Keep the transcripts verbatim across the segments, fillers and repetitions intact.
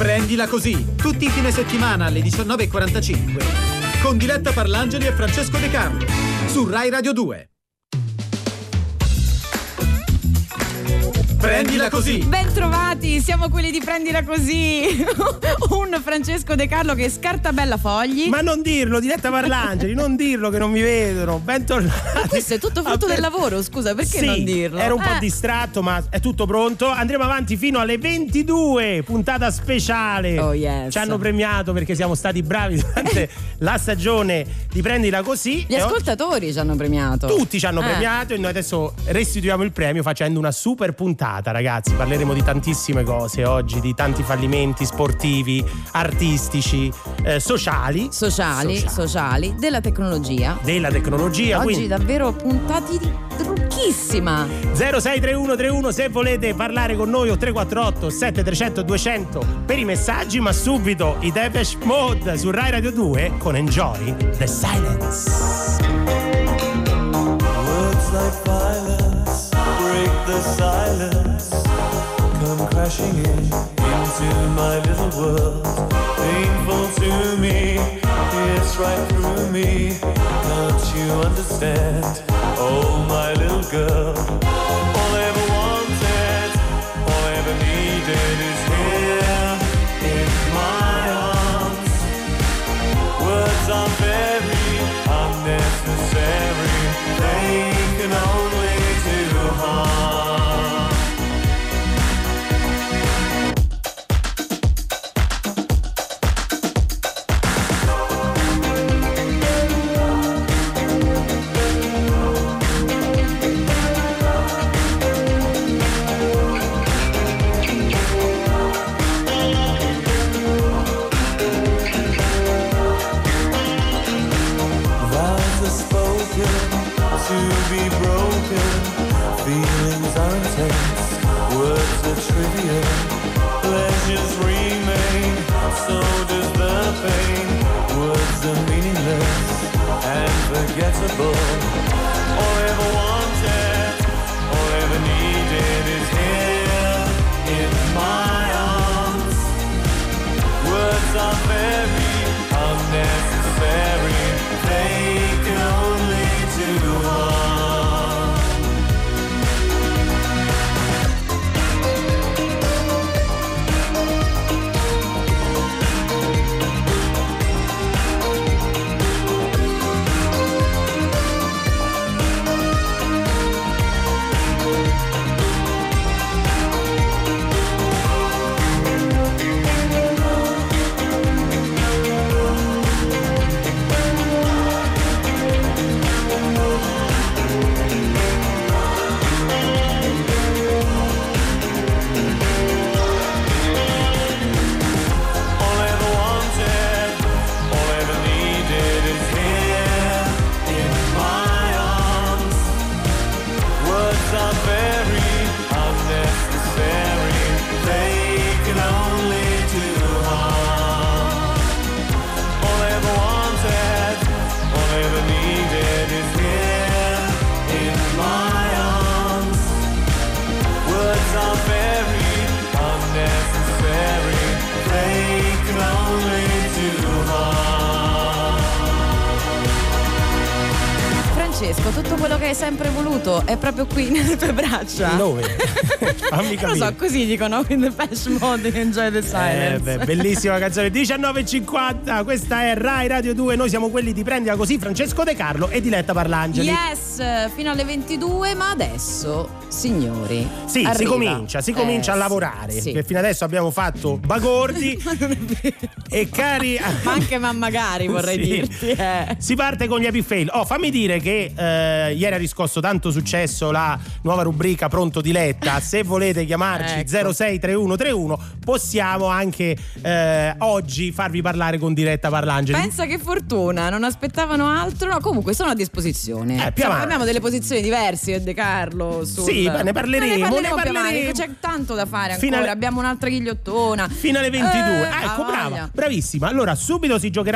Prendila così, tutti i fine settimana alle diciannove e quarantacinque, con Diletta Parlangeli e Francesco De Carlo, su Rai Radio due. Prendila così! Ben trovati, siamo quelli di Prendila così. Un Francesco De Carlo che scartabella fogli. Ma non dirlo, Diletta Parlangeli, non dirlo che non mi vedono. Bentornati. Ma questo è tutto frutto del lavoro, scusa, perché sì, non dirlo? Ero un eh. po' distratto, ma è tutto pronto. Andremo avanti fino alle ventidue, puntata speciale. Oh yes. Ci hanno premiato perché siamo stati bravi durante la stagione di Prendila così. Gli ascoltatori ci hanno premiato. Tutti ci hanno eh. premiato e noi adesso restituiamo il premio facendo una super puntata. Ragazzi, parleremo di tantissime cose oggi, di tanti fallimenti sportivi, artistici, eh, sociali, sociali, sociali, sociali, della tecnologia. Della tecnologia. Oggi quindi davvero puntati di trucchissima. zero sei tre uno tre uno se volete parlare con noi o tre quattro otto sette tre zero zero due zero zero per i messaggi, ma subito i Depeche Mode su Rai Radio due con Enjoy the Silence. Words like violence break the silence, come crashing in into my little world. Painful to me, it's right through me. Don't you understand? Oh, my little girl. All I ever wanted, all I ever needed is here in my arms. Words are very unnecessary, they can only do harm. To be broken, feelings are intense, words are trivial, pleasures remain, so does the pain. Words are meaningless and forgettable. All I ever wanted, all I ever needed is here in my arms. Words are very unnecessary, they can only do harm. Tutto quello che hai sempre voluto è proprio qui nelle tue braccia. Dove? Fammi capire. Non so, così dicono in Depeche Mode, Enjoy the Silence. Eh, beh, bellissima canzone. diciannove e cinquanta, questa è Rai Radio due. Noi siamo quelli di Prendila così, Francesco De Carlo e Diletta Parlangeli. Yes, fino alle ventidue, ma adesso, signori, sì, arriva. si comincia, si comincia eh, a lavorare. Sì. Perché fino adesso abbiamo fatto bagordi e cari. Ma anche ma magari vorrei sì. dirti. Eh. Si parte con gli happy fail. Oh, fammi dire che eh, ieri ha riscosso tanto successo la nuova rubrica Pronto Diletta. Se volete chiamarci ecco. zero sei tre uno tre uno, possiamo anche eh, oggi farvi parlare con Diletta Parlangeli. Pensa che fortuna, non aspettavano altro. No, comunque sono a disposizione. Eh, più Insomma, avanti. abbiamo delle posizioni diverse, De Carlo. Sul... Sì, ma ne parleremo, ne ne parleremo, parleremo. più avanti, c'è tanto da fare ancora. Fino alle... Abbiamo un'altra ghigliottona. Fino alle ventidue. Eh, ah, ecco, ah, brava, voglia. bravissima. Allora, subito si giocherà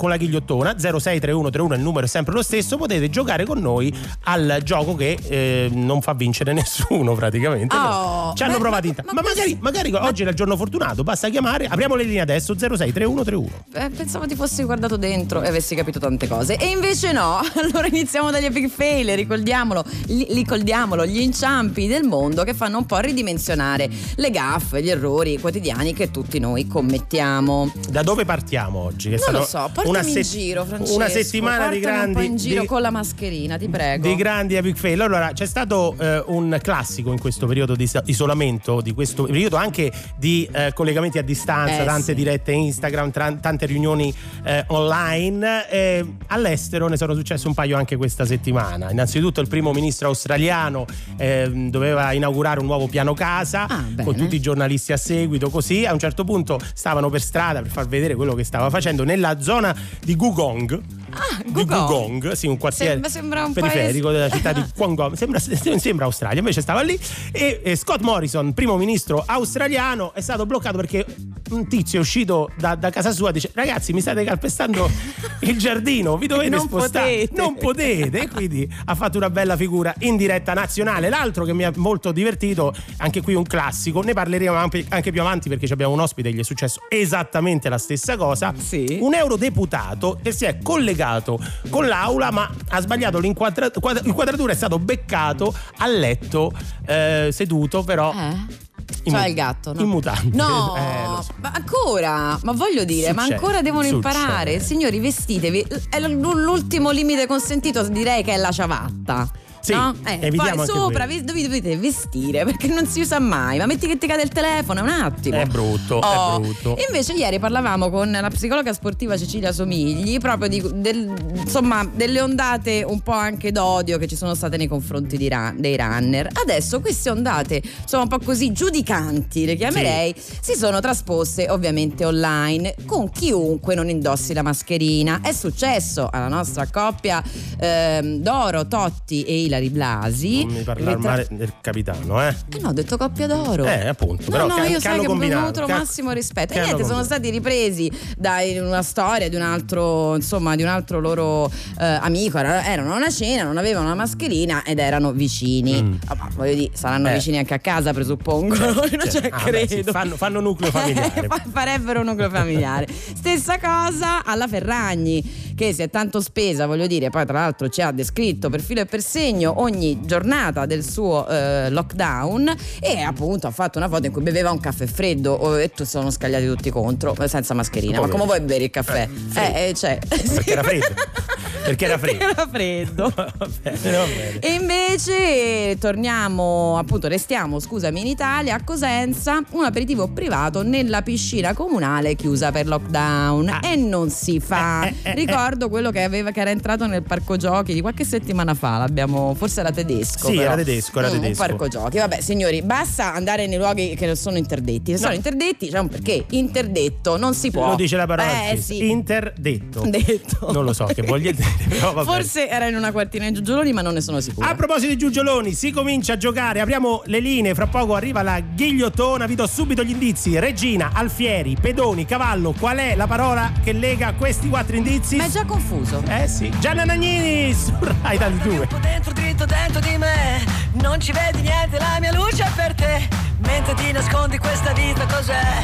con la ghigliottona. Zero sei tre uno tre uno, il numero è sempre lo stesso, potete giocare con noi al gioco che eh, non fa vincere nessuno praticamente. Oh, ci hanno beh, provato ma, in ta- ma, ma, ma magari, magari ma, oggi è il giorno fortunato, basta chiamare, apriamo le linee adesso. Zero sei tre uno tre uno. Eh, pensavo ti fossi guardato dentro e avessi capito tante cose, e invece no. Allora iniziamo dagli epic fail, ricordiamolo, li, ricordiamolo, gli inciampi del mondo che fanno un po' ridimensionare le gaffe, gli errori quotidiani che tutti noi commettiamo. Da dove partiamo oggi? Che Non lo sono so, portami una in se- giro, Francesco. Una settimana di portami grandi un po' in giro di, con la mascherina, ti prego. di grandi epic fail. Allora, c'è stato eh, un classico in questo periodo di isolamento, di questo periodo anche di eh, collegamenti a distanza, Eh, tante sì. dirette Instagram, tra- tante riunioni eh, online. Eh, all'estero ne sono successe un paio anche questa settimana. Innanzitutto il primo ministro australiano eh, doveva inaugurare un nuovo piano casa, Ah, bene. con tutti i giornalisti a seguito, così a un certo punto stavano per strada per far vedere quello che stava facendo nella zona di Gugong. Ah, Di Gugong. Gugong, sì, un quartiere Sembra- sembra un periferico paese- della città di Guangdong. Sembra, sembra Australia, invece stava lì. E, e Scott Morrison, primo ministro australiano, è stato bloccato perché un tizio è uscito da, da casa sua e dice: ragazzi, mi state calpestando il giardino, vi dovete Non spostare, potete. non potete. E quindi ha fatto una bella figura in diretta nazionale. L'altro che mi ha molto divertito, anche qui un classico, ne parleremo anche, anche più avanti perché abbiamo un ospite e gli è successo esattamente la stessa cosa. Sì. Un eurodeputato che si è collegato con l'aula ma ha sbagliato l'inquadra- quadra- l'inquadratura, è stato beccato a letto eh, seduto però Eh? in, Cioè il gatto, no? in mutande. No, Eh, lo so. ma ancora, ma voglio dire, ma Succede, ancora devono succede. imparare. Signori, vestitevi. È l- l'ultimo limite consentito, direi che è la ciabatta. Sì, no? Eh, evitiamo poi anche sopra quello. vi, dove dovete vestire perché non si usa mai. Ma metti che ti cade il telefono, è un attimo. È brutto, Oh. è brutto. Invece ieri parlavamo con la psicologa sportiva Cecilia Somigli proprio di, del, insomma, delle ondate un po' anche d'odio che ci sono state nei confronti di ra- dei runner. Adesso queste ondate, insomma, un po' così giudicanti, le chiamerei, si sono trasposte ovviamente online con chiunque non indossi la mascherina. È successo alla nostra coppia ehm, Doro, Totti e Ilari Blasi. Non mi parlare Tra- male del capitano, eh? Eh no, ho detto coppia d'oro. Eh, appunto. No, però no, che, io che sai hanno che combinato? nutro Che- massimo rispetto. che E hanno niente, sono combinato? stati ripresi da una storia di un altro, insomma, di un altro loro eh, amico. Era- Erano a una cena, non avevano la mascherina ed erano vicini. Mm. Ah, ma voglio dire, saranno Eh. vicini anche a casa, presuppongo. Cioè, Ah, beh, sì, credo. fanno, fanno nucleo familiare. Fa- farebbero un nucleo familiare. Stessa cosa alla Ferragni, che si è tanto spesa, voglio dire, poi tra l'altro ci ha descritto per filo e per segno ogni giornata del suo eh, lockdown, e appunto ha fatto una foto in cui beveva un caffè freddo oh, e tu sono scagliati tutti contro, senza mascherina. Ma come vuoi bere il caffè? Eh, eh, cioè, Perché era freddo. Perché era freddo. Era freddo. Va bene, va bene. E invece torniamo, appunto, restiamo, scusami, in Italia, a Cosenza, un aperitivo privato nella piscina comunale chiusa per lockdown. Ah. E non si fa. Eh, eh, eh, Ricordo quello che aveva che era entrato nel parco giochi di qualche settimana fa, l'abbiamo, forse era tedesco. Sì, però. era tedesco, era Mm, tedesco. Un parco giochi. Vabbè, signori, basta andare nei luoghi che non sono interdetti. Se sono No. interdetti, c'è un perché. Interdetto, non si può. Lo dice la parola Eh stessa. sì. Interdetto. Detto. Non lo so che voglia dire, però va bene. Forse era in una quartina di Giugioloni, ma non ne sono sicura. A proposito di Giugioloni, si comincia a giocare, apriamo le linee, fra poco arriva la ghigliottona, vi do subito gli indizi. Regina, Alfieri, Pedoni, Cavallo, qual è la parola che lega questi quattro indizi? Ma è già confuso. Eh sì, Gianna Nannini su Rai due. Dentro, dritto dentro di me, non ci vedi niente, la mia luce è per te, mentre ti nascondi questa vita cos'è?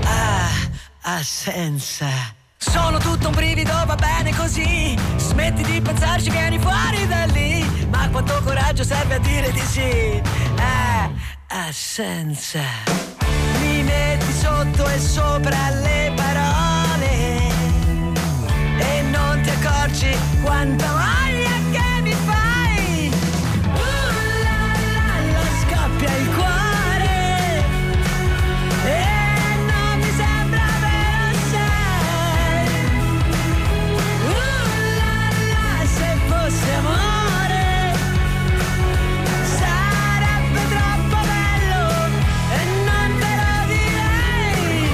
Ah, assenza. Sono tutto un brivido, va bene così, smetti di pensarci, vieni fuori da lì, ma quanto coraggio serve a dire di sì? Ah, assenza. Mi metti sotto e sopra le parole e non ti accorgi quanta voglia che mi fai. Uh, la, la, la, scoppia il cuore e non mi sembra vero, sai. Uh, la, la, se fosse amore sarebbe troppo bello e non te lo direi.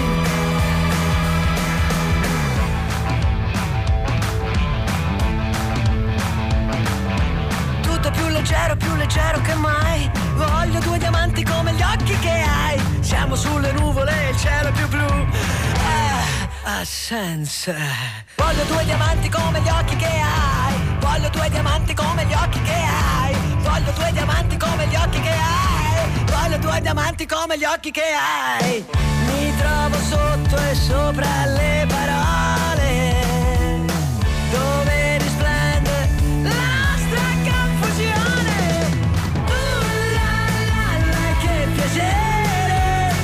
Tutto più leggero, più leggero che mai. Voglio due diamanti come gli occhi che hai. Siamo sulle nuvole, il cielo è più blu. Ah, assenza. Voglio due diamanti come gli occhi che hai. Voglio due diamanti come gli occhi che hai. Voglio due diamanti come gli occhi che hai. Voglio due diamanti come gli occhi che hai. Mi trovo sotto e sopra le parole, dove risplende la nostra confusione. Uh, la, la, la, che piacere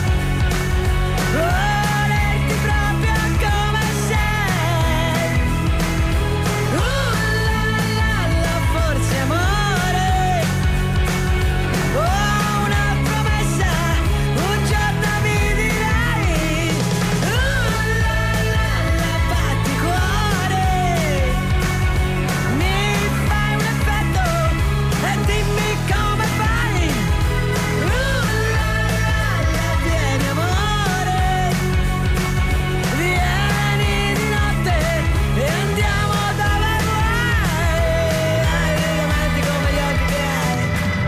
volerti proprio come sei. Uh, la, la, la, forse amore. Oh, una promessa, un giorno mi dirai. Uh, la, la, la, batti cuore. Mi fai un effetto e dimmi come fai. Uh, la, la, la, vieni amore. Vieni di notte e andiamo dove vuoi. Hai dei diamanti come gli occhi che hai.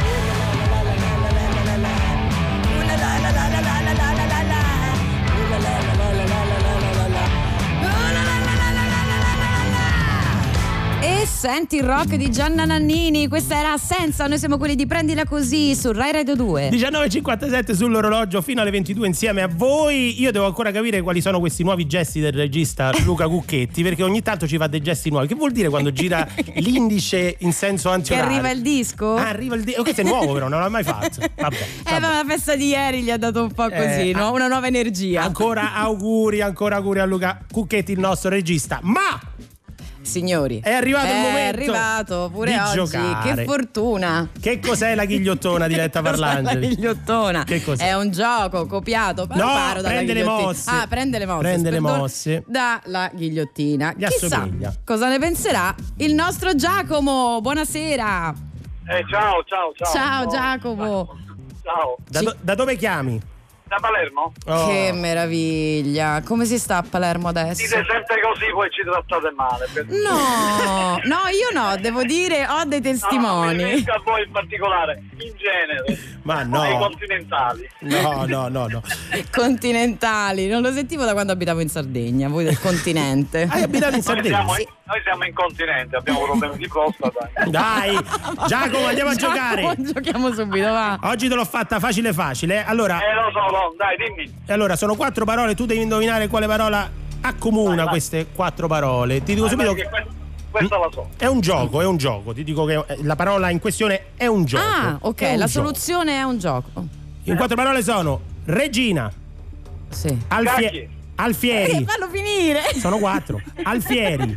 Uh, la, la, la, la, la, la, la, la, la, la, la. Uh, la, la, la, la, la, la, la, la, la, la, la. Uh, la, la, la, la, la, la, la, la, la. E senti il rock di Gianna Nannini, questa era Assenza, noi siamo quelli di Prendila Così su Rai Radio due. diciannove e cinquantasette sull'orologio fino alle ventidue insieme a voi. Io devo ancora capire quali sono questi nuovi gesti del regista Luca Cucchetti, perché ogni tanto ci fa dei gesti nuovi. Che vuol dire quando gira l'indice in senso Che antiorario? arriva il disco? Ah, arriva il disco. Questo è nuovo però, non l'ho mai fatto. Vabbè, Eh, vabbè. ma la festa di ieri gli ha dato un po' così, Eh, no? Una nuova energia. Ancora auguri, ancora auguri a Luca Cucchetti, il nostro regista. Ma Signori, è arrivato il momento è arrivato pure di oggi. giocare. Che fortuna. che cos'è la ghigliottona di Letta Cos'è la Parlangeli? ghigliottona? Che cos'è? È un gioco copiato. No, paro dalla prende le ghigliottina. mosse. Ah, prende le mosse. Prende le perdona, mosse. Dalla ghigliottina. Gli Chissà assomiglia. cosa ne penserà il nostro Giacomo. Buonasera. Eh, ciao, ciao, ciao. Ciao, Giacomo. Ciao, Da, do- da dove chiami? da Palermo? Oh. Che meraviglia. Come si sta a Palermo adesso? Dite sempre così, poi ci trattate male. per- No, no, io no, devo dire, ho dei No, mi testimoni. riferisco a voi in particolare, in genere. Ma no. Ai continentali. No, no, no, no. Continentali, non lo sentivo da quando abitavo in Sardegna, voi del continente. Hai abitato in Noi Sardegna? siamo, in, noi siamo in continente, abbiamo problemi di prostata. Dai, Giacomo, andiamo a Giacomo, giocare. Giochiamo subito, va. Oggi te l'ho fatta facile facile. Allora, Eh, lo so, no, dai, dimmi. allora sono quattro parole, tu devi indovinare quale parola accomuna Vai, vai. queste quattro parole. Ti dico Vai, subito vai, che che que- questa la so. è un gioco, è un gioco. Ti dico che la parola in questione è un gioco. Ah, ok, È un la gioco. soluzione è un gioco. In quattro parole sono Regina, Sì. Alfie- Cacchi. Eh, Alfieri. fallo finire. Sono quattro. Alfieri,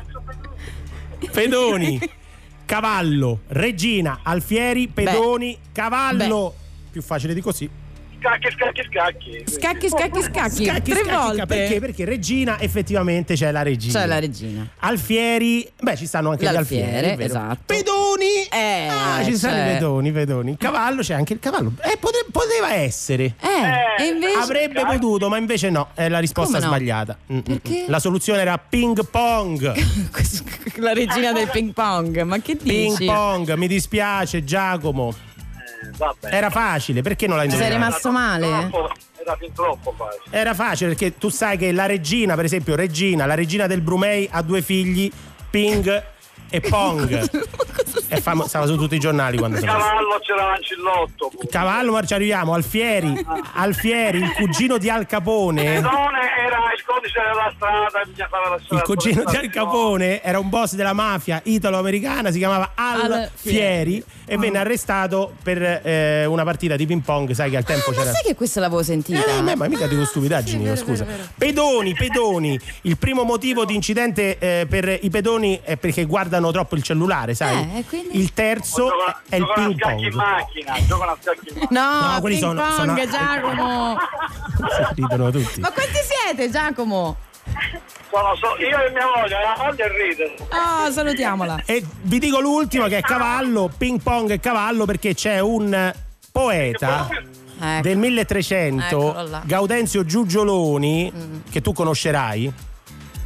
Pedoni, Cavallo, Regina, Alfieri, Pedoni, Cavallo. Più facile di così. Scacchi, scacchi, scacchi. Scacchi, scacchi, scacchi. Scacchi, Tre scacchi, volte. Perché? Perché Regina effettivamente c'è la regina. C'è la regina. Alfieri, beh, ci stanno anche L'alfiere, gli alfieri, è vero. esatto. Pedoni, Eh, ah, ci stanno c'è. i pedoni, pedoni. Cavallo, c'è anche il cavallo. Eh, pote- poteva essere. Eh, e invece Avrebbe potuto, ma invece no, è la risposta Come no? sbagliata. Mm, mm, Perché? mm. La soluzione era ping pong. la regina del ping pong, ma che Ping dici? pong, mi dispiace Giacomo. Eh, vabbè. Era facile, perché non l'hai Ci sei indovinato? rimasto male? Troppo- Era fin troppo facile. Era facile perché tu sai che la regina, per esempio, Regina, la regina del Brunei ha due figli, Ping e Pong. È famo- stava su tutti i giornali quando sono. Cavallo c'era l'ancillotto. pure. Cavallo, ma ci arriviamo. Alfieri, Alfieri, il cugino di Al Capone. Pedone era il codice della strada, bisogna fare la strada. Il cugino di Al Capone era un boss della mafia italo-americana, si chiamava Alfieri Alfieri. e venne arrestato per eh, una partita di ping pong. Sai che al tempo Ah, ma c'era. sai che questa l'avevo sentita? Eh, ma, ma mica dico stupidaggini, Sì, io, vero, scusa. vero, vero. Pedoni, pedoni. Il primo motivo di incidente eh, per i pedoni è perché guardano troppo il cellulare, sai? Eh, e quindi? Il terzo Giocano, è il giocano a ping scacchi in pong. macchina, giocano a scacchi in macchina. No, No, quelli ping sono- pong, sono- Giacomo. Si ridono tutti. Ma quanti siete, Giacomo? Sono so- io e mia moglie, la moglie ride. Oh, salutiamola. E vi dico l'ultimo che è cavallo, ping pong e cavallo, perché c'è un poeta Ecco. del milletrecento, Eccolo là. Gaudenzio Giugioloni, che tu conoscerai. Eh,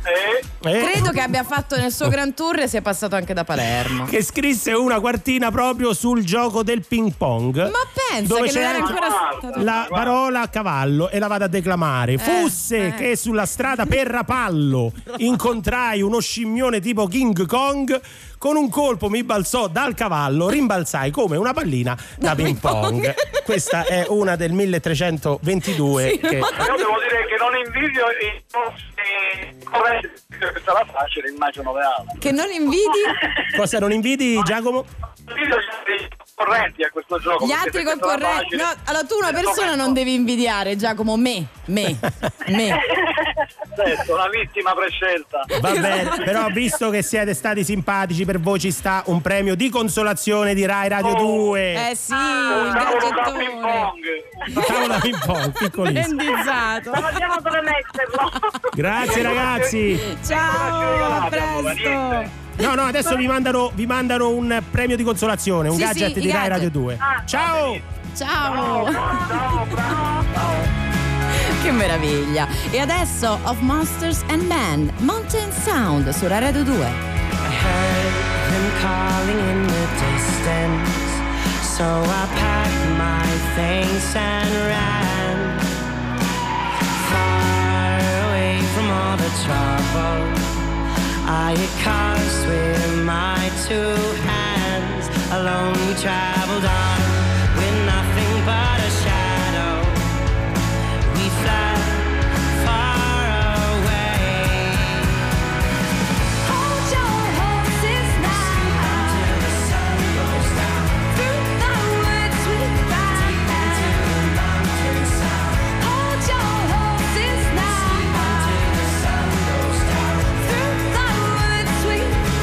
credo che abbia fatto nel suo Grand Tour e sia passato anche da Palermo. Che scrisse una quartina proprio sul gioco del ping pong. Ma pensa dove che non c'era era ancora stato... la parola cavallo e la vado a declamare. Fusse eh. che sulla strada per Rapallo incontrai uno scimmione tipo King Kong. Con un colpo mi balzò dal cavallo, rimbalzai come una pallina da ping pong. Questa è una del milletrecentoventidue. Sì, che... no. Io devo dire che non invidio i nostri corretti, perché sarà facile, immagino reale. Che non invidi Cosa non invidi, Giacomo? Invidio gli concorrenti a questo gioco. gli altri concorrenti. No, allora tu una persona non devi invidiare, Giacomo, me, me, me. Certo, una vittima prescelta. Va bene, però visto che siete stati simpatici, per voi ci sta un premio di consolazione di Rai Radio due. Eh sì, Un il tavolo da ping gadgettone. pong. Un tavolo da ping pong, piccolissimo. Brandizzato. Non sappiamo dove metterlo. Grazie ragazzi. Ciao, a presto. No, no, adesso vi mandano, vi mandano un premio di consolazione, un Sì, gadget sì, di i Rai gadget. Radio due. Ciao! Ciao. Ciao, bravo. Che meraviglia. E adesso Of Monsters and Men, Mountain Sound su Rai Radio due. I heard them calling in the distance, so I packed my things and ran far away from all the trouble I had caused with my two hands. Alone we traveled on with nothing but a shadow. We fled far away. Hold your horses now. Till the sun goes down. Through the woods we ride. Till the mountains sound. Hold your horses now. Till the sun goes down. Through the woods we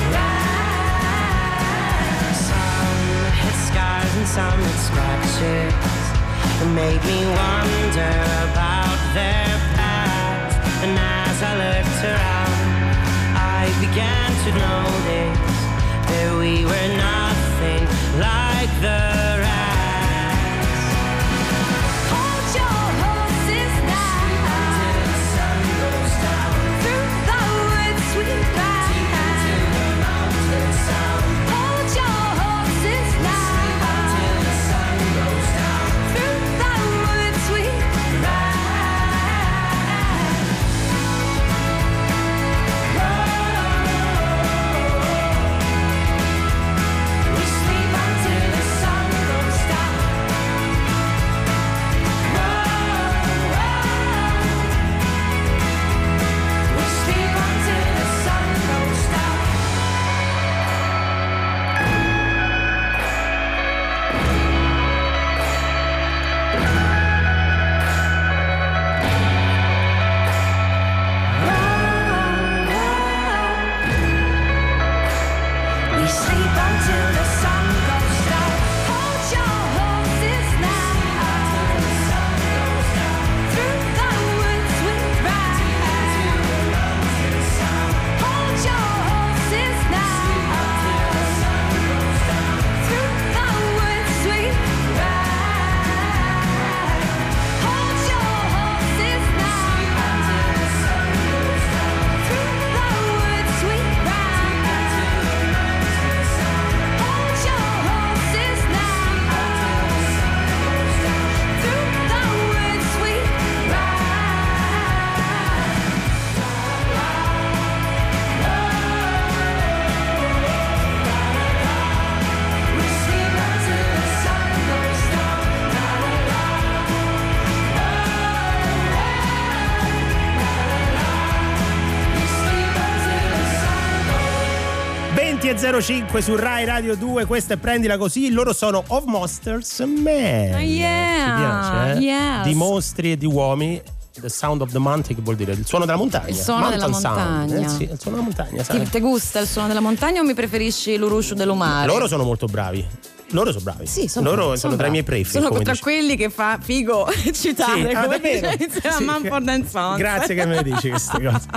ride. Some had scars and some had scratches. It made me wonder about their past. And as I looked around, I began to notice that we were nothing like the rest. Hold your horses now. Till the sun goes down. Through the woods we ride. Till the mountains sound. Hold your horses now. Till the sun goes down. Through the woods we ride. We sleep until the sun goes down. We sleep until the sun goes down. We sleep until the sun goes down. Hold your horses now. Through the woods we ride. Hold your horses now. Through the woods we ride. Hold your horses now. Through the woods we ride. Hold your horses now. Through the woods we ride. We sleep until the sun goes down. We sleep until the sun goes venti e zero cinque su Rai Radio due, questa è Prendila Così, loro sono Of Monsters and Men. Ah, yeah, Ti piace, eh? yes. Di mostri e di uomini. The Sound of the Mountain, che vuol dire il suono della montagna. Il suono della Mountain Sound. montagna. Eh sì, il suono della montagna, sai. Ti, ti gusta il suono della montagna o mi preferisci l'Uruscio dell'Umare? Loro sono molto bravi. Loro sono bravi. Sì, sono Loro bravi, sono tra i miei bravi. preferiti. Sono come tra dici. quelli che fa figo citare, Sì, ah, come davvero? dice insieme a Sì, Mumford and Sons. Grazie che me le dici queste cose.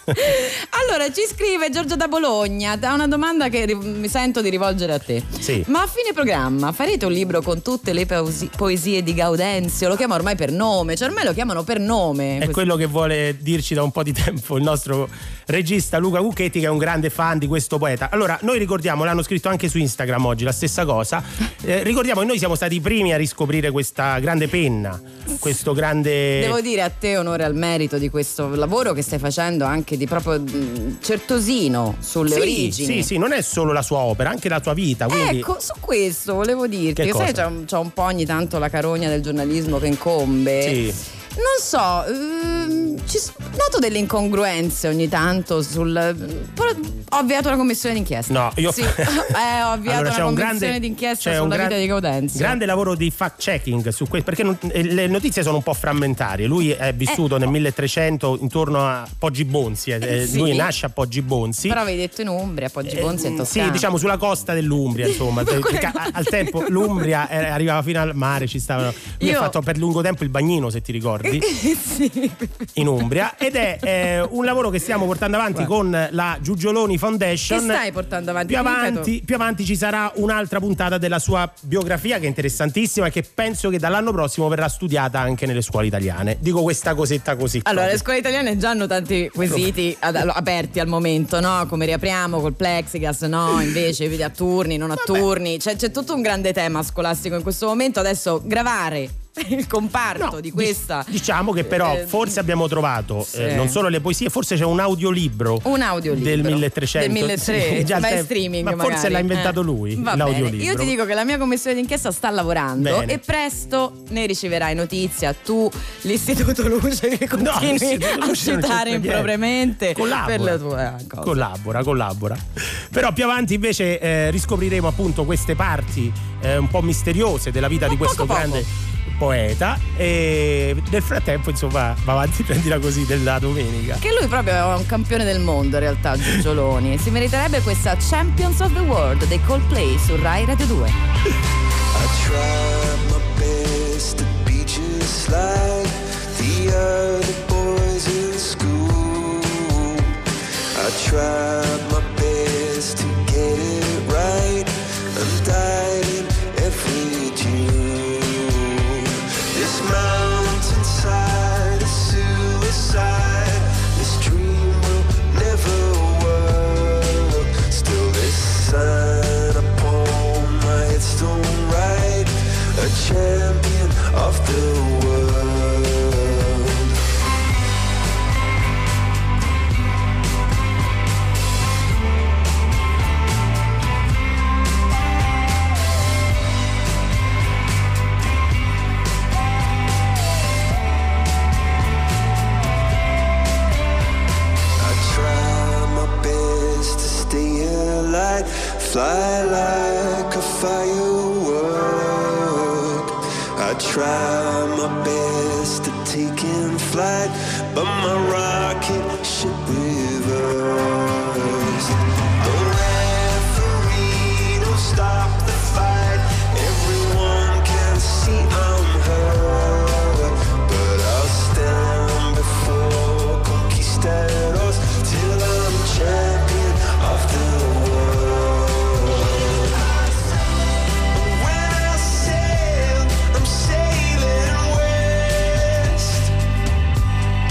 Allora ci scrive Giorgio da Bologna, da una domanda che ri- mi sento di rivolgere a te. Sì. Ma a fine programma farete un libro con tutte le poesi- poesie di Gaudenzio? Lo chiama ormai per nome, cioè ormai lo chiamano per nome. È Questo- quello che vuole dirci da un po' di tempo il nostro regista Luca Cucchetti, che è un grande fan di questo poeta. Allora, noi ricordiamo, l'hanno scritto anche su Instagram oggi, la stessa cosa. Eh, ricordiamo che noi siamo stati i primi a riscoprire questa grande penna, questo grande... Devo dire a te onore al merito di questo lavoro che stai facendo, anche di proprio mh, certosino sulle sì, origini. Sì, sì, non è solo la sua opera, anche la sua vita. Quindi... Ecco, su questo volevo dirti, Che che sai cosa? c'è un, c'è un po' ogni tanto la carogna del giornalismo che incombe. Sì. Non so, ehm, ci s- noto delle incongruenze ogni tanto sul. Però ho avviato una commissione d'inchiesta. No, io sì. eh, ho avviato Allora, c'è una un commissione grande- d'inchiesta c'è un sulla gran- vita di Gaudenzio. Grande lavoro di fact checking su questo, perché non- eh, le notizie sono un po' frammentarie. Lui è vissuto Eh. nel milletrecento intorno a Poggi Bonzi, eh, Eh, sì. lui nasce a Poggi Bonzi. Però avevi detto in Umbria, Poggi Bonzi e in Eh, Toscana. Sì, diciamo sulla costa dell'Umbria, insomma. Ma perché quello- a- al tempo l'Umbria era- arrivava fino al mare, ci stavano. Lui Io- ha fatto per lungo tempo il bagnino, se ti ricordi, sì. in Umbria. Ed è eh, un lavoro che stiamo portando avanti con la Giugioloni Foundation. Che stai portando avanti? Più Ripeto. avanti, più avanti ci sarà un'altra puntata della sua biografia, che è interessantissima e che penso che dall'anno prossimo verrà studiata anche nelle scuole italiane. Dico questa cosetta così. Allora, le proprio. scuole italiane già hanno tanti quesiti ad- aperti al momento, no? Come riapriamo col plexiglass, no? Invece vedi a turni, non a turni. C'è, c'è tutto un grande tema scolastico in questo momento. Adesso gravare il comparto No, di dic- questa. diciamo che però eh, forse abbiamo trovato sì. eh, non solo le poesie, forse c'è un audiolibro Un audiolibro del milletrecento, del milletrecento, Sì, già ma al è tempo- streaming ma forse magari. l'ha inventato Eh. lui Va l'audiolibro. bene. Io ti dico che la mia commissione d'inchiesta sta lavorando Bene. e presto ne riceverai notizia. Tu, l'Istituto Luce, che No, continui l'Istituto a Luce non c'entra citare niente. impropriamente Collabora. per le tue eh, cose. Collabora, collabora. Però più avanti invece eh, riscopriremo appunto queste parti eh, un po' misteriose della vita Ma di questo poco, grande poco. poeta, e nel frattempo insomma va avanti, prendila così, della domenica. Che lui proprio è un campione del mondo in realtà, Giugioloni. Si meriterebbe questa Champions of the World dei Coldplay su Rai Radio due. I tried my best to be just like the other boys in school. I tried my best to get it right. I'm dying every June. This mountainside is suicide. This dream will never work. Still this sign upon my headstone right. A champion of the world. I try my best to stay alive, fly like a firework. I try my best to take in flight, but my rocket ship reversed. The referee don't stop the fight. Everyone can see I'm hurt, but I'll stand before conquistadors till I'm champion of the world. When I sail, I'm sailing west.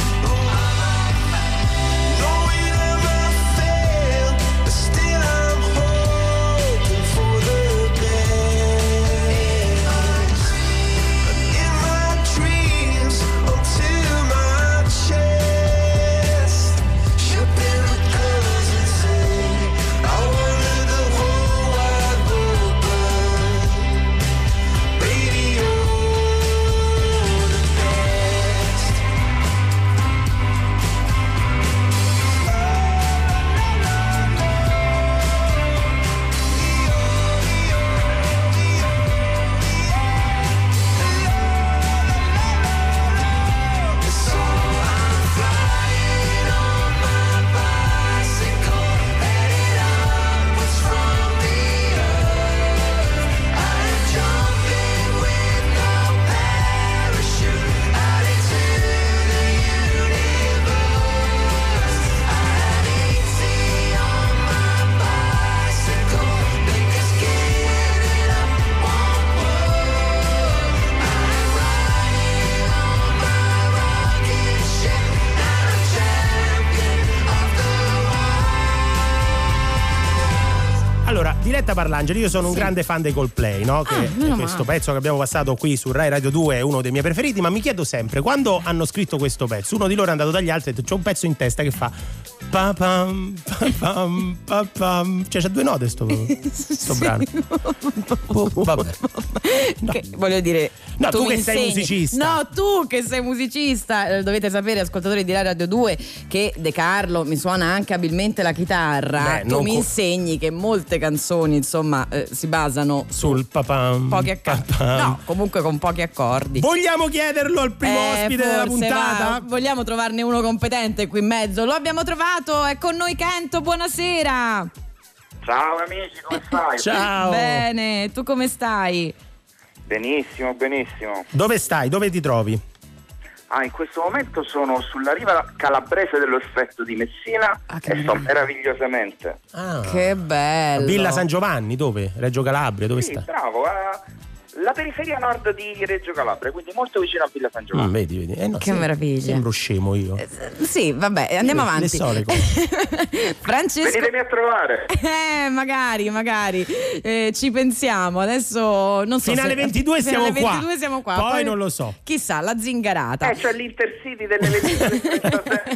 Diletta Parlangeli, io sono un Sì. grande fan dei Coldplay, no? Che Ah, meno questo male. pezzo che abbiamo passato qui su Rai Radio due è uno dei miei preferiti, ma mi chiedo sempre, quando hanno scritto questo pezzo, uno di loro è andato dagli altri e ha detto: c'ho un pezzo in testa che fa pa pam pa pam pa pam, cioè c'ha due note sto, sto Sì. brano. Oh, vabbè. No. Che, voglio dire, No, tu mi che sei insegni. musicista. No, tu che sei musicista, eh, dovete sapere, ascoltatori di Rai Radio due, che De Carlo mi suona anche abilmente la chitarra. Beh, tu non mi co- insegni che molte canzoni, insomma, eh, si basano Sul pa pam pochi accordi. pa pam. No, comunque con pochi accordi. Vogliamo chiederlo al primo Eh, ospite della forse, puntata? va. Vogliamo trovarne uno competente qui in mezzo. Lo abbiamo trovato, è con noi Kento, buonasera. Ciao amici, come stai? Ciao. Bene, tu come stai? Benissimo, benissimo. Dove stai? Dove ti trovi? Ah, in questo momento sono sulla riva calabrese dello stretto di Messina Ah, che e sto meraviglia. meravigliosamente. Ah. Che bello. Villa San Giovanni, dove? Reggio Calabria, dove Sì, sta? bravo, eh, la periferia nord di Reggio Calabria, quindi molto vicino a Villa San Giovanni. Mm, vedi, vedi. Eh, no, Che sem- meraviglia. Sembro scemo io. Sì, vabbè, andiamo Le- le avanti. so le cose. Francesco. Venitemi a trovare. Eh, magari, magari. Eh, ci pensiamo. Adesso non so Fino se- alle ventidue fino alle siamo qua. ventidue siamo qua. Poi non lo so. Chissà, la zingarata. Eh, c'è l'Intercity delle ventidue.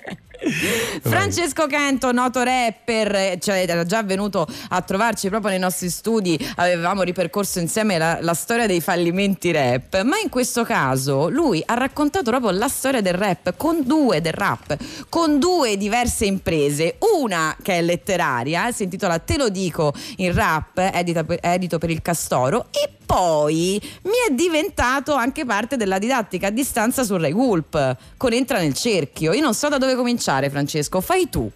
Francesco Kento, noto rapper, eh, cioè era già venuto a trovarci proprio nei nostri studi, avevamo ripercorso insieme la, la storia dei fallimenti rap, ma in questo caso lui ha raccontato proprio la storia del rap con due del rap, con due diverse imprese, una che è letteraria, si intitola Te lo dico in rap, edita per- edito per il Castoro, e poi mi è diventato anche parte della didattica a distanza su Rai Gulp con Entra nel cerchio. Io non so da dove cominciare, Francesco, fai tu.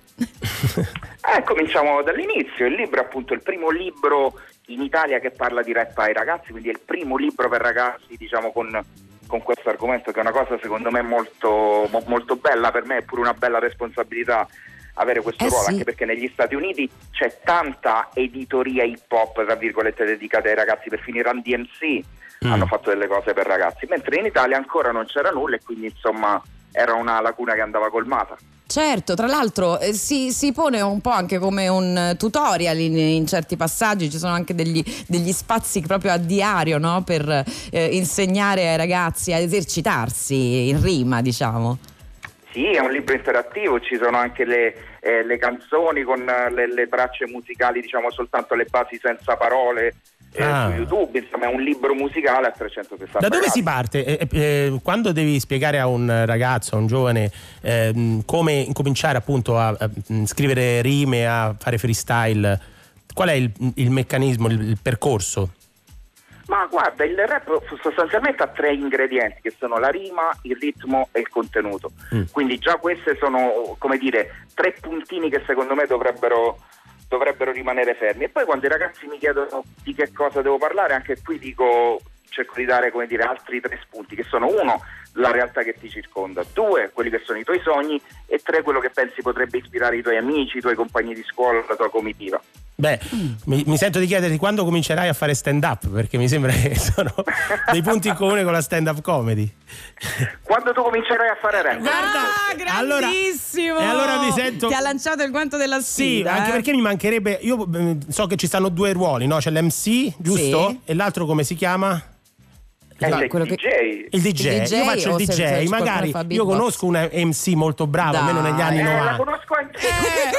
Eh, cominciamo dall'inizio. Il libro è appunto il primo libro in Italia che parla di rap ai ragazzi, quindi è il primo libro per ragazzi, diciamo, con, con questo argomento, che è una cosa secondo me molto, mo- molto bella. Per me è pure una bella responsabilità avere questo Eh ruolo, sì. anche perché negli Stati Uniti c'è tanta editoria hip hop, tra virgolette, dedicata ai ragazzi. Per finire Run D M C Mm. hanno fatto delle cose per ragazzi, mentre in Italia ancora non c'era nulla e quindi insomma era una lacuna che andava colmata. Certo, tra l'altro eh, si, si pone un po' anche come un eh, tutorial in, in certi passaggi, ci sono anche degli, degli spazi proprio a diario, no? Per eh, insegnare ai ragazzi a esercitarsi in rima, diciamo. Sì, è un libro interattivo, ci sono anche le, eh, le canzoni con eh, le, le tracce musicali, diciamo soltanto le basi senza parole eh, Ah. su YouTube, insomma è un libro musicale a trecentosessanta Da dove gradi. si parte? Eh, eh, quando devi spiegare a un ragazzo, a un giovane, ehm, come incominciare appunto a, a scrivere rime, a fare freestyle, qual è il, il meccanismo, il, il percorso? Ma guarda, il rap sostanzialmente ha tre ingredienti, che sono la rima, il ritmo e il contenuto. Mm. Quindi già queste sono, come dire, tre puntini che secondo me dovrebbero, dovrebbero rimanere fermi. E poi quando i ragazzi mi chiedono di che cosa devo parlare, anche qui dico, cerco di dare, come dire, altri tre spunti, che sono: uno, la realtà che ti circonda; due, quelli che sono i tuoi sogni; e tre, quello che pensi potrebbe ispirare i tuoi amici, i tuoi compagni di scuola, la tua comitiva. Beh, mi, mi sento di chiederti quando comincerai a fare stand up, perché mi sembra che sono dei punti in comune con la stand up comedy. Quando tu comincerai a fare rap? Ah, allora- grandissimo! e allora mi sento- Ti ha lanciato il guanto della Sì, sfida. anche eh? perché mi mancherebbe. Io eh, so che ci stanno due ruoli, no? C'è l'M C, giusto? Sì. E l'altro come si chiama? Eh, No, c'è quello il che- D J. Il D J. Il D J, Io faccio o il se- D J, se qualcuno magari fa io beatbox. conosco una M C molto brava, Dai. almeno negli anni Eh, la novanta. conosco anch'io.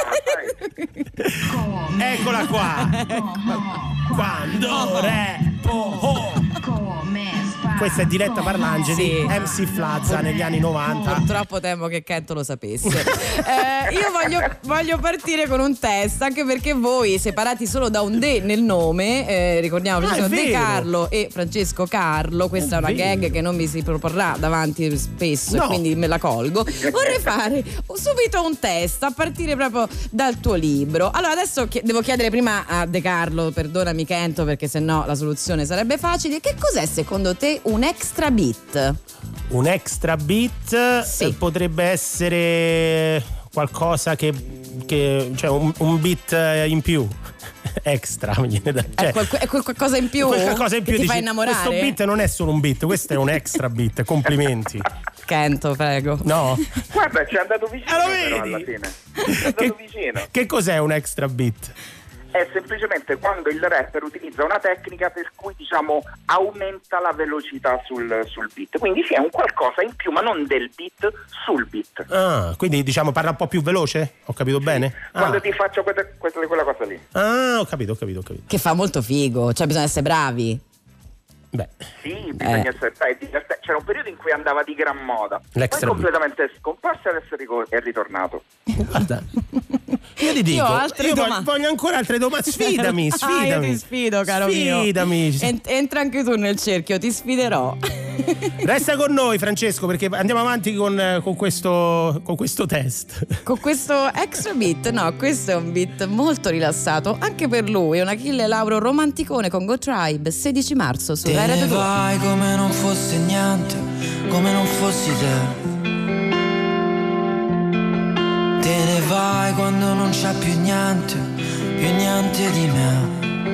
dai. Eccola qua. Quando rap, oh, oh. Questa è Diletta Parlangeli, Sì. M C Flazza negli anni novanta. Purtroppo temo che Kento lo sapesse. Eh, io voglio, voglio partire con un test, anche perché voi, separati solo da un D nel nome, eh, ricordiamo, ci Ah, sono è De vero. Carlo e Francesco Carlo. Questa è, È una vero. gag che non mi si proporrà davanti spesso, No. e quindi me la colgo. Vorrei fare subito un test a partire proprio dal tuo libro. Allora, adesso chi- devo chiedere prima a De Carlo, perdonami Kento, perché sennò la soluzione sarebbe facile. Che cos'è secondo te un extra beat? Un extra beat Sì. eh, potrebbe essere qualcosa che, che cioè un, un beat eh, in più. Extra, mi viene da È, cioè, qual- è quel qualcosa in più qualcosa in che più, ti dici, fa innamorare? questo beat non è solo un beat, questo è un extra beat. Complimenti. Kento, prego. No? Guarda, ci è andato vicino Ah, lo però vedi? alla fine. Ci è andato Che, vicino. che cos'è un extra beat? è semplicemente quando il rapper utilizza una tecnica per cui, diciamo, aumenta la velocità sul, sul beat. Quindi sì, è un qualcosa in più, ma non del beat, sul beat. Ah, quindi diciamo parla un po' più veloce? Ho capito Sì, bene? quando Ah. ti faccio quella, quella, quella cosa lì. Ah, ho capito, ho capito, ho capito. Che fa molto figo, cioè bisogna essere bravi. Beh, Sì, bisogna Eh. essere dai, divertenti. C'era un periodo in cui andava di gran moda, L'extra poi completamente scomparso e adesso è ricor- è ritornato. guarda, io ti dico, Io ho altre io domande. voglio ancora altre domande. Sfidami, Ah, sfidami. io ti sfido, caro mio. Sfidami. Ent- entra anche tu nel cerchio, ti sfiderò. Resta con noi, Francesco, perché andiamo avanti con, con questo con questo test. Con questo extra beat, no, questo è un beat molto rilassato anche per lui, un Achille Lauro romanticone con Go Tribe, sedici marzo su Te Rai ne Radio due. vai come non fosse niente, come non fossi te. Te ne vai quando non c'è più niente, più niente di me.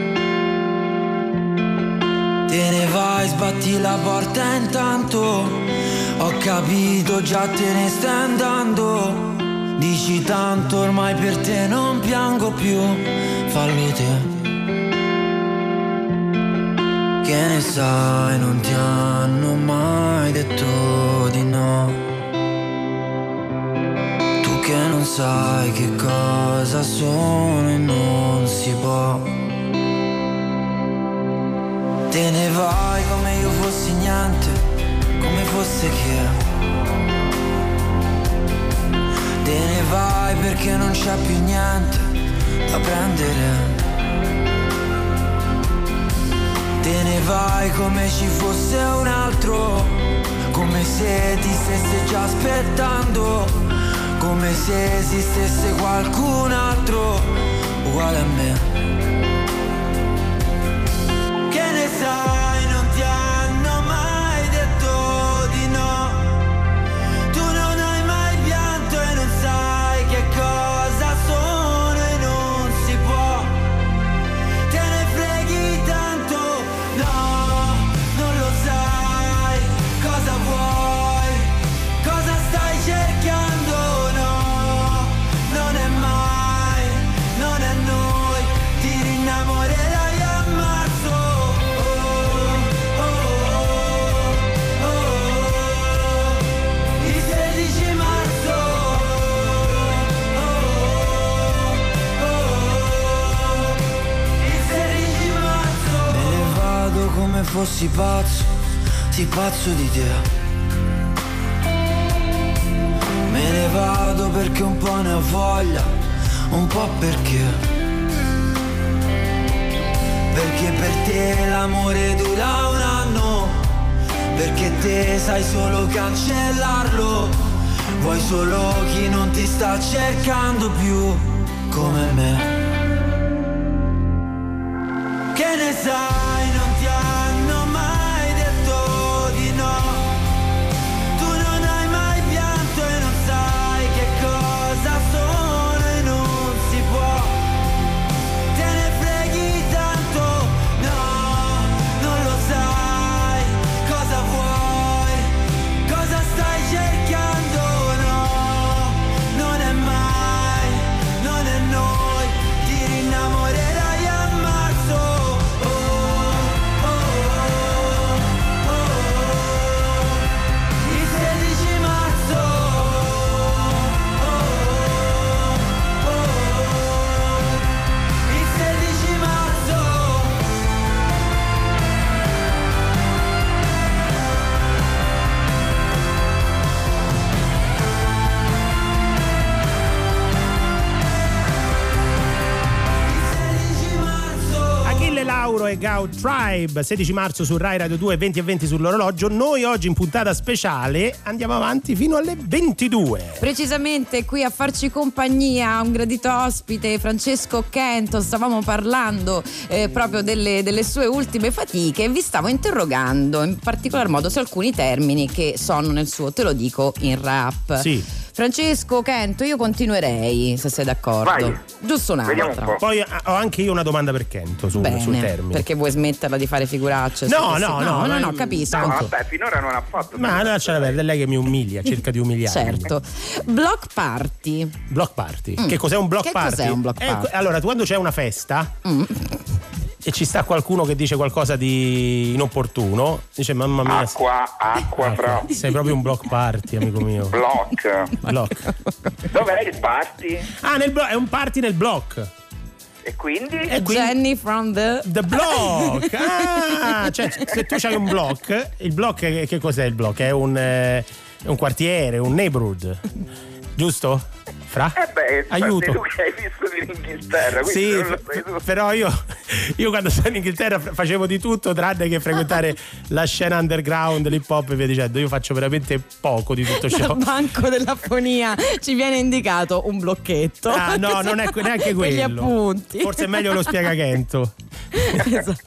Te ne vai, sbatti la porta intanto, ho capito già te ne stai andando. Dici tanto ormai per te non piango più, fallo te. Che ne sai, non ti hanno mai detto di no. Tu che non sai che cosa sono e non si può. Te ne vai come io fossi niente, come fosse che. Te ne vai perché non c'è più niente da prendere. Te ne vai come ci fosse un altro, come se ti stesse già aspettando, come se esistesse qualcun altro uguale a me. Che ne sai, non ti hanno mai detto di no. Tu non hai mai pianto e non sai che cosa sono e non si può. Te ne freghi tanto, no, non lo sai cosa vuoi, cosa stai cercando, no, non è mai, non è noi, ti rinnamorerai a marzo, oh, oh, oh, oh, oh, il sedici marzo, oh, oh, oh, il sedici marzo. Me ne vado come fossi pazzo, sì pazzo di te. Me ne vado perché un po' ne ho voglia, un po' perché. Perché per te l'amore dura un anno, perché te sai solo cancellarlo. Vuoi solo chi non ti sta cercando più come me. Che ne sai, non ti hanno mai detto di no. Tu non hai mai pianto e non sai che cosa sono e non si può. Te ne freghi tanto, no, non lo sai cosa vuoi, cosa stai cercando, no, non è mai, non è noi, ti rinnamorerai a marzo, oh, oh, oh, oh, oh, il sedici marzo, oh, oh, oh, il sedici marzo. Achille Lauro e Go Tribe, sedici marzo su Rai Radio due, venti e venti sull'orologio. Noi oggi in puntata speciale andiamo avanti fino alle ventidue. Precisamente qui a farci compagnia un gradito ospite, Francesco Kenton. Stavamo parlando eh, proprio delle, delle sue ultime fatiche e vi stavo interrogando in particolar modo su alcuni termini che sono nel suo Te lo dico in rap. Sì. Francesco, Kento, io continuerei, se sei d'accordo. Vai. Giusto Vediamo un un'altra. po'. Poi ho anche io una domanda per Kento sul, Bene, sul termine. perché vuoi smetterla di fare figuracce? No, su questi- no, no, no, no, no, no, capisco. No, vabbè, finora non ha fatto. Ma lasciala perdere, è lei che mi umilia, cerca di umiliarmi. Certo. Block party. Block party. Mm. Che cos'è un block Che party? cos'è un block Eh, party? allora, quando c'è una festa Mm. e ci sta qualcuno che dice qualcosa di inopportuno, dice mamma mia, Acqua, acqua, ecco, fra. sei proprio un block party, amico mio. Block. Block. Dov'è il party? Ah, nel blo- è un party nel block. E quindi? E quindi Jenny from the... The block. Ah, cioè se tu c'hai un block, il block che, che cos'è il block? È un, eh, è un quartiere, un neighborhood. Giusto? Fra? Eh beh, aiuto. tu che hai vissuto in Inghilterra, quindi Sì, non lo sai tu. però io, io quando sono in Inghilterra facevo di tutto tranne che frequentare la scena underground, l'hip hop e via dicendo. Io faccio veramente poco di tutto ciò. Dal banco della fonia ci viene indicato un blocchetto. Ah no, non è que- neanche Per gli quello. appunti. Forse è meglio lo spiega Kento. Esatto.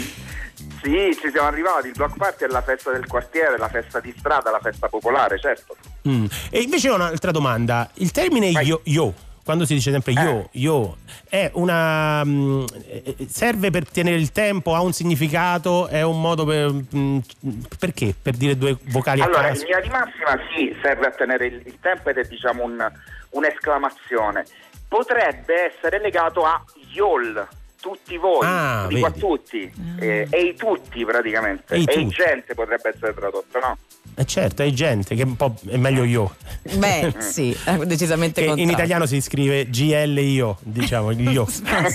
Sì, ci siamo arrivati. Il block party è la festa del quartiere, la festa di strada, la festa popolare, certo. Mm. E invece ho un'altra domanda. Il termine Vai. yo, yo, quando si dice sempre yo, yo, è una mm, eh, serve per tenere il tempo, ha un significato, è un modo per mm, perché? Per dire due vocali Allora, a in caso? linea di massima sì, serve a tenere il, il tempo ed è diciamo un, un'esclamazione. Potrebbe essere legato a yol, tutti voi, Ah, dico a vedi. tutti, eh, e i tutti praticamente, Ehi e i tutti. gente potrebbe essere tradotto, no? Eh certo, è gente che è un po' è meglio io. Beh, sì, è decisamente Che in contrario. italiano si scrive G L I O, diciamo, il io.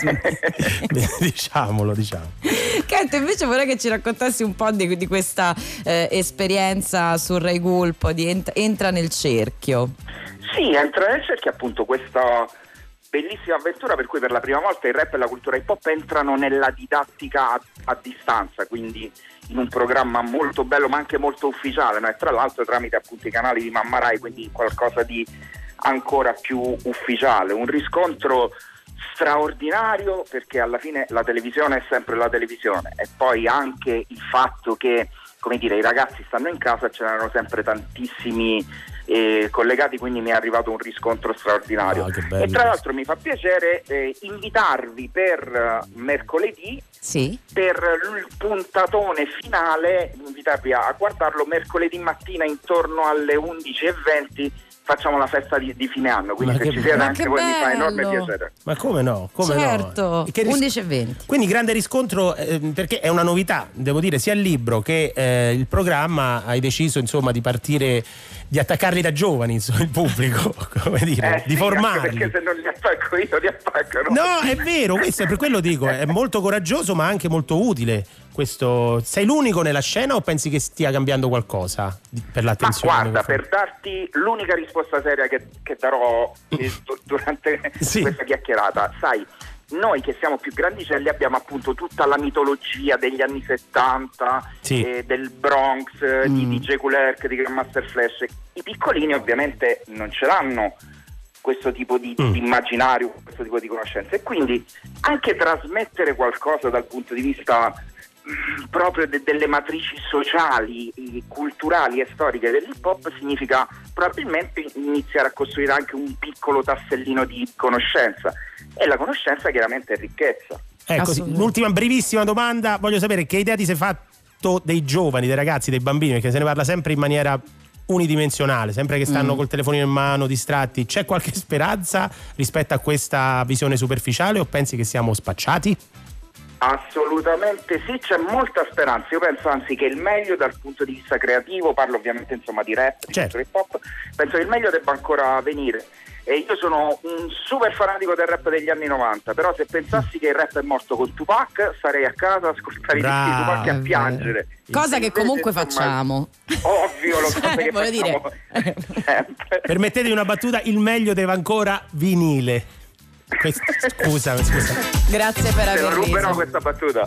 Diciamolo, diciamo. Kent, invece vorrei che ci raccontassi un po' di, di questa eh, esperienza sul Rai Gulpo di ent- Entra nel cerchio. Sì, entra nel cerchio appunto questa bellissima avventura per cui per la prima volta il rap e la cultura hip hop entrano nella didattica a, a distanza, quindi in un programma molto bello ma anche molto ufficiale, no? E tra l'altro tramite appunto i canali di Mamma Rai, quindi qualcosa di ancora più ufficiale, un riscontro straordinario perché alla fine la televisione è sempre la televisione e poi anche il fatto che, come dire, i ragazzi stanno in casa, ce n'erano sempre tantissimi eh, collegati, quindi mi è arrivato un riscontro straordinario. Ah, che bello e tra l'altro mi fa piacere eh, invitarvi per uh, mercoledì Sì. per il puntatone finale, invitarvi a, a guardarlo mercoledì mattina intorno alle undici e venti. Facciamo la festa di, di fine anno, quindi Ma se che ci bello. siete Ma anche che voi mi fa enorme bello. piacere. Ma come no? Come Certo, no? Che ris- undici e venti. Quindi grande riscontro eh, perché è una novità, devo dire, sia il libro che eh, il programma. Hai deciso insomma di partire, di attaccarli da giovani, insomma, il pubblico, come dire, Eh, di sì, formarli. anche perché se non li attacco io li attaccano. No, è vero, questo è per quello dico, è molto coraggioso ma anche molto utile. Questo, sei l'unico nella scena o pensi che stia cambiando qualcosa di- per Ma l'attenzione? guarda, nei per darti l'unica risposta seria che, che darò eh, du- durante Sì. questa chiacchierata, sai, noi che siamo più grandicelli abbiamo appunto tutta la mitologia degli anni settanta, Sì. eh, del Bronx, eh, Mm. di D J Kool Herc, di Grandmaster Flash. I piccolini ovviamente non ce l'hanno questo tipo di, Mm. di immaginario, questo tipo di conoscenza, e quindi anche trasmettere qualcosa dal punto di vista mh, proprio de- delle matrici sociali, eh, culturali e storiche dell'hip hop significa probabilmente iniziare a costruire anche un piccolo tassellino di conoscenza, e la conoscenza chiaramente è ricchezza. Ecco, sì, Assolutamente. l'ultima brevissima domanda, voglio sapere che idea ti sei fatto dei giovani, dei ragazzi, dei bambini, perché se ne parla sempre in maniera unidimensionale, sempre che stanno Mm. col telefonino in mano, distratti. C'è qualche speranza rispetto a questa visione superficiale o pensi che siamo spacciati? Assolutamente sì, c'è molta speranza. Io penso anzi che il meglio dal punto di vista creativo, parlo ovviamente insomma di rap, di Certo. hip hop, penso che il meglio debba ancora venire. E io sono un super fanatico del rap degli anni novanta, però se pensassi che il rap è morto con Tupac sarei a casa a ascoltare i dischi di Bravo, Tupac e è a vero. piangere. Cosa che Invece, comunque insomma, facciamo. Ovvio, lo so Cioè, che voglio dire- facciamo sempre. Permettetemi una battuta, il meglio deve ancora vinile. Quest- scusa, scusa. Grazie per Te lo aver ruberò riso. questa battuta.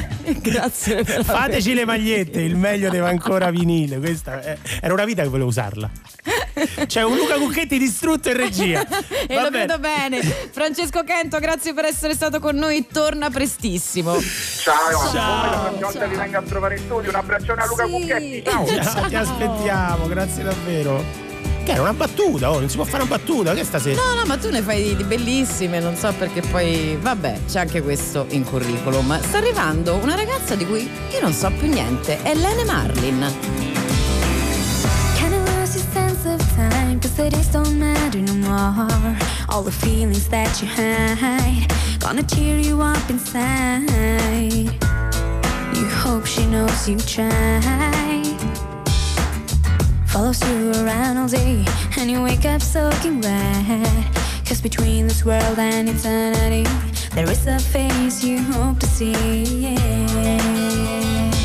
Grazie per aver Fateci le magliette, il meglio deve ancora vinile. Questa è- era una vita che volevo usarla. C'è un Luca Cucchetti distrutto in regia. E Va lo bene. vedo bene. Francesco Kento, grazie per essere stato con noi. Torna prestissimo. Ciao, Ciao, come la prossima volta ciao. vi vengo a trovare in studio. Un abbraccione a Luca Sì. Cucchetti. Ciao. Ciao, ti aspettiamo, grazie davvero. Che era una battuta, oh, non si può fare una battuta, che stasera? No, no, ma tu ne fai di, di bellissime, non so perché poi, vabbè, c'è anche questo in curriculum. Sta arrivando una ragazza di cui io non so più niente, è Lene Marlin. Can I lose your sense of time? Cause the days don't matter no more. All the feelings that you hide gonna cheer you up inside. You hope she knows you tried. Follows you around all day and you wake up soaking wet. Cause between this world and eternity there is a face you hope to see, yeah.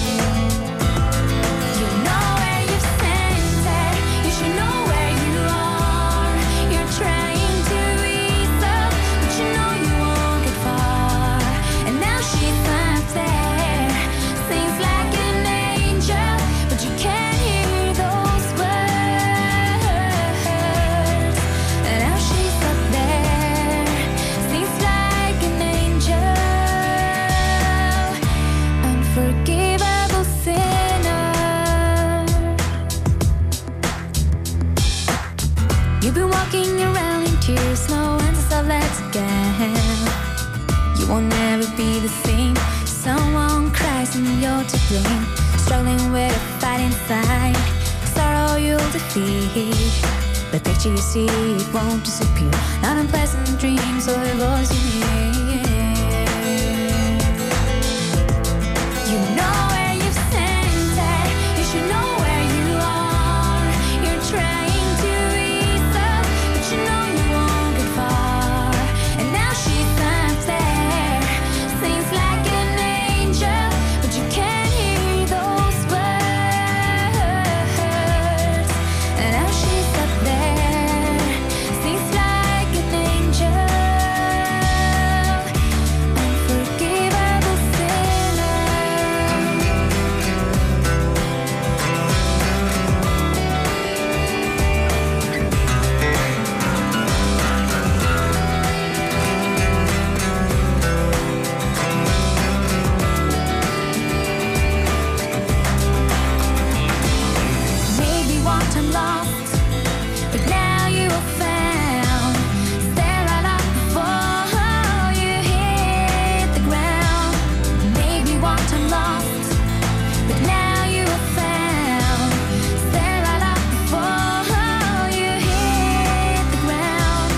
You won't never be the same. Someone cries and you're to blame. Struggling with a fight inside. Sorrow you'll defeat. The picture you see, it won't disappear. Not unpleasant dreams or a voice you hear. You know where you've sent it. You should know where you are. You're trying to ease up, but you know you won't get far. And now she's not there. Seems like an angel, but you can't hear those words. And now she's up there. Seems like an angel. Unforgivable sinner. Maybe one time lost, but now you are found. Stare right up before you hit the ground. Maybe one time lost, but now you are found. Stare right up before you hit the ground.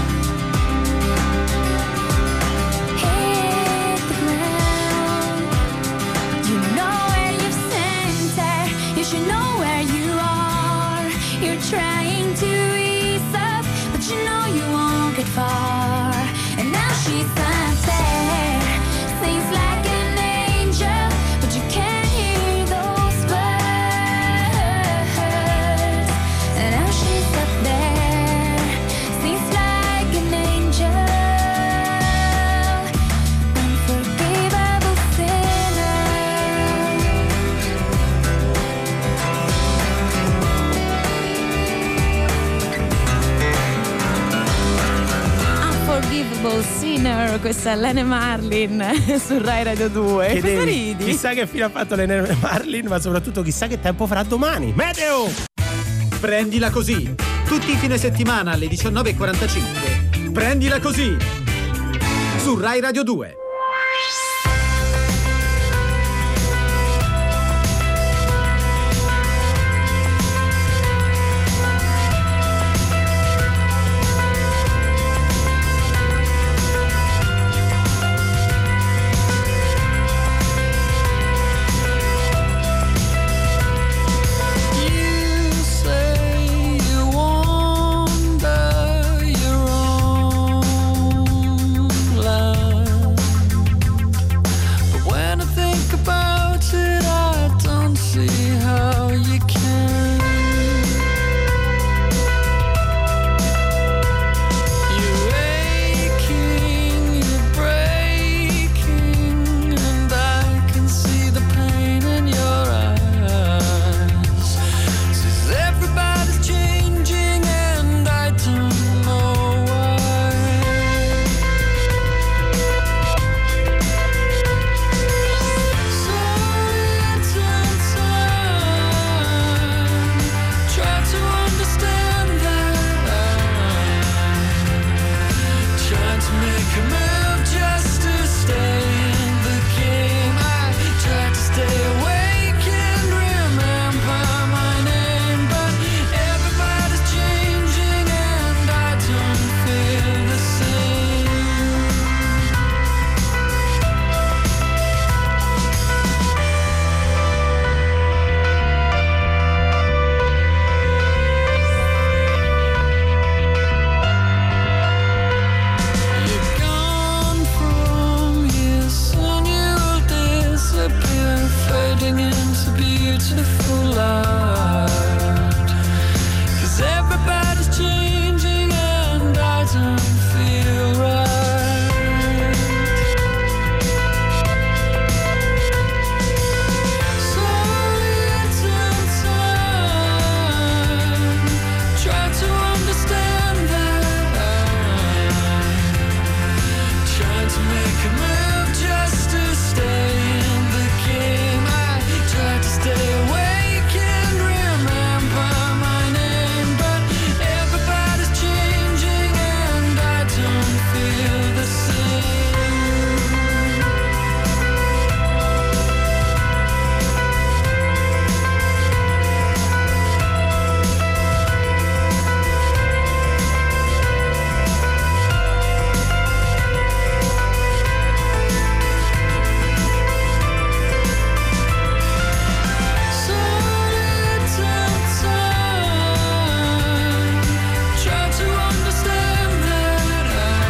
Hit the ground. You know where you've sent her. You should know where you are. You're trying to ease up, but you know you won't get far. And now she's not there. Seems like an angel, but you can't hear those words. And now she's up there. Seems like an angel. Unforgivable sinner. Unforgivable Sinner, questa è Lene Marlin su Rai Radio due. Cosa Chiedevi, ridi? chissà che fine ha fatto Lene Marlin, ma soprattutto chissà che tempo farà domani. Meteo! Prendila così. Tutti i fine settimana alle diciannove e quarantacinque. Prendila così. Su Rai Radio due. You say you wonder your own love. make a move just to stay in the game. I try to stay awake and remember my name, but everybody's changing and I don't feel the same. You're gone from here, soon you'll disappear, fading into beautiful light. 'Cause everybody's changing and I don't feel right. So little time, try to understand that I'm trying to make a move just to stay in the game. I try to stay awake and remember my name, but everybody's changing and I don't feel the same. So little time, try to understand that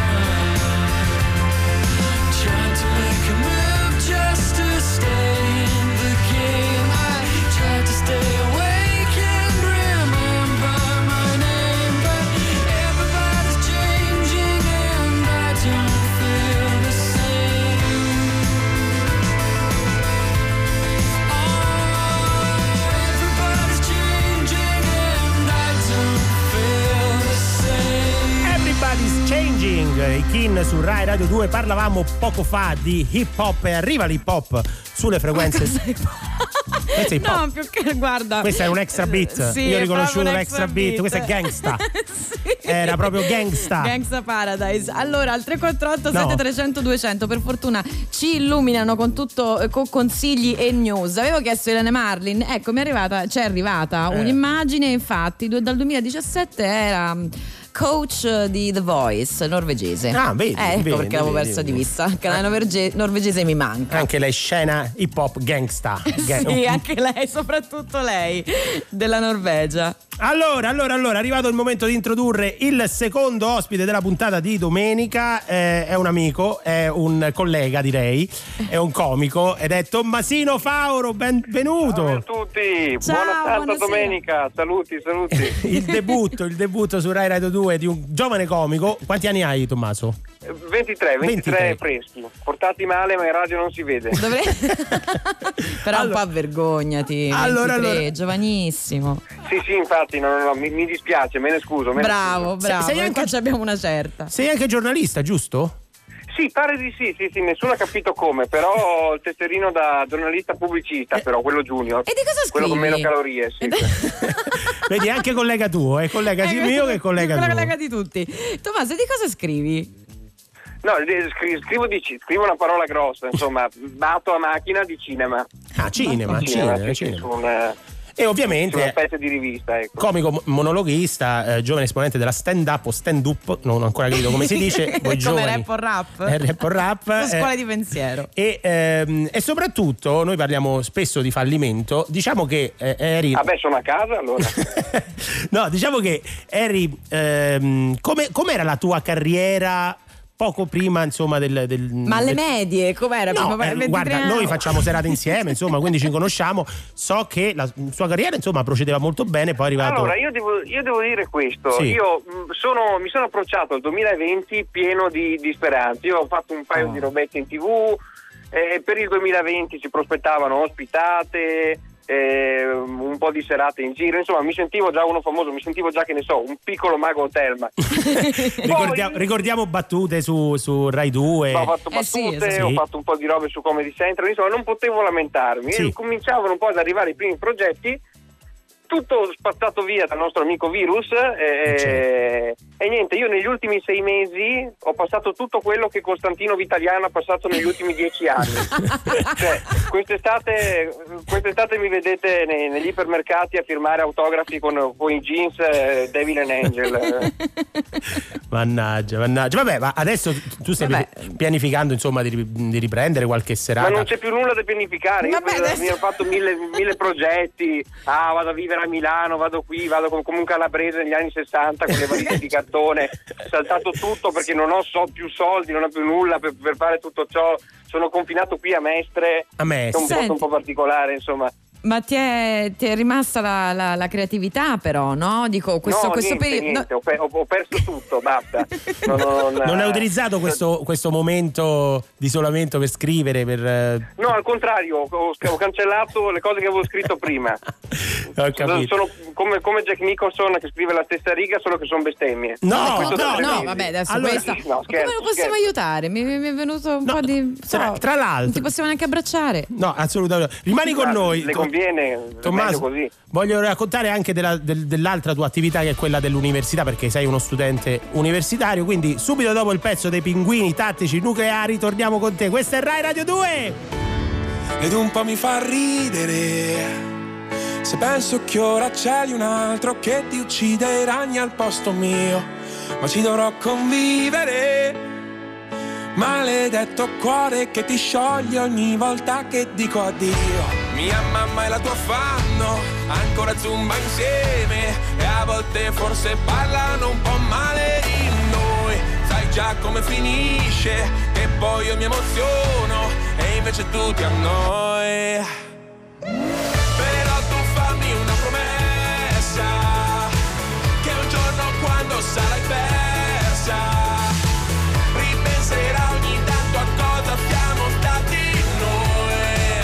I'm trying to make a move just to stay in the game. I try to stay awake and remember my name, but everybody's changing and I don't feel the same. Everybody's changing and I don't feel the same. Everybody's Changing, i Kin su Rai Radio due. Parlavamo poco fa di hip hop e arriva l'hip hop sulle frequenze. Questo è hip hop. No, più che guarda. Questo è un extra beat. Sì, Io ho è riconosciuto proprio un l'extra extra beat. beat. Questo è gangsta. Sì. Era proprio gangsta. Gangsta Paradise. Allora, al tre quattro otto No. sette tre zero zero due zero zero per fortuna ci illuminano con tutto, eh, con consigli e news. Avevo chiesto a Irene Marlin, ecco, mi è arrivata, c'è arrivata Eh. un'immagine, infatti, due- dal duemiladiciassette era mm, coach di The Voice norvegese. Ah, vedi, Eh, ecco vedi, perché l'avevo vedi, persa di vedi. vista. Il canale norvege- norvegese mi manca. Anche lei scena hip hop gangsta. Ga- Sì, anche lei, soprattutto lei della Norvegia. Allora, allora, allora, è arrivato il momento di introdurre il secondo ospite della puntata di domenica. Eh, è un amico, è un collega, direi, è un comico ed è Tommasino Fauro. Benvenuto. Ciao a tutti, Ciao, buona Santa buonasera. Domenica, saluti, saluti. Il debutto, il debutto su Rai Radio due di un giovane comico. Quanti anni hai, Tommaso? ventitré, ventitré ventitré. freschi, portati male ma in radio non si vede. Dovrei... Però Allora- un po' vergognati. Allora, ventitré, allora. giovanissimo. Sì, sì, infatti, no, no, no, mi, mi dispiace, me ne scuso. Me ne Bravo, Sei- bravo. sei e anche- qua ci abbiamo una certa. Sei anche giornalista, giusto? scuso. Sì, pare di sì, sì, sì, nessuno ha capito come, però ho il tesserino da giornalista pubblicista, però quello junior. E di cosa Quello con scrivi? meno calorie, sì. Vedi, anche collega tuo, è collega sia Eh, mio che collega tuo. collega di tutti. Tommaso, di cosa scrivi? No, eh, scri- scrivo, di, ci- scrivo una parola grossa, insomma, batto a macchina di cinema. Ah, cinema, cinema, sì, sì, cinema. su un- E su una ovviamente specie di rivista, ecco. comico mo- monologhista, eh, giovane esponente della stand up o stand up, non ho ancora capito come si dice, voi Come giovani. rap o rap? Eh, rap o rap. Su scuole eh, di pensiero. E, ehm, e soprattutto noi parliamo spesso di fallimento. Diciamo che eh, eri. Ah beh, sono a casa allora. No, diciamo che eri. Ehm, come com'era la tua carriera? Poco prima, insomma, del. del Ma alle del- medie, com'era? No, Prima- eh, ventitré guarda, anni? noi facciamo serate insieme, insomma, quindi ci conosciamo. So che la sua carriera, insomma, procedeva molto bene, poi è arrivato. Allora, io devo, io devo dire questo, Sì. io mh, sono, mi sono approcciato al duemilaventi pieno di, di speranze, io ho fatto un paio Oh. di robette in tv, eh, per il duemilaventi si prospettavano ospitate, eh, un po' di serate in giro, insomma mi sentivo già uno famoso, mi sentivo già, che ne so, un piccolo mago Telma. Ricordia- Poi- ricordiamo battute su, su Rai due. Ho fatto Eh sì, battute, sì. ho fatto un po' di robe su Comedy Central, insomma non potevo lamentarmi. Sì. E cominciavano un po' ad arrivare i primi progetti tutto spazzato via dal nostro amico virus e, Certo. e niente, io negli ultimi sei mesi ho passato tutto quello che Costantino Vitaliano ha passato negli ultimi dieci anni. Cioè, quest'estate, quest'estate mi vedete nei, negli ipermercati a firmare autografi con, con i jeans eh, Devil and Angel. Mannaggia, mannaggia. Vabbè, ma adesso tu stai Vabbè. pianificando insomma di, ri- di riprendere qualche serata. Ma non c'è più nulla da pianificare. Io Vabbè, mi- adesso- mi ho fatto mille, mille progetti. Ah, vado a vivere a Milano, vado qui, vado com- come un calabrese negli anni sessanta con le valigie di cartone. Ho saltato tutto perché non ho so- più soldi, non ho più nulla per, per fare tutto ciò. Sono confinato qui a Mestre, A Mestre. che è un posto Senti. un po' particolare, insomma. Ma ti è, ti è rimasta la, la, la creatività però, no? Dico, questo, no, questo niente, periodo... niente, ho, pe- ho- ho perso tutto, basta. Non, non, Non hai utilizzato questo, questo momento di isolamento per scrivere, per... eh, No, al contrario, ho, ho cancellato le cose che avevo scritto prima. Ho capito. Sono come, come Jack Nicholson che scrive la stessa riga, solo che sono bestemmie. No, Questo da no, tre no, mesi. vabbè, adesso Allora- questa... No, Ma come scherzo, lo possiamo scherzo. aiutare? Mi, mi è venuto un No, po' di... tra- so, tra l'altro- Non ti possiamo neanche abbracciare. No, assolutamente. Rimani con Ma noi. Le To- conviene, è Tommaso, meglio così. voglio raccontare anche della- del- dell'altra tua attività che è quella dell'università, perché sei uno studente universitario, quindi subito dopo il pezzo dei pinguini tattici nucleari torniamo con te. Questa è Rai Radio due. Ed un po' mi fa ridere se penso che ora c'è un altro che ti uccide i ragni al posto mio, ma ci dovrò convivere. Maledetto cuore che ti scioglie ogni volta che dico addio. Mia mamma e la tua fanno ancora zumba insieme e a volte forse parlano un po' male di noi. Sai già come finisce, che poi io mi emoziono e invece tu ti annoi. Però tu fammi una promessa, che un giorno quando sarai persa ripenserai ogni tanto a cosa siamo stati noi,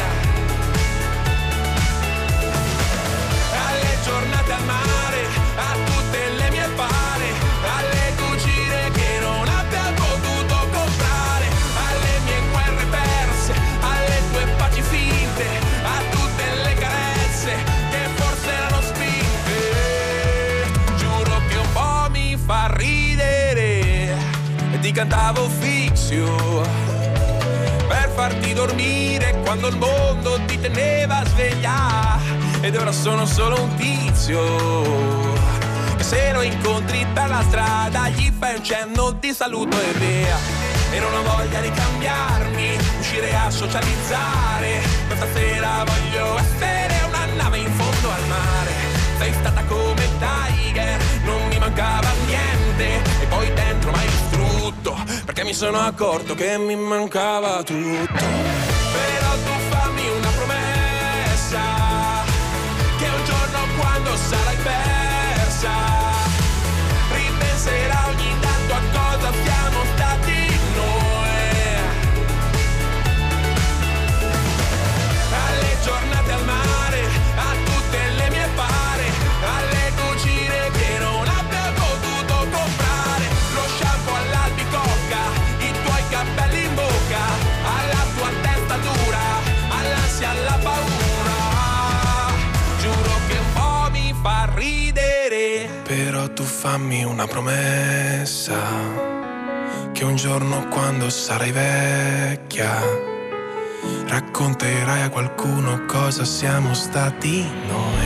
alle giornate al mare, a tutte le mie pare, alle cucine che non abbia potuto comprare, alle mie guerre perse, alle tue paci finte, a tutte le carezze che forse erano spinte. Giuro che un po' mi fa ridere e ti cantavo Fixio per farti dormire quando il mondo ti teneva sveglia. Ed ora sono solo un tizio che se lo incontri per la strada gli fai un cenno di saluto e via. E non ho voglia di cambiarmi, uscire a socializzare. Questa sera voglio essere una nave in fondo al mare. Sei stata come Tiger, non mi mancava niente. E poi dentro m'hai distrutto, perché mi sono accorto che mi mancava tutto. Però tu fammi una promessa, che un giorno quando sarai persa ripenserai ogni tanto a cosa siamo stati noi, alle giornate al mare, a tutte le mie pare, alle cucine che non abbia potuto comprare, lo shampoo all'albicocca, i tuoi capelli in bocca, alla tua testa dura, all'ansia, alla paura. Giuro che un po' mi fa ridere. Però tu fammi una promessa, che un giorno quando sarai vecchia racconterai a qualcuno cosa siamo stati noi.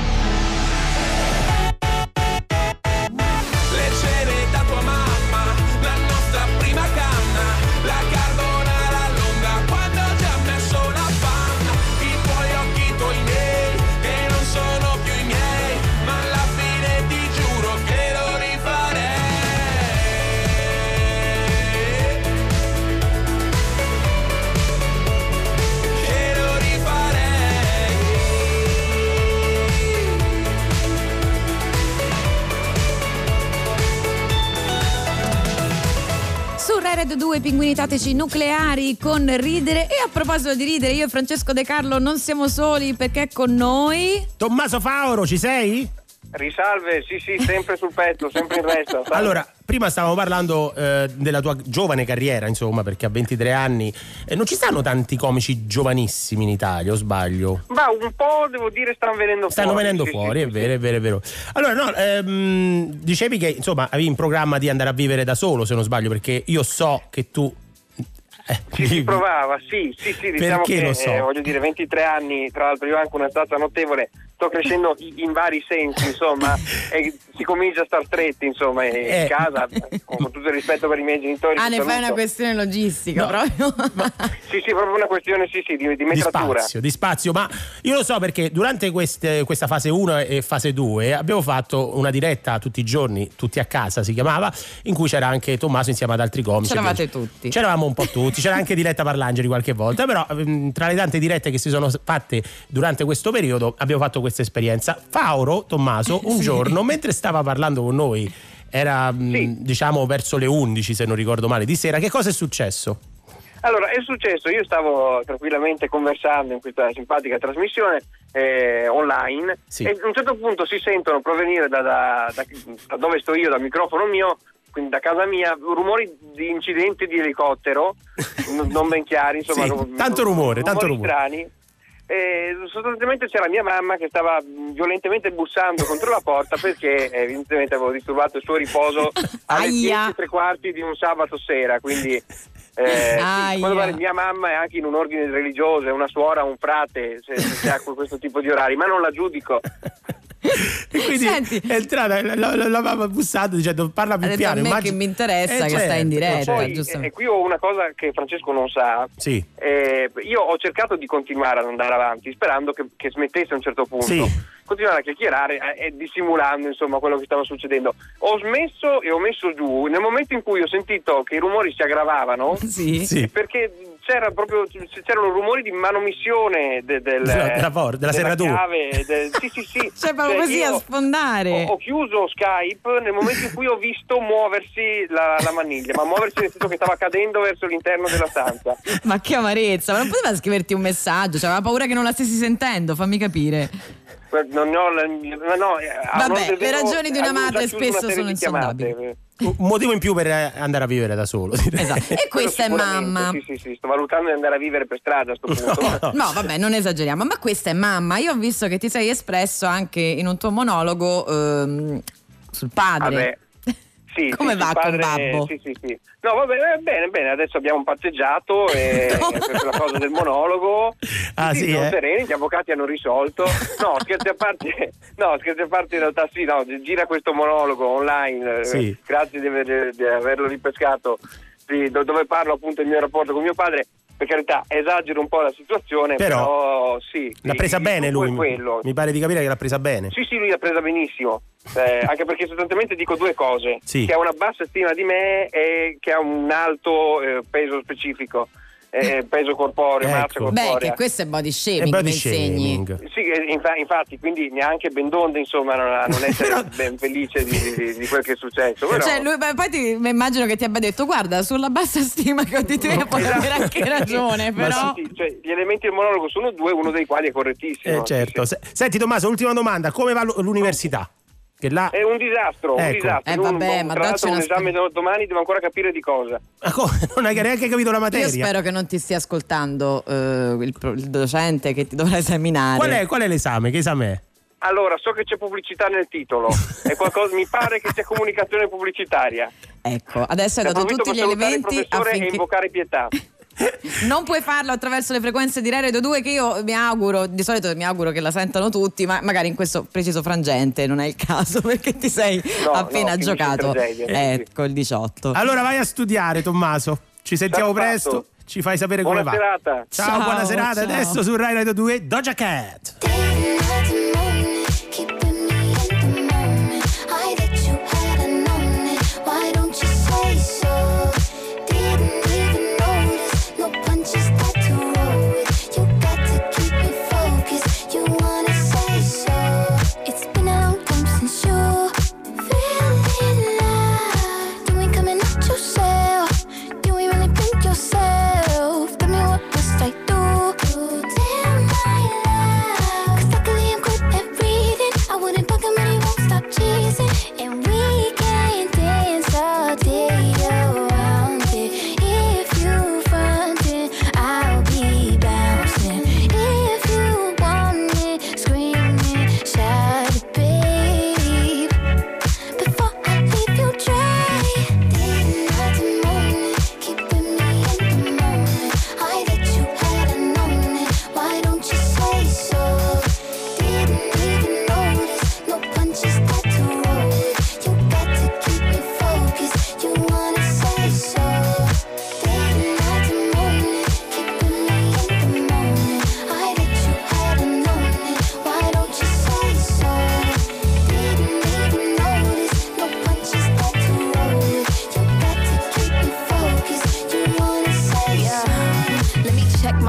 Le cene da tua mamma, la nostra prima canna, la carbonara lunga quando ti ha messo una panna, i tuoi occhi, i tuoi miei, che non sono più i miei, ma alla fine ti giuro che lo rifarei. Che lo rifarei. Su Rai Radio due, pinguini tattici nucleari con ridere. E a proposito di ridere, io e Francesco De Carlo non siamo soli, perché è con noi Tommaso Faoro, ci sei? Risalve, sì sì, sempre sul pezzo, sempre in resta. sai? Allora, prima stavamo parlando eh, della tua giovane carriera, insomma, perché a ventitré anni eh, non ci stanno tanti comici giovanissimi in Italia, o sbaglio? Ma un po', devo dire, stanno venendo stanno fuori. venendo sì, fuori, sì, è sì, vero, è vero, è vero. Allora, no, ehm, dicevi che insomma avevi in programma di andare a vivere da solo, se non sbaglio, perché io so che tu eh, Ci si provava, sì, sì, sì, diciamo Perché che lo so? eh, voglio dire, ventitré anni, tra l'altro io ho anche una stazza notevole, sto crescendo in, in vari sensi, insomma, e si comincia a star stretti, insomma, e Eh. in casa, con tutto il rispetto per i miei genitori. Ah, ti ne fai saluto. una questione logistica, No. proprio. Sì, sì, proprio una questione, sì, sì, di, di di metratura. spazio, di spazio, ma io lo so perché durante queste, questa fase uno e fase due abbiamo fatto una diretta tutti i giorni, tutti a casa si chiamava, in cui c'era anche Tommaso insieme ad altri comici. C'eravate tutti. C'eravamo un po' tutti, c'era anche Diletta Parlangeli qualche volta, però ehm, tra le tante dirette che si sono fatte durante questo periodo abbiamo fatto questa esperienza. Fauro, Tommaso, un Sì. giorno mentre stava parlando con noi, era mh, Sì. diciamo verso le undici se non ricordo male di sera, che cosa è successo? Allora, è successo, io stavo tranquillamente conversando in questa simpatica trasmissione eh, online Sì. e a un certo punto si sentono provenire da, da- da- da dove sto io, dal microfono mio, quindi da casa mia, rumori di incidenti di elicottero, n- non ben chiari, insomma. Sì, ru- tanto rumore, tanto rumori rumore. strani. E sostanzialmente c'era mia mamma che stava mh, violentemente bussando contro la porta perché eh, evidentemente avevo disturbato il suo riposo alle Aia. dieci e tre quarti di un sabato sera, quindi eh, sì, Aia. quando vale, mia mamma è anche in un ordine religioso, è una suora, un frate, se, se ha questo tipo di orari, ma non la giudico. E quindi Senti. è entrata, la, la, la mamma bussando dicendo parla più Ha detto, piano. a me immagino- che mi interessa Eh, che stai in diretta. Poi, giusto? e qui ho una cosa che Francesco non sa. Sì. Eh, io ho cercato di continuare ad andare avanti sperando che, che smettesse a un certo punto. Sì. Continuare a chiacchierare eh, e dissimulando insomma quello che stava succedendo. Ho smesso e ho messo giù nel momento in cui ho sentito che i rumori si aggravavano. Sì. Sì. Perché c'era proprio c'erano rumori di manomissione de, del, Della- della por- della serratura. chiave, del- sì sì sì. Cioè, proprio così io a sfondare. Ho, ho chiuso Skype nel momento in cui ho visto muoversi la, la maniglia, ma muoversi nel senso che stava cadendo verso l'interno della stanza. Ma che amarezza, ma non poteva scriverti un messaggio? Cioè, aveva paura che non la stessi sentendo, fammi capire. Non ho la- ma no, eh, a Vabbè, onor del le vero, ragioni di una avevo già madre chiuso spesso una serie sono di chiamate. insondabili. Un motivo in più per eh, andare a vivere da solo. direi. Esatto. E questa è Quello sicuramente, mamma. Sì, sì, sì, sto valutando di andare a vivere per strada a sto punto. No, no. No, vabbè, non esageriamo, ma questa è mamma. Io ho visto che ti sei espresso anche in un tuo monologo ehm, sul padre. Vabbè. Sì, Come sì, va sì, con padre- babbo? Sì, sì, sì. No, va bene, bene, bene, adesso abbiamo patteggiato e per la cosa del monologo. Ah, sì, siamo eh? sereni, gli avvocati hanno risolto. No, scherzi a parte, no, scherzi a parte in realtà sì, no, gira questo monologo online, eh, Sì. grazie di, aver- di averlo ripescato, di- do- dove parlo appunto del mio rapporto con mio padre. Per carità, esagero un po' la situazione, Però, però, sì. L'ha il- presa il bene succo è lui. quello. Mi pare di capire che l'ha presa bene. Sì, sì, lui l'ha presa benissimo, eh, anche perché sostanzialmente dico due cose, Sì. che ha una bassa stima di me e che ha un alto eh, peso specifico, eh, peso corporeo, Ecco. massa Beh, corporea. che questo è body shaming, È body mi insegni. shaming. Sì, eh, infa- infatti, quindi neanche ben donde, insomma, non, a non essere Però- ben felice di, di- di quel che è successo. Però, Cioè, lui, beh, poi ti, mi immagino che ti abbia detto: guarda, sulla bassa stima che ho di te puoi Esatto. avere anche ragione, Ma però. sì, cioè, gli elementi del monologo sono due, uno dei quali è correttissimo. Eh, certo. Sì, Se- Senti Tommaso, ultima domanda, come va l- l'università? Che là... sì. È un disastro, un Ecco. disastro. Eh, Un- vabbè, un- ma tra dacci l'altro un una esame do- domani devo ancora capire di cosa. Ah, come? Non hai neanche capito la materia. Io spero che non ti stia ascoltando eh, il, pro- il docente che ti dovrà esaminare. Qual è, qual è l'esame? Che esame è? Allora, so che c'è pubblicità nel titolo, è qualcosa, mi pare che sia comunicazione pubblicitaria. Ecco, adesso hai dato Approfitto tutti per gli salutare il elementi professore e affinché invocare pietà. non puoi farlo attraverso le frequenze di Rai Radio due, che io mi auguro, di solito mi auguro che la sentano tutti, ma magari in questo preciso frangente non è il caso perché ti sei No, appena no, finisce in giocato. tragedia, sì, Ecco il diciotto. Allora vai a studiare, Tommaso. Ci sentiamo Sarà presto. fatto. Ci fai sapere Buona come va. serata. Ciao, Ciao, buona serata. ciao. Adesso su Rai Radio due Doja Cat. Yourself, tell me what must I do? Damn my love, 'cause luckily I'm quick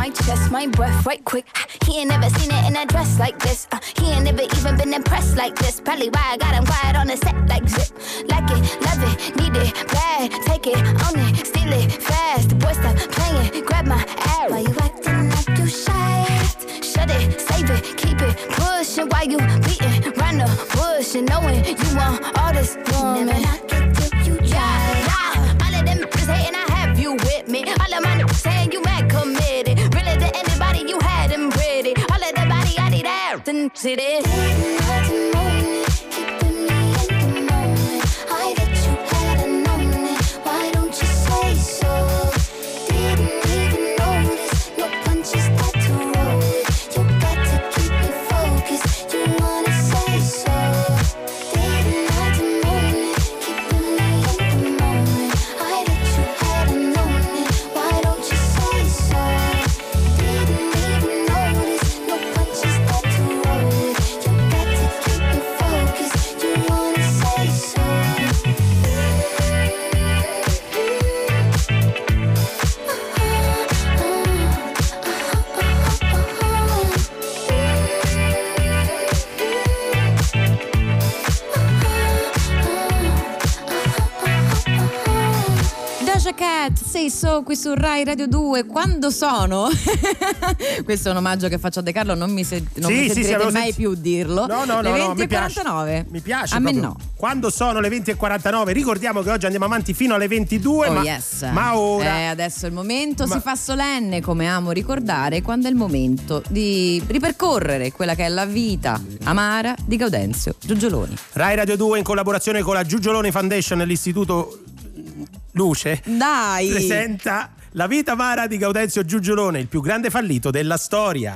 my chest, my breath right quick. He ain't never seen it in a dress like this. Uh, he ain't never even been impressed like this. Probably why I got him quiet on the set like zip. Like it, love it, need it, bad. Take it, own it, steal it, fast. The boy stop playing, grab my ass. Why you acting like you shy? Shut it, save it, keep it pushing. Why you beating round the bush and knowing you want all this woman? Never knock it till you try. Yeah, yeah. All of them bitches hating, I have you with me. All of my niggas saying you mad committed. Really to anybody you had them pretty. All of the body I need out and see this. Say So qui su Rai Radio due. Quando sono? Questo è un omaggio che faccio a De Carlo, non mi, se- non Sì, mi sì, sì, sentirete avevo mai senti- più dirlo. No, no, le no, no, venti mi e piace. quarantanove. Mi piace A me proprio. no. Quando sono le venti e quarantanove, ricordiamo che oggi andiamo avanti fino alle ventidue. Oh ma, yes. ma ora Eh, adesso è il momento, Ma- si fa solenne, come amo ricordare, quando è il momento di ripercorrere quella che è la vita amara di Gaudenzio Giugioloni. Rai Radio due in collaborazione con la Giugioloni Foundation e l'Istituto Luce Dai! presenta La vita amara di Gaudenzio Giugiolone, il più grande fallito della storia.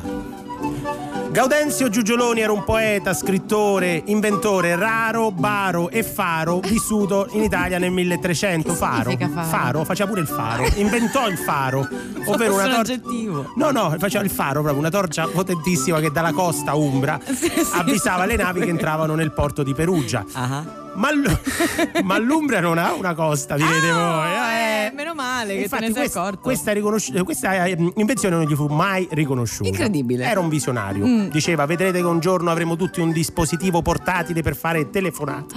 Gaudenzio Giugioloni era un poeta, scrittore, inventore raro, baro e faro, vissuto in Italia nel milletrecento. Che Faro, significa faro? faro, faceva pure il faro, inventò il faro, ovvero Fosse una un torcia. aggettivo. No, no, faceva il faro, proprio una torcia potentissima che dalla costa umbra Sì, sì, avvisava le sì. navi che entravano nel porto di Perugia. Ah. Ma, l- ma l'Umbria non ha una costa, direte Ah, voi. eh, meno male che Infatti te ne sei questa, accorto. questa, riconosci- questa eh, invenzione non gli fu mai riconosciuta. Incredibile. Era un visionario. Mm. Diceva: vedrete che un giorno avremo tutti un dispositivo portatile per fare telefonate.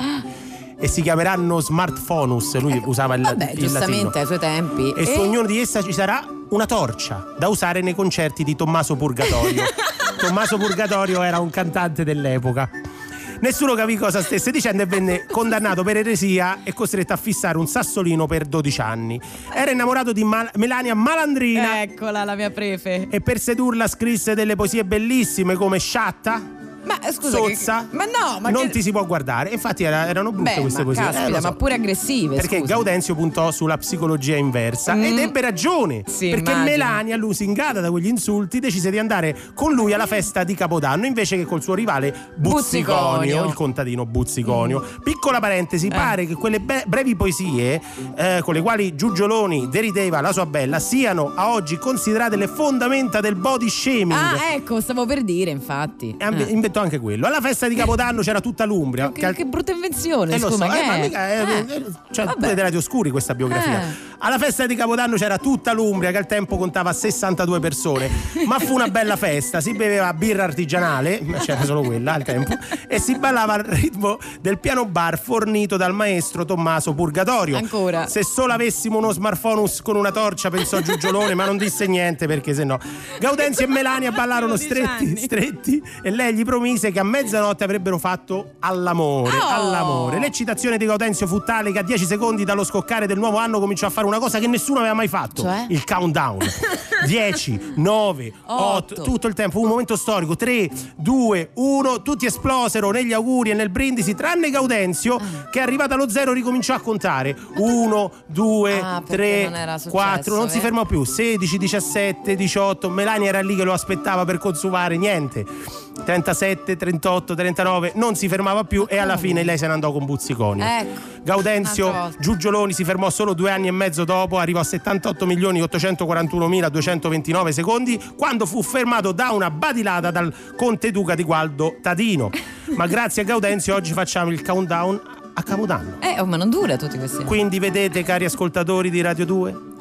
E si chiameranno smartphonus. Lui usava il, Vabbè, il giustamente latino. ai suoi tempi. E su ognuno di essa ci sarà una torcia da usare nei concerti di Tommaso Purgatorio. Tommaso Purgatorio era un cantante dell'epoca. Nessuno capì cosa stesse dicendo e venne condannato per eresia e costretto a fissare un sassolino per dodici anni. Era innamorato di Mal- Melania Malandrina Eccola la mia prefe. e per sedurla scrisse delle poesie bellissime come Sciatta, Ma eh, scusa, Sozza, che- ma no, ma non che... ti si può guardare. Infatti era- erano brutte Beh, queste ma poesie. caspita, Eh, lo so. ma pure aggressive. Perché scusa. Gaudenzio puntò sulla psicologia inversa Mm. ed ebbe ragione. Sì, perché immagino. Melania, lusingata da quegli insulti, decise di andare con lui alla festa di Capodanno invece che col suo rivale Buzziconio, Buzziconio. il contadino Buzziconio. Piccola parentesi, Eh. pare che quelle be- brevi poesie eh, con le quali Giugioloni derideva la sua bella siano a oggi considerate le fondamenta del body shaming. Ah, ecco, stavo per dire, infatti. E ambi- Eh. inventò anche quello. Alla festa di Capodanno c'era tutta l'Umbria. Che, che brutta invenzione, Eh, lo scusa, so, che eh, ma è? mica è- Eh. eh, cioè, Vabbè. pure dei Radi Oscuri questa biografia. Eh. Alla festa di Capodanno c'era tutta l'Umbria, che al tempo contava sessantadue persone, ma fu una bella festa. Si beveva birra artigianale, ma c'era solo quella al tempo, e si ballava al ritmo del piano bar fornito dal maestro Tommaso Purgatorio. Ancora. Se solo avessimo uno smartphone con una torcia, pensò Giugiolone, ma non disse niente perché sennò. Gaudenzio e Melania ballarono dodici stretti, anni. stretti e lei gli promise che a mezzanotte avrebbero fatto all'amore, Oh! all'amore. L'eccitazione di Gaudenzio fu tale che a dieci secondi dallo scoccare del nuovo anno cominciò a fare una cosa che nessuno aveva mai fatto, Cioè? il countdown. dieci, nove, otto, Otto. tutto il tempo, un momento storico. tre, due, uno, tutti esplosero negli auguri e nel brindisi, tranne Gaudenzio che arrivato allo zero ricominciò a contare. uno, due, Ah, perché tre, non era successo, quattro, non si vero? fermò più. sedici, diciassette, diciotto, Melania era lì che lo aspettava per consumare, niente. trentasette, trentotto, trentanove, non si fermava più e alla fine lei se ne andò con Buzziconio. Ecco. Gaudenzio Un'altra volta. Giugioloni si fermò solo due anni e mezzo dopo, arrivò a settantotto milioni ottocentoquarantunomiladuecentoventinove secondi quando fu fermato da una badilata dal conte duca di Gualdo Tadino. Ma grazie a Gaudenzio oggi facciamo il countdown a Capodanno. Eh, oh, ma non dura tutti questi anni. Quindi vedete, cari ascoltatori di Radio due,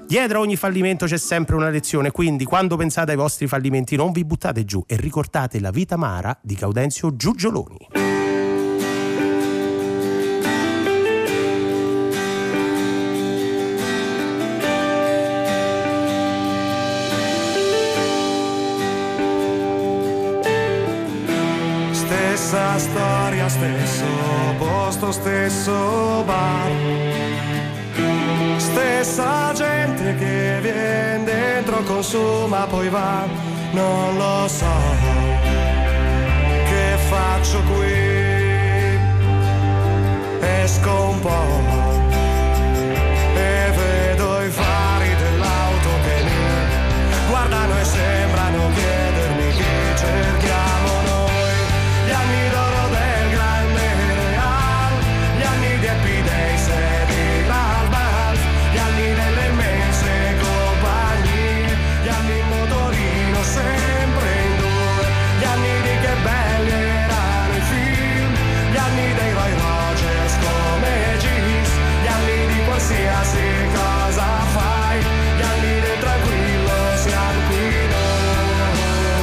Dietro a ogni fallimento c'è sempre una lezione, quindi quando pensate ai vostri fallimenti non vi buttate giù e ricordate La vita amara di Gaudenzio Giugioloni. Stessa storia, stesso posto, stesso bar, stessa gente che viene dentro, consuma, poi va. Non lo so che faccio qui, esco un po' e vedo i fari dell'auto che mi guardano e sembrano chiedermi chi cerchiamo noi. Gli anni d'oro del grande Real, gli anni di Happy Days e di Ralph Balf, gli anni delle immense compagnie, gli anni in motorino sempre in due, gli anni di che belli erano i film, gli anni dei Roy Rogers come Gis, gli anni di qualsiasi cosa fai, gli anni del tranquillo, siamo qui noi,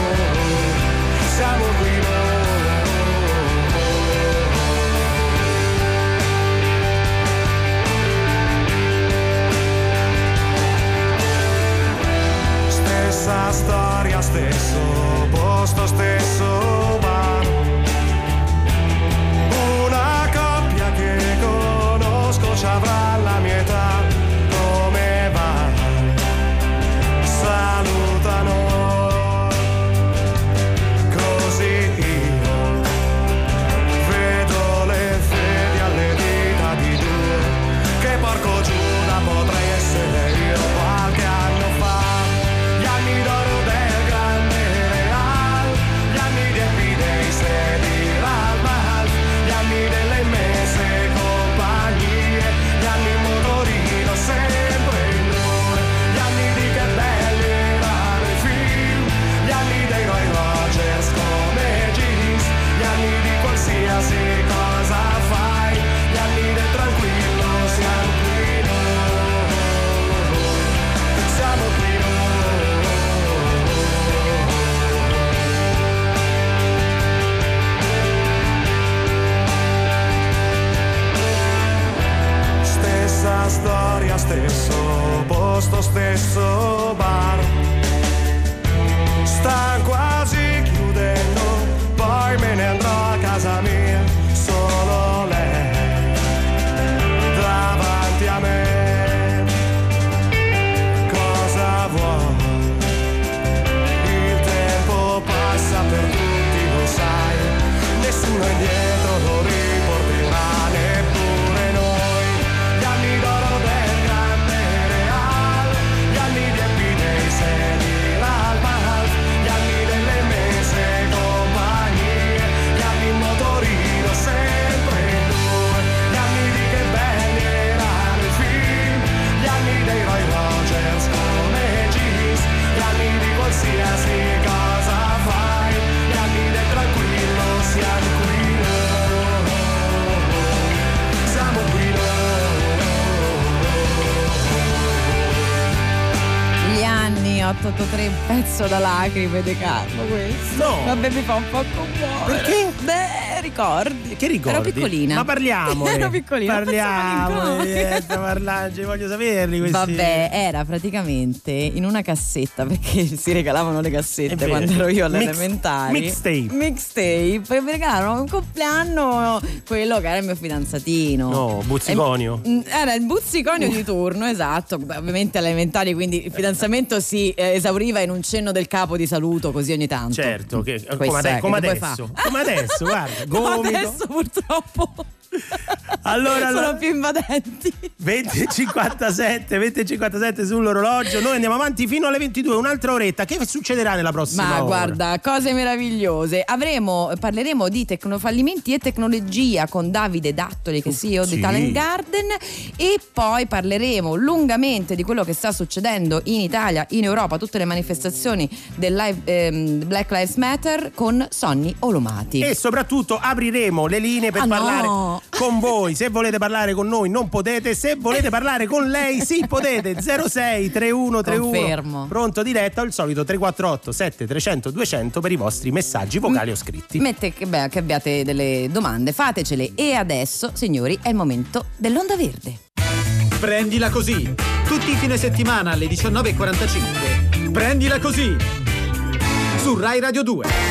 siamo qui noi. Stessa storia, stesso posto, stesso bar, una coppia che conosco ci avrà la mia età, come va? Salutano, così io vedo le fedi alle dita di due, che porco Giuda potrei essere io qualche anno fa. Gli anni d'oro del grande Real, gli anni di Happy Days e di Ralph Balf, gli anni delle immense compagnie, gli anni in motorino sempre in due, gli anni di che belli erano i film, gli anni dei Roy Rogers come Gis, gli anni di qualsiasi cosa fai, gli anni del tranquillo, siamo qui noi, siamo qui noi. Stessa storia, stesso posto, stesso bar, sta quasi chiudendo, poi me ne andrò a casa mia, solo lei davanti a me. Cosa vuoi? Il tempo passa per tutti, lo sai, nessuno indietro lo riporterà, neppure noi. Gli anni d'oro del grande Real, gli anni di Happy Days e di Ralph Balf, gli anni delle immense compagnie, gli anni in motorino sempre in due, gli anni di che belli erano i film, gli anni dei Roy Rogers come Gis, gli anni di qualsiasi cosa fai, gli anni del tranquillo, siamo qui noi, siamo qui noi. Gli anni otto otto tre, un pezzo da lacrime De Carlo questo. No. Vabbè, mi fa un po' commuovere. Perché? Beh, ricordi. Che ricordi? Ero piccolina. Ma parliamo. Ero piccolina. Parliamo. Eh, sta parlando, voglio saperli questi. Vabbè, era praticamente in una cassetta, perché si regalavano le cassette È vero. quando ero io alle Mix- elementari. mixtape. Mixtape. E mi regalarono un compleanno quello che era il mio fidanzatino. No, Buzziconio. E- era il buzziconio di turno, esatto. Beh, ovviamente alle elementari, quindi il fidanzamento si eh, esauriva in un cenno del capo di saluto, così ogni tanto. Certo, che, Questo come, ade- è, come che ti puoi adesso. fare? Come adesso, guarda, No, gomito. adesso purtroppo Allora, sono allora- più invadenti. venti e cinquantasette, venti e cinquantasette sull'orologio. Noi andiamo avanti fino alle ventidue, un'altra oretta. Che succederà nella prossima Ma ora? guarda, cose meravigliose. Avremo, parleremo di tecnofallimenti e tecnologia con Davide Dattoli, che è C E O Sì. di Talent Garden, e poi parleremo lungamente di quello che sta succedendo in Italia, in Europa, tutte le manifestazioni del live, ehm, Black Lives Matter con Sonny Olomati. E soprattutto apriremo le linee per Ah, parlare no. con voi. Se volete parlare con noi non potete, se volete parlare con lei sì potete. zero sei trentuno trentuno Confermo. pronto diretta o il solito tre quattro otto sette trecento duecento per i vostri messaggi vocali o scritti. Mette che, beh, che abbiate delle domande, fatecele. E adesso, signori, è il momento dell'Onda Verde. Prendila così. Tutti i fine settimana alle diciannove e quarantacinque. Prendila così. Su Rai Radio due.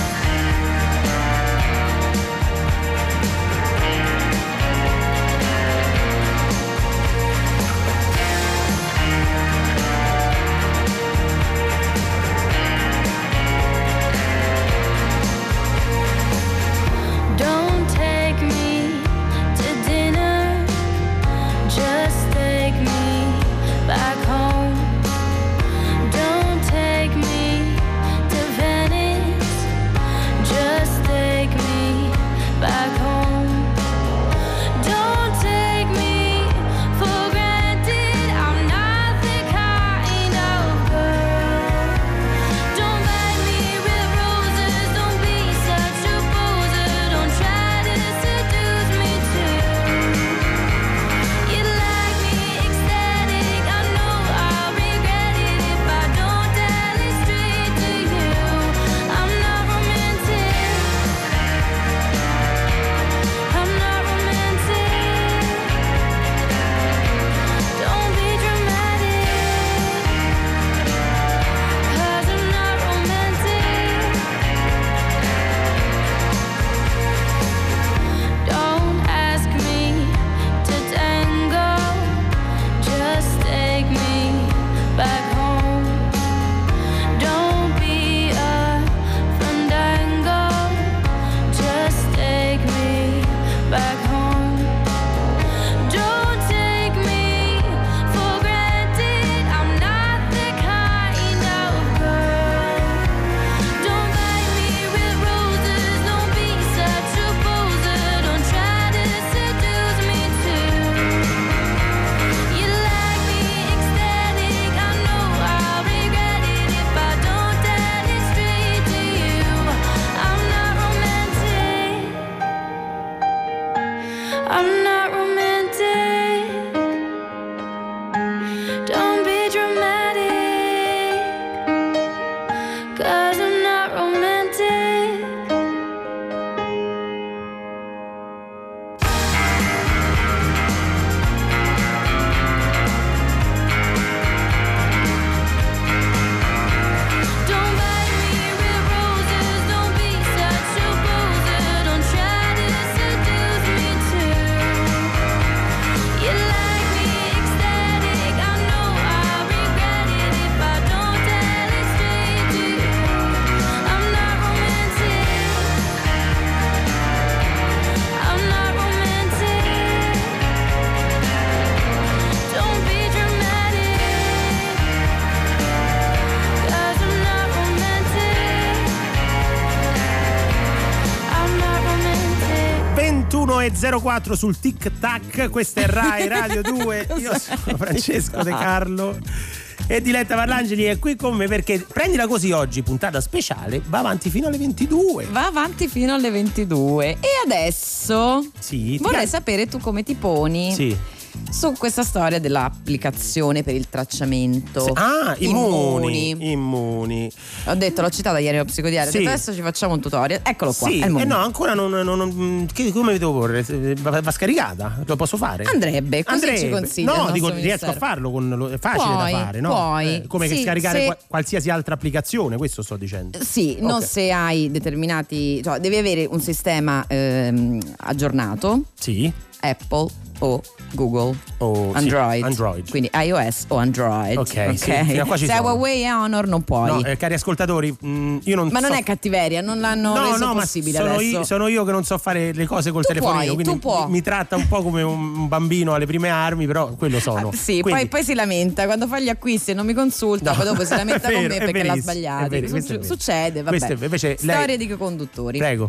Don't take me to dinner, just take me back home. Don't take me to Venice, just take me back home. Don't take me for granted, I'm not the kind of girl. Don't bite me with roses, don't be such a poser, don't try to seduce me too. You like me ecstatic, I know I'll regret it if I don't tell it straight to you. I'm not romantic, I'm not romantic. Don't be dramatic, 'cause I'm not romantic. Don't ask me to tango, just take me back home. Don't be a fandango, just take me back home. Don't take me for granted, I'm not the kind of girl. Don't bite me with roses, don't be such a poser, don't try to seduce me too. You like me ecstatic, I know I'll regret it if I don't tell it straight to you. I'm not romantic, I'm not romantic. Don't be dramatic, 'cause I'm not romantic. Don't bite me with roses, don't be such a poser, don't try to seduce me too. You like me ecstatic, I know I'll regret it if I don't tell it straight to you. I'm not romantic, I'm not romantic. Don't be dramatic, 'cause I'm not romantic, I'm not romantic. ventuno e zero quattro sul tic tac, questa è Rai Radio due. Io sono Francesco De Carlo e Diletta Parlangeli è qui con me perché Prendila Così oggi, puntata speciale, va avanti fino alle ventidue. Va avanti fino alle ventidue. E adesso Sì, ti vorrei piace? sapere tu come ti poni Sì. su questa storia dell'applicazione per il tracciamento. Ah, immuni. Immuni. Immuni. Ho detto, l'ho citata ieri allo psicodiario. Sì. Ho detto, adesso ci facciamo un tutorial. Eccolo qua. Sì, è il eh momento. no, ancora non, non, non- che- come vi devo porre? Va, va scaricata? Lo posso fare? Andrebbe, così Andrebbe. ci consiglia il No, nostro dico, ministero. riesco a farlo, con, lo- è facile Puoi, da fare, no? puoi. Eh, come che Sì, scaricare se- qua- qualsiasi altra applicazione, questo sto dicendo. Sì, non Ok. se hai determinati, cioè devi avere un sistema ehm, aggiornato. Sì. Apple o Google. O sì, Android. Android. Quindi iOS o Android. Ok, sì, fino a qua ci se hai sono. Huawei e Honor non puoi. No, eh, cari ascoltatori, mh, io non Ma non so. è cattiveria, non l'hanno No, reso no, ma possibile sono adesso. io, sono io che non so fare le cose col Tu telefonino, puoi, quindi tu puoi. mi, mi tratta un po' come un bambino alle prime armi, però quello sono. Ah, sì, Quindi- poi, poi si lamenta quando fa gli acquisti e non mi consulta, No, poi dopo si lamenta è con vero, me è perché l'ha verissimo, sbagliato. è vero, questo è Succe- vero. succede, vabbè. Questo è- invece lei- Storie di conduttori. Prego.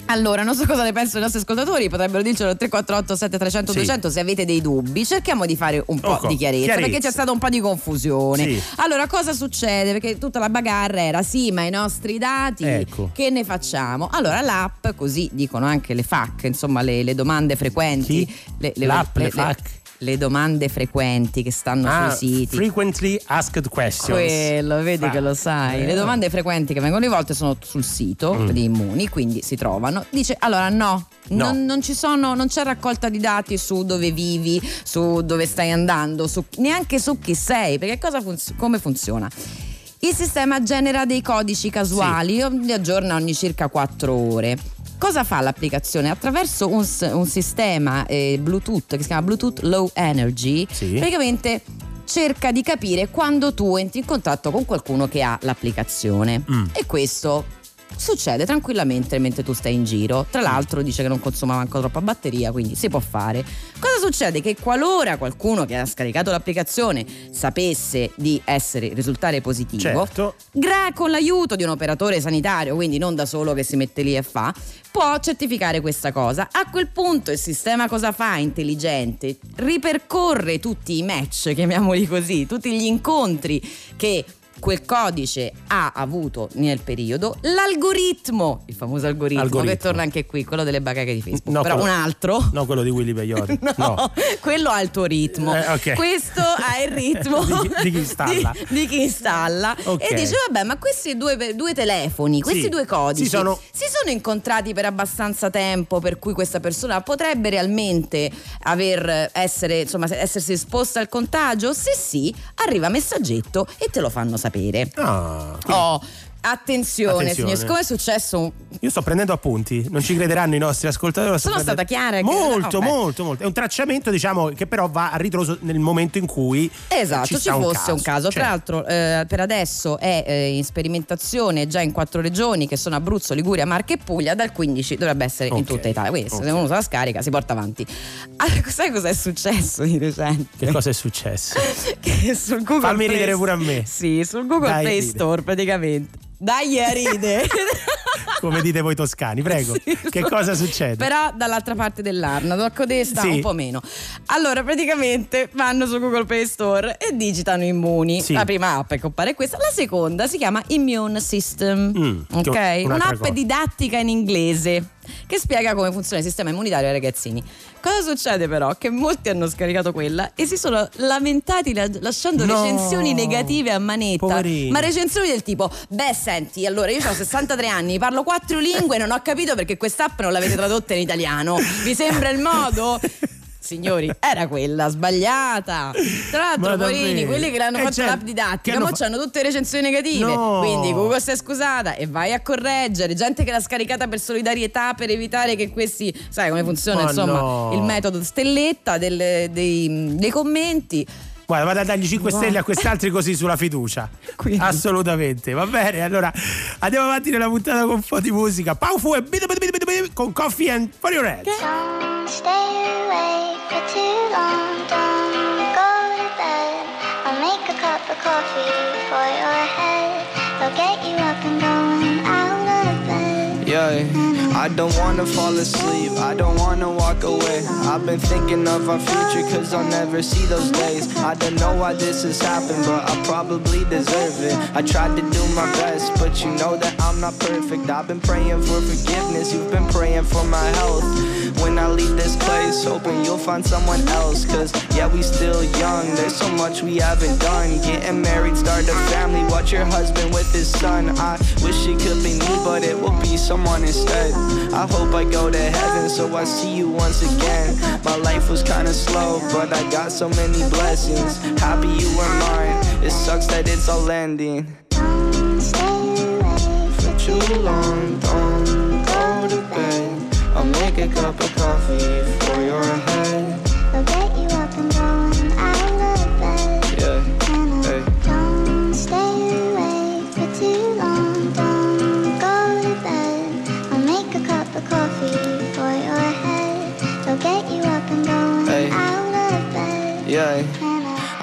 Allora, non so cosa ne pensano i nostri ascoltatori, potrebbero dircelo al tre quattro otto sette tre zero zero Sì. duecento se avete dei dubbi. Cerchiamo di fare un po' Ok, di chiarezza, chiarezza. perché c'è stata un po' di confusione. Sì. Allora, cosa succede? Perché tutta la bagarra era sì, ma i nostri dati Ecco. che ne facciamo? Allora, l'app, così dicono anche le F A Q, insomma le, le domande frequenti. Chi? Le, le, L'app, le le- F A Q? le domande frequenti che stanno Ah, sui siti. frequently asked questions. Quello, vedi Ah, che lo sai. eh. Le domande frequenti che vengono rivolte sono sul sito Mm. di Immuni, quindi si trovano. Dice allora no, No. Non, non ci sono, non c'è raccolta di dati su dove vivi, su dove stai andando, su, neanche su chi sei, perché cosa funz- come funziona? Il sistema genera dei codici casuali, li aggiorna ogni circa quattro ore. Cosa fa l'applicazione? Attraverso un, s- un sistema eh, Bluetooth che si chiama Bluetooth Low Energy, Sì. praticamente cerca di capire quando tu entri in contatto con qualcuno che ha l'applicazione. Mm. E questo succede tranquillamente mentre tu stai in giro. Tra l'altro dice che non consuma manco troppa batteria, quindi si può fare. Cosa succede? Che qualora qualcuno che ha scaricato l'applicazione sapesse di essere risultare positivo, Certo. gra- con l'aiuto di un operatore sanitario, quindi non da solo che si mette lì e fa, può certificare questa cosa. A quel punto il sistema cosa fa? Intelligente, ripercorre tutti i match, chiamiamoli così, tutti gli incontri che quel codice ha avuto nel periodo, l'algoritmo, il famoso algoritmo, Algoritmo. che torna anche qui, quello delle bacheche di Facebook, No, però quello- un altro. No, quello di Willy Peyote. No, No. quello ha il tuo ritmo. Eh, ok. Questo ha il ritmo Di chi- di chi installa. di- di chi installa. Ok. E dice: vabbè, ma questi due, due telefoni, questi Sì. due codici Si sono- si sono incontrati per abbastanza tempo per cui questa persona potrebbe realmente aver essere, insomma, essersi esposta al contagio? Se sì, arriva messaggetto e te lo fanno sapere. Ah, quindi Oh, attenzione, Attenzione. signori, siccome è successo un- io sto prendendo appunti, non ci crederanno i nostri ascoltatori. sto Sono prendendo- stata chiara? Che- Molto, vabbè. molto, molto. È un tracciamento, diciamo, che però va a ritroso nel momento in cui Esatto, ci ci, sta un fosse caso. un caso. Tra Certo. l'altro eh, per adesso è eh, in sperimentazione già in quattro regioni che sono Abruzzo, Liguria, Marche e Puglia. Dal quindici dovrebbe essere in Ok, tutta Italia. Quindi se ok. uno se la scarica si porta avanti. Ah, sai cosa è successo di recente? Che cosa è successo? Che sul Google Fammi Play- ridere pure a me. Sì, sul Google Dai, Play ride. Store praticamente. Dai, a ride. Come dite voi toscani, prego. Sì, che so- cosa succede? Però dall'altra parte dell'Arno, a codesta Sì. un po' meno. Allora, praticamente vanno su Google Play Store e digitano Immuni. Sì. La prima app che compare è questa, la seconda si chiama Immune System. Mm, ok? che- un'altra Un'app cosa. didattica in inglese che spiega come funziona il sistema immunitario ai ragazzini. Cosa succede però? Che molti hanno scaricato quella e si sono lamentati la- lasciando No. recensioni negative a manetta. Poverini. Ma recensioni del tipo: beh, senti, allora io ho sessantatré anni, parlo quattro lingue e non ho capito perché quest'app non l'avete tradotta in italiano. Vi sembra il modo? Signori, era quella sbagliata. Tra l'altro, Ma poverini, davvero? quelli che l'hanno Eh, fatto certo, l'app che didattica, hanno ma fa- c'hanno tutte le recensioni negative. No. Quindi Google si è scusata e vai a correggere. Gente che l'ha scaricata per solidarietà, per evitare che questi, sai come funziona, Ma insomma, no. il metodo stelletta del- dei, dei commenti. Guarda, vado a dargli cinque Guarda. stelle a quest'altri così sulla fiducia. Quindi. Assolutamente, va bene. Allora andiamo avanti nella puntata con un po' di musica. Powerful e bidi bidi bidi bidi con Coffee and For Your Head. Don't stay awake for too long. Don't go to bed. I'll make a cup of coffee for your head. I'll get you up and going out of bed. Yeah, I don't wanna fall asleep, I don't wanna walk away. I've been thinking of our future cause I'll never see those days. I don't know why this has happened, but I probably deserve it. I tried to do my best, but you know that I'm not perfect. I've been praying for forgiveness, you've been praying for my health. When I leave this place, hoping you'll find someone else. Cause yeah, we still young, there's so much we haven't done. Getting married, start a family, watch your husband with his son. I wish it could be me, but it will be someone instead. I hope I go to heaven so I see you once again. My life was kinda slow, but I got so many blessings. Happy you were mine, it sucks that it's all ending. Don't stay awake For too long, don't go to bed. I'll make a cup of coffee for your head. I'll get you up and going out of bed. Yeah, hey. Don't stay awake for too long. Don't go to bed. I'll make a cup of coffee for your head. I'll get you up and going Hey. out of bed. Yeah.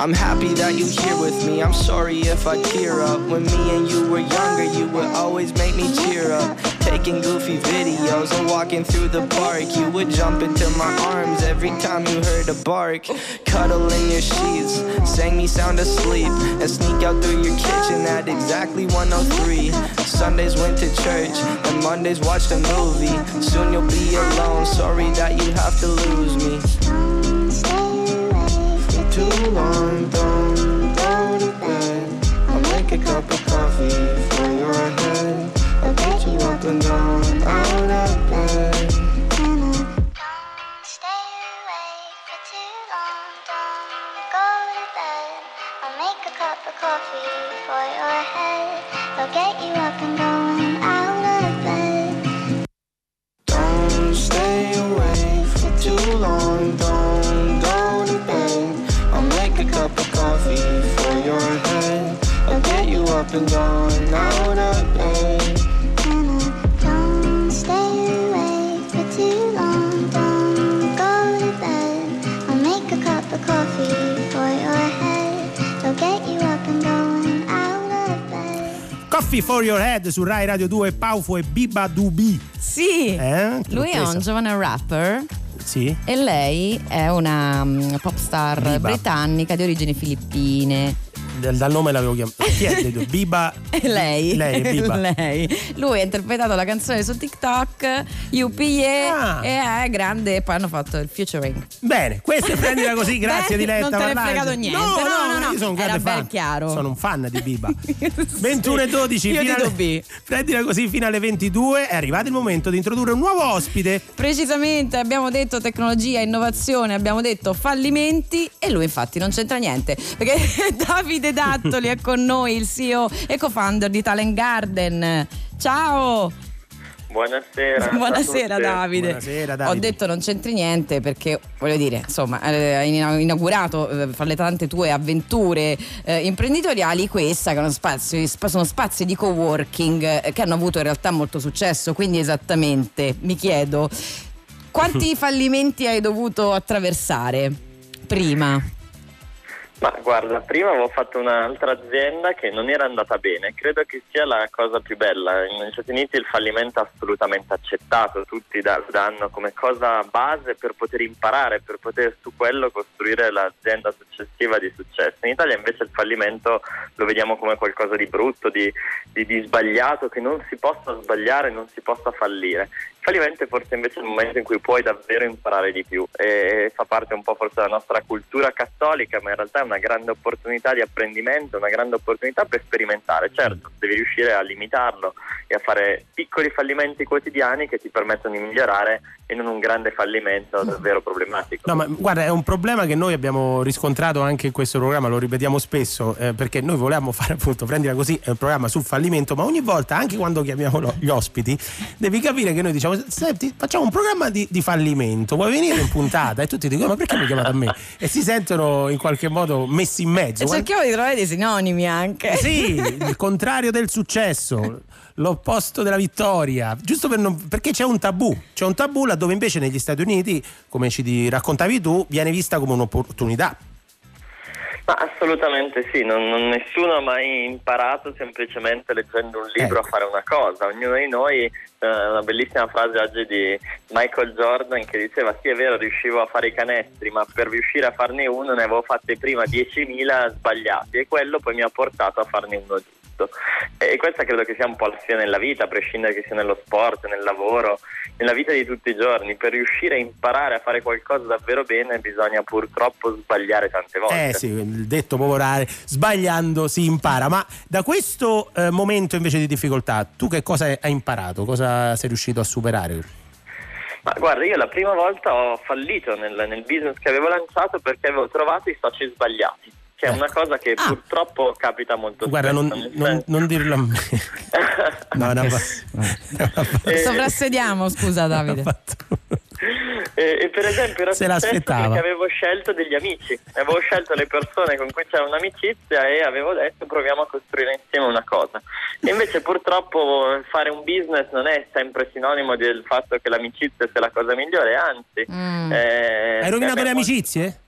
I'm happy that you here with me. I'm sorry if I tear up. When me and you were younger, you would always make me cheer up. Taking goofy videos and walking through the park, you would jump into my arms every time you heard a bark. Cuddle in your sheets, sang me sound asleep, and sneak out through your kitchen at exactly one oh three. Sundays went to church, and Mondays watched a movie. Soon you'll be alone, sorry that you have to lose me. For too long, don't go to bed. I'll make a cup of coffee for your head. I'll get you up and down, out of bed. Coffee for your head. I'll get you up and going out of bed. Don't stay awake for too long. Don't go to bed. I'll make a cup of coffee for your head. I'll get you up and going out of bed. Don't stay awake for too long. Don't go to bed. I'll make a cup of coffee for your head. I'll get you up and going out of bed. Coffee for your head su Rai Radio due, Paufo e Biba Dubi. Sì, eh? lui è un giovane rapper. Sì. E lei è una um, pop star Biba. britannica di origini filippine. Dal, dal nome l'avevo chiamato. Chi è dei due? Biba? E lei. Lei è Biba. Lei. Lui ha interpretato la canzone su TikTok, U P A, Ah. e è grande, e poi hanno fatto il featuring. Bene, questa è Prendila Così, grazie Beh, Diletta. non te ne è Marlante. fregato niente. No, No, no, no, no, io sono un era grande ben fan. chiaro. Sono un fan di Biba. ventuno e dodici, Io fino di alle- dubbi. Prendila Così fino alle ventidue. È arrivato il momento di introdurre un nuovo ospite. Precisamente, abbiamo detto tecnologia, innovazione, abbiamo detto fallimenti, e lui infatti non c'entra niente, perché Davide Dattoli è con noi, il C E O e co-founder di Talent Garden. Ciao! Buonasera. Buonasera a tutti. Davide. Buonasera, Davide. Ho detto non c'entri niente perché voglio dire, insomma, eh, hai inaugurato eh, fra le tante tue avventure eh, imprenditoriali questa che è uno spazio, sono spazi di coworking eh, che hanno avuto in realtà molto successo, quindi esattamente mi chiedo quanti fallimenti hai dovuto attraversare prima? Ma guarda, prima avevo fatto un'altra azienda che non era andata bene, credo che sia la cosa più bella. Negli Stati Uniti il fallimento è assolutamente accettato, tutti da- danno come cosa base per poter imparare, per poter su quello costruire l'azienda successiva di successo. In Italia invece il fallimento lo vediamo come qualcosa di brutto, di, di, di sbagliato, che non si possa sbagliare, non si possa fallire. Il fallimento è forse invece il momento in cui puoi davvero imparare di più e fa parte un po' forse della nostra cultura cattolica, ma in realtà è una grande opportunità di apprendimento, una grande opportunità per sperimentare. Certo, devi riuscire a limitarlo e a fare piccoli fallimenti quotidiani che ti permettono di migliorare e non un grande fallimento davvero problematico. No, ma guarda, è un problema che noi abbiamo riscontrato anche in questo programma, lo ripetiamo spesso, eh, perché noi volevamo fare appunto Prendila Così, è un programma sul fallimento, ma ogni volta, anche quando chiamiamo lo- gli ospiti, devi capire che noi diciamo: senti, facciamo un programma di, di fallimento, vuoi venire in puntata? E tutti dicono: ma perché mi chiamate a me? E si sentono in qualche modo messi in mezzo. E cerchiamo di trovare dei sinonimi anche. Eh sì, il contrario del successo, l'opposto della vittoria, giusto per non, perché c'è un tabù, c'è un tabù laddove invece negli Stati Uniti, come ci raccontavi tu, viene vista come un'opportunità. Ma assolutamente sì, non, non- nessuno ha mai imparato semplicemente leggendo un libro Ecco. a fare una cosa. Ognuno di noi, eh, una bellissima frase oggi di Michael Jordan che diceva: sì, è vero, riuscivo a fare i canestri, ma per riuscire a farne uno ne avevo fatte prima diecimila sbagliati, e quello poi mi ha portato a farne uno giusto. E questa credo che sia un po' la sfida nella vita, a prescindere che sia nello sport, nel lavoro, nella vita di tutti i giorni. Per riuscire a imparare a fare qualcosa davvero bene bisogna purtroppo sbagliare tante volte. Eh sì, il detto popolare, sbagliando si impara. Ma da questo eh, momento invece di difficoltà, tu che cosa hai imparato? Cosa sei riuscito a superare? Ma guarda, io la prima volta ho fallito nel, nel business che avevo lanciato perché avevo trovato i soci sbagliati. Che è una cosa che purtroppo capita molto Guarda, spesso. non, nel non, senso- non dirlo a me. No, no, Eh, Soprassediamo, scusa Davide. E, e per esempio era Se successo l'aspettava. perché avevo scelto degli amici, avevo scelto le persone con cui c'era un'amicizia e avevo detto proviamo a costruire insieme una cosa. E invece purtroppo fare un business non è sempre sinonimo del fatto che l'amicizia sia la cosa migliore, anzi Mm. eh, Hai rovinato le abbiamo- amicizie?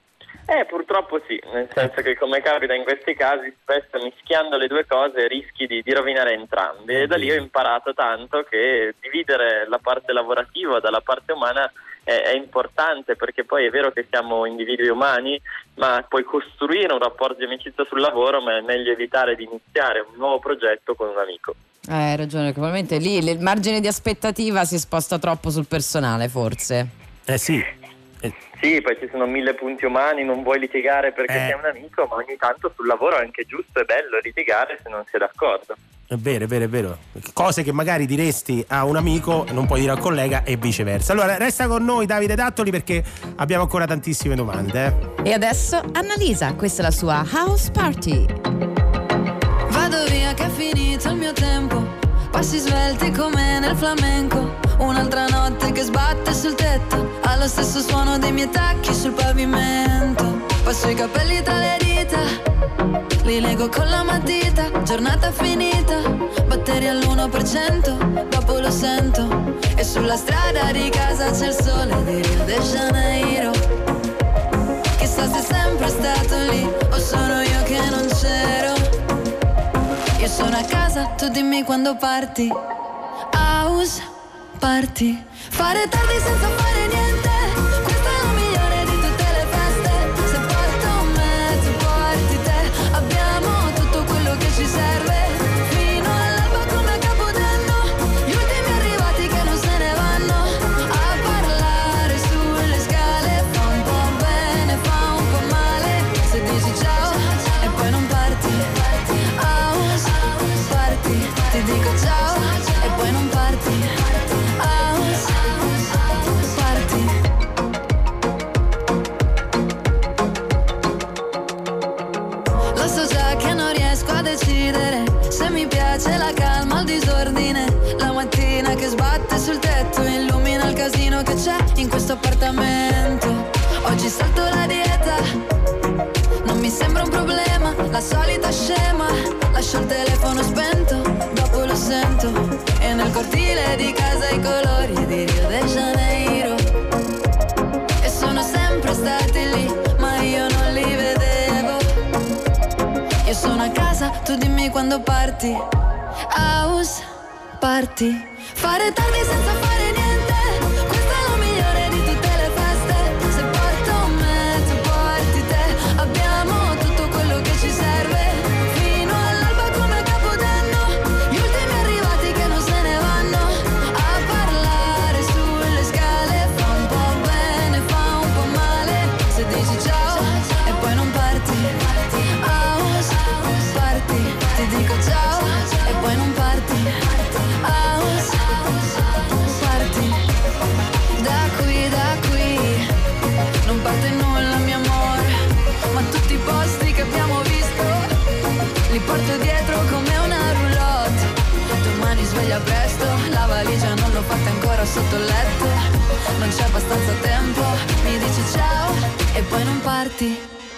Eh, purtroppo sì, nel senso che come capita in questi casi, spesso mischiando le due cose rischi di, di rovinare entrambi, e da lì ho imparato tanto che dividere la parte lavorativa dalla parte umana è, è importante, perché poi è vero che siamo individui umani, ma puoi costruire un rapporto di amicizia sul lavoro, ma è meglio evitare di iniziare un nuovo progetto con un amico. Eh, hai ragione, che probabilmente lì il margine di aspettativa si sposta troppo sul personale, forse. Eh sì. Sì, poi ci sono mille punti umani, non vuoi litigare perché Eh. sei un amico, ma ogni tanto sul lavoro è anche giusto e bello litigare se non si è d'accordo. È vero, è vero, è vero. Cose che magari diresti a un amico non puoi dire al collega e viceversa. Allora, resta con noi Davide Dattoli, perché abbiamo ancora tantissime domande. eh. E adesso Annalisa, questa è la sua House Party. Vado via che è finito il mio tempo, passi svelti come nel flamenco. Un'altra notte che sbatte sul tetto, allo stesso suono dei miei tacchi sul pavimento. Passo i capelli tra le dita, li leggo con la matita. Giornata finita, batteri all'uno per cento, dopo lo sento. E sulla strada di casa c'è il sole di Rio de Janeiro. Chissà se è sempre stato lì o sono io che non c'ero. Io sono a casa, tu dimmi quando parti. House party. Fare tardi senza fare niente, questa è la migliore di tutte le feste. Se porto me, tu porti te, abbiamo tutto quello che ci serve. Fino all'alba come a Capodanno, gli ultimi arrivati che non se ne vanno a parlare sulle scale. Fa un po' bene, fa un po' male, se dici ciao e poi non parti. House party, ti dico ciao e poi non parti. Lo so già che non riesco a decidere se mi piace la calma o il disordine. La mattina che sbatte sul tetto illumina il casino che c'è in questo appartamento. Oggi salto la dieta, non mi sembra un problema. La solita scema, lascio il telefono spento, dopo lo sento. E nel cortile di casa i colori di Rio de Janeiro. E sono sempre stati lì, ma io non li vedevo. Io sono a casa, tu dimmi quando parti. House party. Fare tardi senza fare niente, questa è la migliore di tutte le feste. Se porto me, tu porti te, abbiamo tutto quello che ci serve. Fino all'alba come a Capodanno, gli ultimi arrivati che non se ne vanno a parlare sulle scale. Fa un po' bene, fa un po' male, se dici ciao e poi non parti. House party, ti dico ciao e poi non parti. House party, da qui, da qui non parte nulla mio amore, ma tutti i posti che abbiamo visto li porto dietro come una roulotte. Domani sveglia presto, la valigia non l'ho fatta ancora sotto il letto. Non c'è abbastanza tempo, mi dici ciao e poi non parti.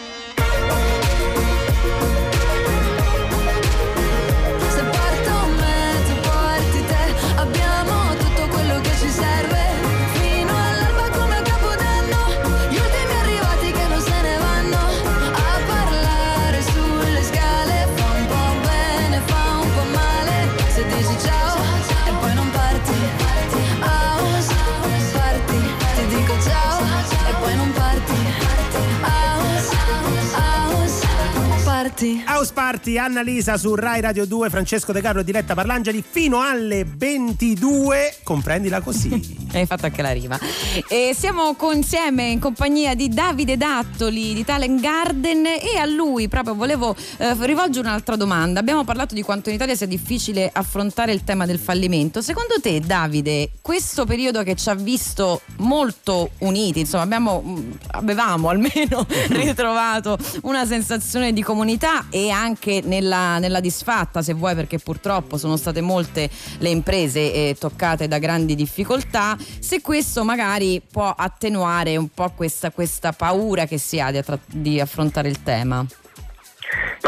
Se porto me, tu porti te, abbiamo tutto quello che ci serve. Fino all'alba come a Capodanno, gli ultimi arrivati che non se ne vanno a parlare sulle scale. Fa un po' bene, fa un po' male, se dici ciao e poi non parti. House party, ti dico ciao e poi non parti. House, house party. House Party, Annalisa su Rai Radio due, Francesco De Carlo e Diletta Parlangeli fino alle ventidue. Comprendila così. Hai fatto anche la rima. E siamo con- insieme in compagnia di Davide Dattoli di Talent Garden, e a lui proprio volevo eh, rivolgere un'altra domanda. Abbiamo parlato di quanto in Italia sia difficile affrontare il tema del fallimento. Secondo te, Davide, questo periodo che ci ha visto molto uniti, insomma abbiamo, avevamo almeno ritrovato una sensazione di comunità, e anche nella, nella disfatta, se vuoi, perché purtroppo sono state molte le imprese eh, toccate da grandi difficoltà, se questo magari può attenuare un po' questa, questa paura che si ha di, attra- di affrontare il tema. Ma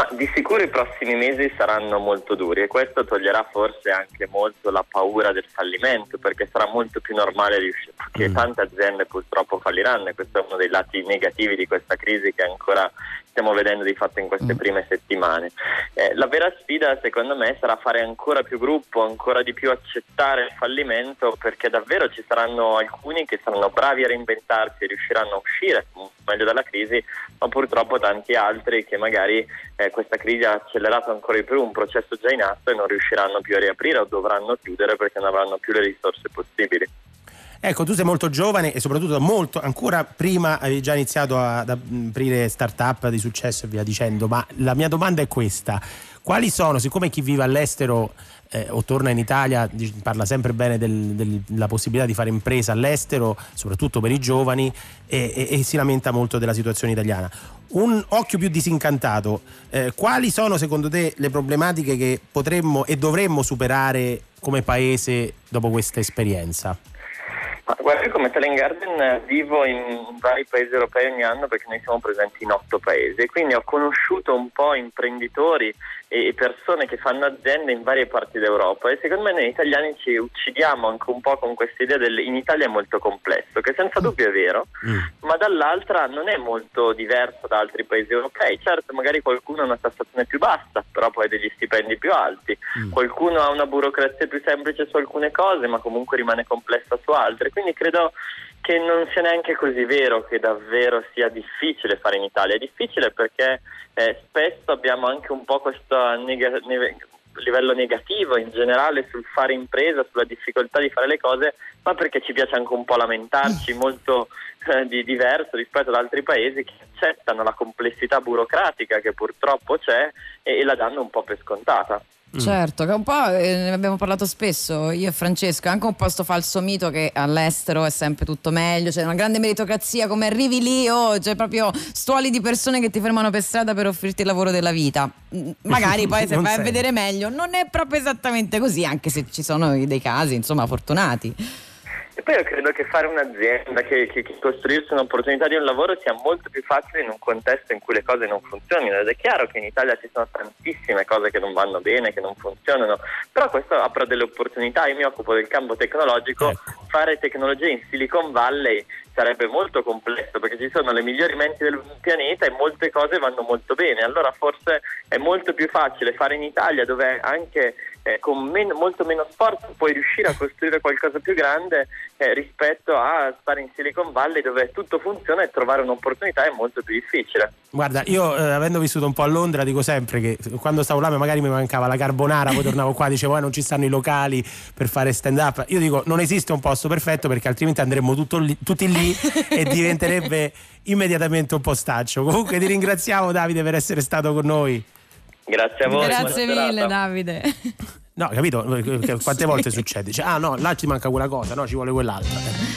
Ma di sicuro i prossimi mesi saranno molto duri e questo toglierà forse anche molto la paura del fallimento, perché sarà molto più normale riuscire, che tante aziende purtroppo falliranno, e questo è uno dei lati negativi di questa crisi che ancora stiamo vedendo di fatto in queste prime settimane. Eh, la vera sfida secondo me sarà fare ancora più gruppo, ancora di più accettare il fallimento, perché davvero ci saranno alcuni che saranno bravi a reinventarsi e riusciranno a uscire meglio dalla crisi, ma purtroppo tanti altri che magari eh, questa crisi ha accelerato ancora di più un processo già in atto e non riusciranno più a riaprire o dovranno chiudere perché non avranno più le risorse possibili. Ecco, tu sei molto giovane e soprattutto molto, ancora prima avevi già iniziato ad aprire start-up di successo e via dicendo, ma la mia domanda è questa: quali sono, siccome chi vive all'estero eh, o torna in Italia parla sempre bene del, del, della possibilità di fare impresa all'estero, soprattutto per i giovani, e, e, e si lamenta molto della situazione italiana, un occhio più disincantato, eh, quali sono secondo te le problematiche che potremmo e dovremmo superare come paese dopo questa esperienza? Ma guarda, io come Talent Garden vivo in vari paesi europei ogni anno perché noi siamo presenti in otto paesi e quindi ho conosciuto un po' imprenditori e persone che fanno aziende in varie parti d'Europa e secondo me noi italiani ci uccidiamo anche un po' con questa idea del in Italia è molto complesso, che senza dubbio è vero, mm. ma dall'altra non è molto diverso da altri paesi europei. Certo, magari qualcuno ha una tassazione più bassa, però poi ha degli stipendi più alti, mm. qualcuno ha una burocrazia più semplice su alcune cose, ma comunque rimane complessa su altre. Quindi credo che non sia neanche così vero che davvero sia difficile fare in Italia. È difficile perché eh, spesso abbiamo anche un po' questo neg- ne- livello negativo in generale sul fare impresa, sulla difficoltà di fare le cose, ma perché ci piace anche un po' lamentarci, molto eh, di diverso rispetto ad altri paesi che accettano la complessità burocratica che purtroppo c'è e, e la danno un po' per scontata. Certo, che un po' eh, ne abbiamo parlato spesso io e Francesco, anche un po' sto falso mito che all'estero è sempre tutto meglio, c'è una grande meritocrazia, come arrivi lì oh, c'è proprio stuoli di persone che ti fermano per strada per offrirti il lavoro della vita. Magari poi se vai sei. a vedere meglio non è proprio esattamente così, anche se ci sono dei casi insomma fortunati. E poi io credo che fare un'azienda, che, che, che costruirsi un'opportunità di un lavoro sia molto più facile in un contesto in cui le cose non funzionino, ed è chiaro che in Italia ci sono tantissime cose che non vanno bene, che non funzionano, però questo apre delle opportunità. Io mi occupo del campo tecnologico, ecco. Fare tecnologia in Silicon Valley sarebbe molto complesso perché ci sono le migliori menti del pianeta e molte cose vanno molto bene, allora forse è molto più facile fare in Italia, dove anche eh, con meno, molto meno sforzo puoi riuscire a costruire qualcosa più grande eh, rispetto a stare in Silicon Valley dove tutto funziona e trovare un'opportunità è molto più difficile. Guarda, io eh, avendo vissuto un po' a Londra dico sempre che quando stavo là magari mi mancava la carbonara, poi tornavo qua, dicevo eh, non ci stanno i locali per fare stand up. Io dico non esiste un posto perfetto perché altrimenti andremmo tutto lì, tutti lì e diventerebbe immediatamente un postaccio. Comunque ti ringraziamo Davide per essere stato con noi. Grazie a voi. Grazie mille Davide. No, capito? Quante volte succede? Dice, ah no, là ci manca quella cosa, no, ci vuole quell'altra.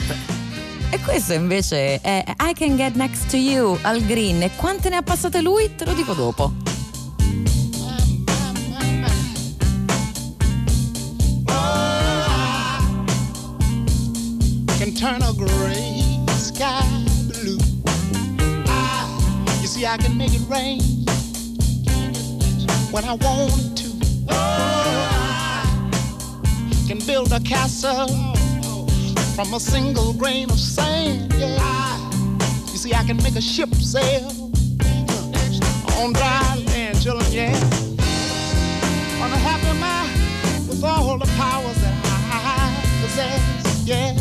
E questo invece è I Can Get Next to You al Green. E quante ne ha passate lui? Te lo dico dopo. Can turn a gray sky blue. I, you see, I can make it rain when I want to. I can build a castle from a single grain of sand. Yeah. I, you see, I can make a ship sail on dry land, children. Yeah. On a happy mind with all the powers that I possess. Yeah.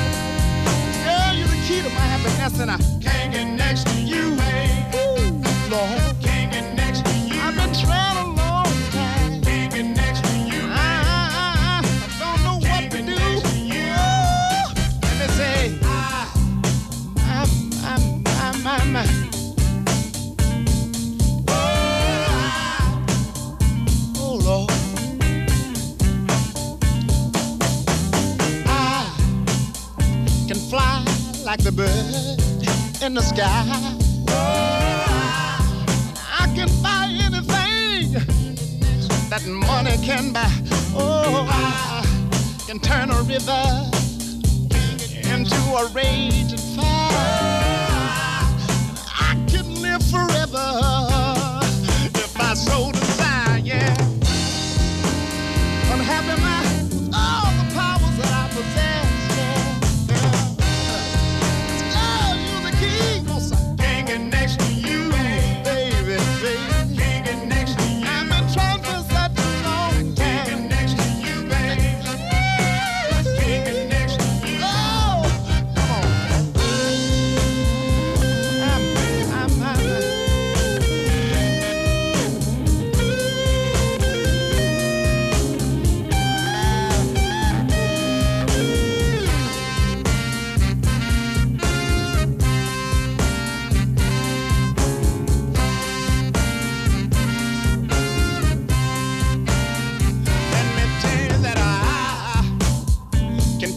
Key to my happiness, and I can't get next to you, ooh, Lord. Can't get next to you. I've been trying a long time. Can't get next to you. I, I, I don't know what to do. Ooh, let me say, I, I, I, I, my, my. Oh, oh Lord. I can fly like the bird in the sky. I can buy anything that money can buy. Oh, I can turn a river into a raging fire. I can live forever if I so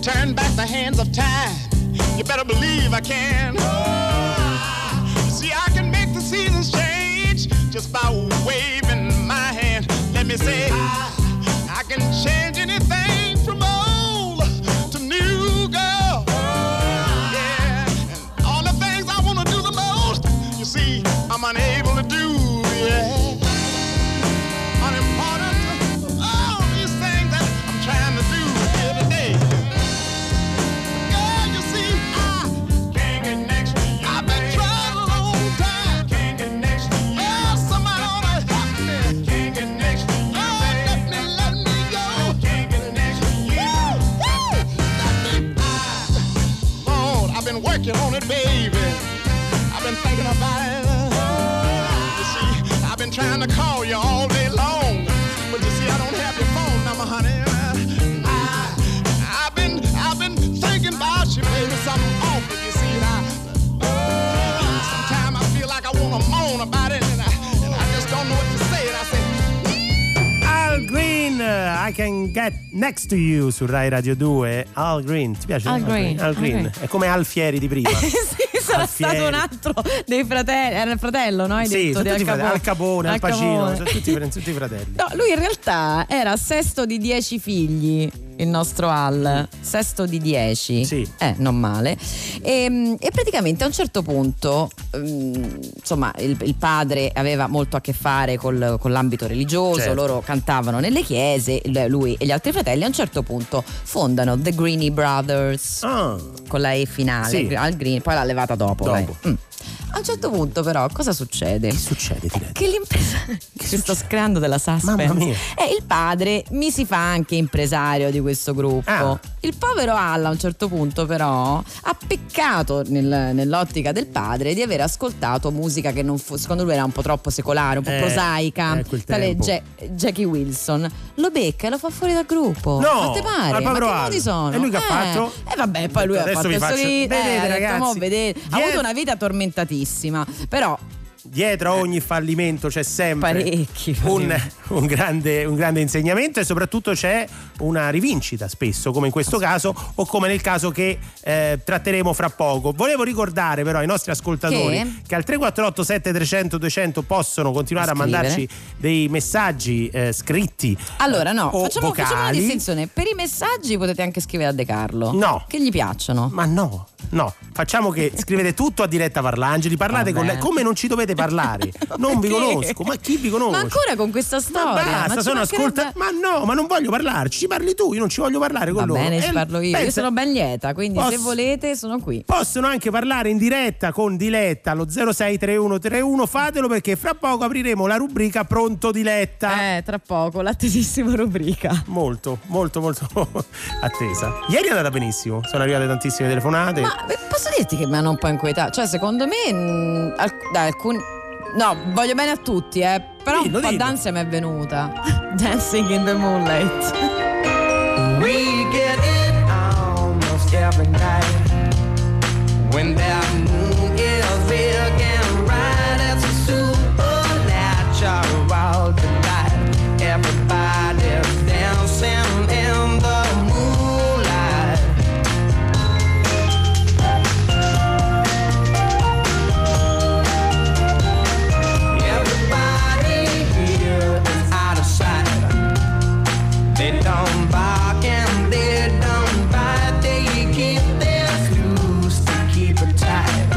turn back the hands of time. You better believe I can. Oh, see, I can make the seasons change just by waving my hand. Let me say, I, I can change anything from old to new, girl. Yeah, and all the things I want to do the most, you see, I'm unable to do. Yeah. Working on it, baby. I've been thinking about it. You see, I've been trying to call you all day long, but you see, I don't have your phone number, honey. I, I've been, I've been thinking about you, baby. Something awful, you see. And I, sometimes I feel like I want to moan about it, and I, and I just don't know what to say. And I say, Al Green, I Can Get Next to You su Rai Radio due. Al Green, ti piace? Al Green, Al Green. Al Green. È come Alfieri di prima. Sì, sarà Alfieri. stato un altro dei fratelli. Era il fratello, no? Hai Sì, detto, sono di tutti Al fratelli. Al Capone, Al Pacino, Capone. sono tutti, sono tutti fratelli. No, lui in realtà era sesto di dieci figli, il nostro Al. Sesto di dieci. Sì. Eh, non male. E, e praticamente a un certo punto, um, insomma, il, il padre aveva molto a che fare col, con l'ambito religioso, Certo. loro cantavano nelle chiese, lui e gli altri fratelli a un certo punto fondano The Greenie Brothers, Ah. con la E finale, Sì. Al Green, poi l'ha levata dopo. Dopo. vai. Mm. A un certo punto però cosa succede? Che succede, Tiretta? Che l'impresa che sto creando della suspense. Mamma mia. E il padre mi si fa anche impresario di questo gruppo. Ah. Il povero Al a un certo punto però ha peccato nel- nell'ottica del padre di aver ascoltato musica che non fu- secondo lui era un po' troppo secolare, un po' Eh, prosaica, eh, quel tale tempo. Ja- Jackie Wilson. Lo becca e lo fa fuori dal gruppo. No, Ma te pare? al Ma povero che Al. modi sono? E lui che ha Eh, fatto? E vabbè, poi lui ha Adesso fatto vi il faccio- solito. vedete, eh, ha detto, ragazzi, "Mo vedete". Ha dietro- avuto una vita tormentatissima. Però Dietro a ogni fallimento c'è sempre Parecchi, un, parecchi. un grande, un grande insegnamento, e soprattutto c'è una rivincita spesso, come in questo caso o come nel caso che eh, tratteremo fra poco. Volevo ricordare però ai nostri ascoltatori che, Che? al tre quattro otto sette trecento duecento possono continuare a, A scrivere. mandarci dei messaggi eh, scritti allora no, o facciamo, facciamo una vocali. distinzione. Per i messaggi potete anche scrivere a De Carlo. No. Che gli piacciono. Ma no, no, facciamo che scrivete tutto a Diretta Parlangeli, parlate Va con bene. lei come non ci dovete parlare. Non vi Perché? conosco, ma chi vi conosce? Ma ancora con questa storia? Ma basta, ci sono mancherebbe- ascolta. Ma no, ma non voglio parlarci, ci parli tu, io non ci voglio parlare con Va loro. bene, ci E parlo io. Io pensa- sono ben lieta, quindi se Posso- volete sono qui. Possono anche parlare in diretta con Diletta allo zero sei tre uno tre uno, fatelo perché fra poco apriremo la rubrica Pronto Diletta. Eh, tra poco, l'attesissima rubrica. Molto, molto, molto attesa. Ieri è andata benissimo, sono arrivate tantissime telefonate. Ma beh, posso dirti che mi hanno un po' inquietato? Cioè, secondo me, mh, alc- dai, alcuni. No, voglio bene a tutti, eh. Però Dillo, un po' dillo. d'ansia mi è venuta. Dancing in the moonlight. We get it almost every night when that moon is big and bright. It's a supernatural delight. Everybody's dancing in the moonlight. Everybody here is out of sight. They don't bark and they don't bite. They keep their screws to keep it tight.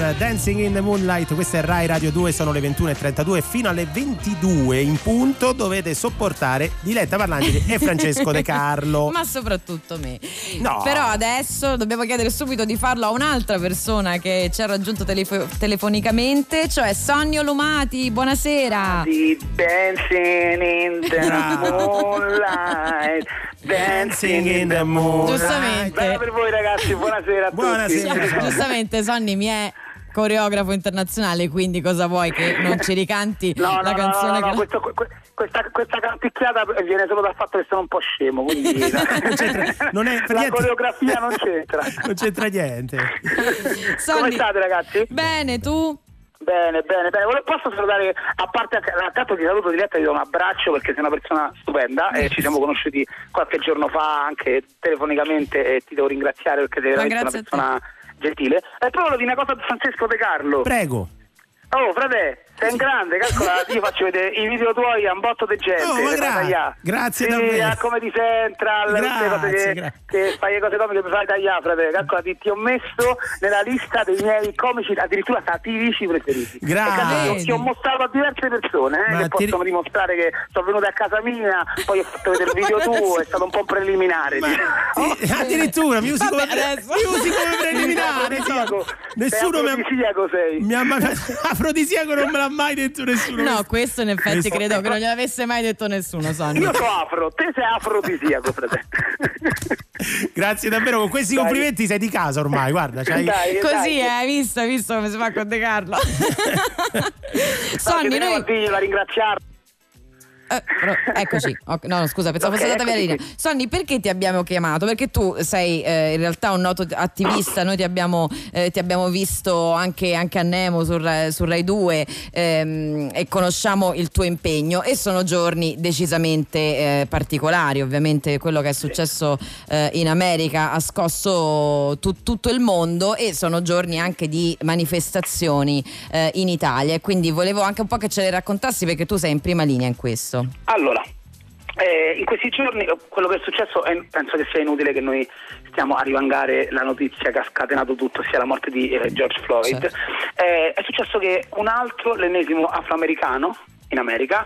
Dancing in the Moonlight. Questa è Rai Radio due, sono le ventuno e trentadue. Fino alle ventidue in punto dovete sopportare Diletta Parlangeli e Francesco De Carlo. Ma soprattutto me. No. Però adesso dobbiamo chiedere subito di farlo a un'altra persona che ci ha raggiunto telefo- telefonicamente, cioè Sonny Olumati. Buonasera. Dancing in the Moonlight, Dancing in the Moonlight. Giustamente. Bella per voi ragazzi, buonasera a Buonasera. tutti. Gi- Giustamente Sonny mi è coreografo internazionale, quindi cosa vuoi che non ci ricanti No, la no, canzone no, no, no, che... questo, que- questa, questa canticchiata viene solo dal fatto che sono un po' scemo, quindi Non c'entra, non è, la coreografia non c'entra. Non c'entra niente. Sonny, Come state ragazzi? Bene, tu? Bene, bene, bene. Vole- Posso salutare, a parte tanto ti saluto Diletta, ti do un abbraccio perché sei una persona stupenda e ci siamo conosciuti qualche giorno fa anche telefonicamente e ti devo ringraziare perché sei veramente una persona gentile. E poi volevo dire una cosa a Francesco De Carlo. Prego. Oh, frate, sei in grande, calcola, io faccio vedere i video tuoi a un botto di gente. Oh, ma le gra- fai tagliare. grazie sì, davvero. a Comedy Central, tutte le cose Grazie, che, gra- che fai le cose comiche mi fai tagliare, frate. Calcola, ti, ti ho messo nella lista dei miei comici, addirittura satirici preferiti. Grazie. E calcola, ti ho mostrato a diverse persone eh, Ma che ti- possono dimostrare che sono venute a casa mia, poi ho fatto vedere il video tuo, è stato un po' un preliminare. diciamo. Sì, addirittura musico, Vabbè, adesso. musico preliminare. Afrodisiaco. Nessuno mi ha, Afrodisiaco sei. mi ha mai afrodisiaco, non me l'ha mai detto nessuno. No, questo in effetti Questo- credo che non gliel'avesse mai detto nessuno, Sonny. Io sono afro, te sei afrodisiaco, frate. Grazie davvero, con questi Dai. complimenti sei di casa ormai, guarda. C'hai... Dai, Così, dai. eh, hai visto, hai visto come si fa con De Carlo. Sonny, Tenevo a noi... dirglielo, a ringraziarlo. Eh, però- eccoci, Ok, no, no, scusa, pensavo Ok, fosse andata via la eccoci linea. Sonny, perché ti abbiamo chiamato? Perché tu sei eh, in realtà un noto attivista, noi ti abbiamo, eh, ti abbiamo visto anche, anche a Nemo su, Rai- su Rai due ehm, e conosciamo il tuo impegno e sono giorni decisamente eh, particolari. Ovviamente quello che è successo eh, in America ha scosso tu- tutto il mondo e sono giorni anche di manifestazioni eh, in Italia e quindi volevo anche un po' che ce le raccontassi perché tu sei in prima linea in questo. Allora, eh, in questi giorni eh, quello che è successo, è, penso che sia inutile che noi stiamo a rivangare la notizia che ha scatenato tutto, sia la morte di eh, George Floyd. Certo. Eh, è successo che un altro, l'ennesimo afroamericano in America,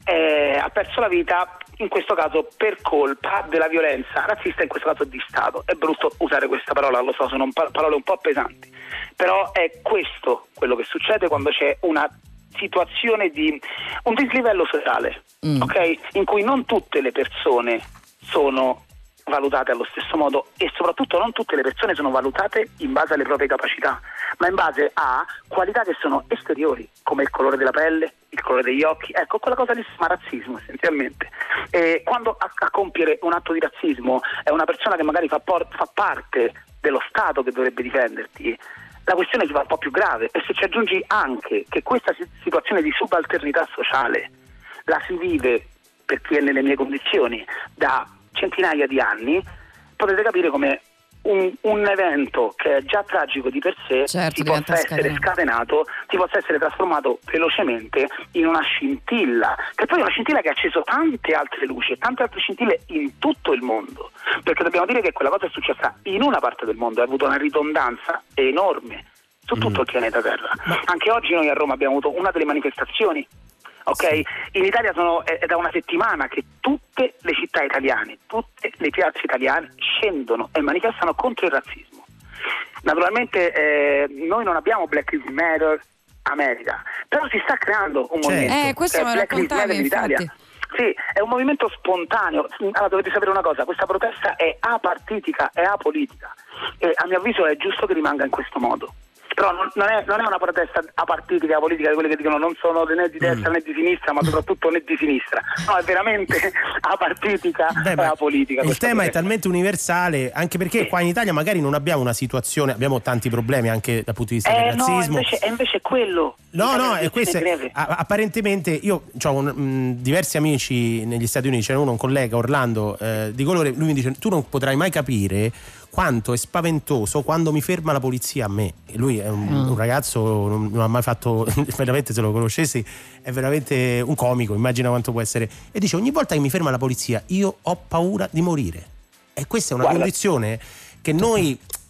eh, ha perso la vita, in questo caso per colpa della violenza razzista, in questo caso di Stato. È brutto usare questa parola, lo so, sono un pa- parole un po' pesanti, però è questo quello che succede quando c'è una situazione di un dislivello sociale, Mm. ok? In cui non tutte le persone sono valutate allo stesso modo e soprattutto non tutte le persone sono valutate in base alle proprie capacità, ma in base a qualità che sono esteriori, come il colore della pelle, il colore degli occhi. Ecco, quella cosa lì si chiama razzismo essenzialmente. E quando a, a compiere un atto di razzismo è una persona che magari fa, por- fa parte dello Stato che dovrebbe difenderti, la questione si fa un po' più grave. E se ci aggiungi anche che questa si- situazione di subalternità sociale la si vive, per chi è nelle mie condizioni, da centinaia di anni, potete capire come un, un evento che è già tragico di per sé Certo, ti diventa possa essere scatenato. scatenato, ti possa essere trasformato velocemente in una scintilla, che poi è una scintilla che ha acceso tante altre luci e tante altre scintille in tutto il mondo, perché dobbiamo dire che quella cosa è successa in una parte del mondo, ha avuto una ridondanza enorme su tutto il pianeta Terra. Anche oggi noi a Roma abbiamo avuto una delle manifestazioni. Ok, in Italia sono, è, è da una settimana che tutte le città italiane, tutte le piazze italiane scendono e manifestano contro il razzismo. Naturalmente eh, noi non abbiamo Black Lives Matter America, però si sta creando un Certo. movimento Eh, questo che è me lo Black Lives raccontavi, Matter in Italia. infatti. Sì, è un movimento spontaneo. Allora dovete sapere una cosa, questa protesta è apartitica, è apolitica e a mio avviso è giusto che rimanga in questo modo. Però non, non, è, non è una protesta apartitica, politica, di quelle che dicono non sono né di destra né di sinistra, ma soprattutto né di sinistra. No, è veramente apartitica e apolitica. Il tema è talmente universale, anche perché qua in Italia magari non abbiamo una situazione, abbiamo tanti problemi anche dal punto di vista Eh del no, razzismo. invece, è invece quello. No, no, L'Italia e questo è è- greve. a- apparentemente io ho diversi amici negli Stati Uniti, c'è uno, un collega Orlando eh, di colore, lui mi dice tu non potrai mai capire quanto è spaventoso quando mi ferma la polizia a me. E lui è un, Mm. un ragazzo, non, non ha mai fatto, veramente se lo conoscessi è veramente un comico, immagina quanto può essere. E dice ogni volta che mi ferma la polizia io ho paura di morire. E questa è una Guarda. condizione che noi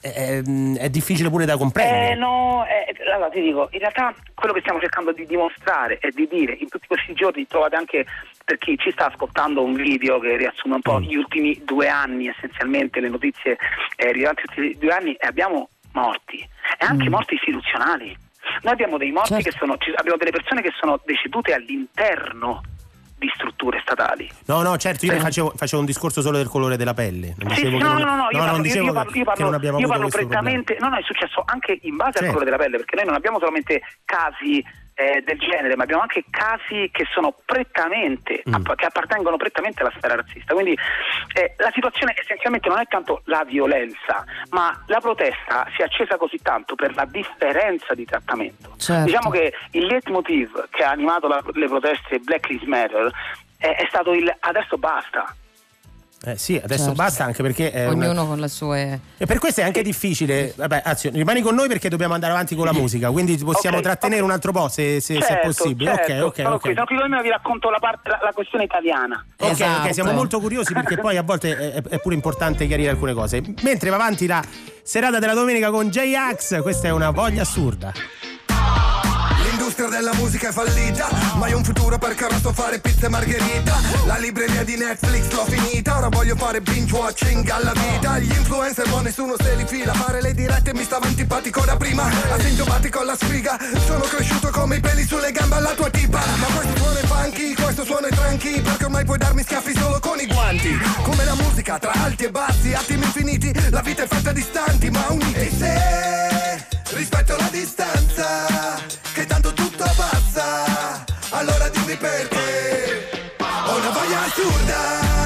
è, è difficile pure da comprendere. Eh, no, eh, allora ti dico, in realtà quello che stiamo cercando di dimostrare e di dire in tutti questi giorni, trovate anche per chi ci sta ascoltando un video che riassume un po' gli ultimi due anni, essenzialmente le notizie eh, rilevanti questi due anni, e abbiamo morti e anche Mm. morti istituzionali. Noi abbiamo dei morti Certo. che sono, ci- abbiamo delle persone che sono decedute all'interno di strutture statali. No, no, certo, io ne facevo, facevo un discorso solo del colore della pelle. Non Sì, dicevo sì, che no, non, no, no, io non parlo, io, dicevo io parlo, io che parlo, non abbiamo io avuto parlo questo problema. prettamente, no, no, è successo anche in base al Certo. colore della pelle, perché noi non abbiamo solamente casi eh, del genere, ma abbiamo anche casi che sono prettamente, Mm. app- che appartengono prettamente alla sfera razzista. Quindi eh, la situazione essenzialmente non è tanto la violenza, ma la protesta si è accesa così tanto per la differenza di trattamento. Certo. Diciamo che il leitmotiv che ha animato la- le proteste Black Lives Matter è, è stato il adesso basta. Eh, sì, adesso Certo. basta, anche perché è una- Ognuno con le sue. e per questo è anche difficile. Vabbè, anzi, rimani con noi perché dobbiamo andare avanti con la musica, quindi possiamo Ok, trattenere un altro po' se, se- se è Certo, possibile. certo, ok, ok, sono ok. qui, sono qui, almeno vi racconto la, parte, la, la questione italiana. Ok, Esatto. ok, siamo molto curiosi perché poi a volte è, è pure importante chiarire alcune cose. Mentre va avanti la serata della domenica con J-Ax, questa è una voglia assurda. L'industria della musica è fallita, ma io un futuro perché ora so fare pizza e margherita. La libreria di Netflix l'ho finita, ora voglio fare binge watching alla vita. Gli influencer ma nessuno se li fila, fare le dirette mi stava antipatico da prima. Asintomatico alla sfiga, sono cresciuto come i peli sulle gambe alla tua tipa. Ma questo suono è funky, questo suono è tranqui, perché ormai puoi darmi schiaffi solo con i guanti. Come la musica tra alti e bassi, attimi infiniti, la vita è fatta di istanti ma uniti. E se rispetto la distanza, che tanto tutto passa, allora dimmi perché. Ho una voglia assurda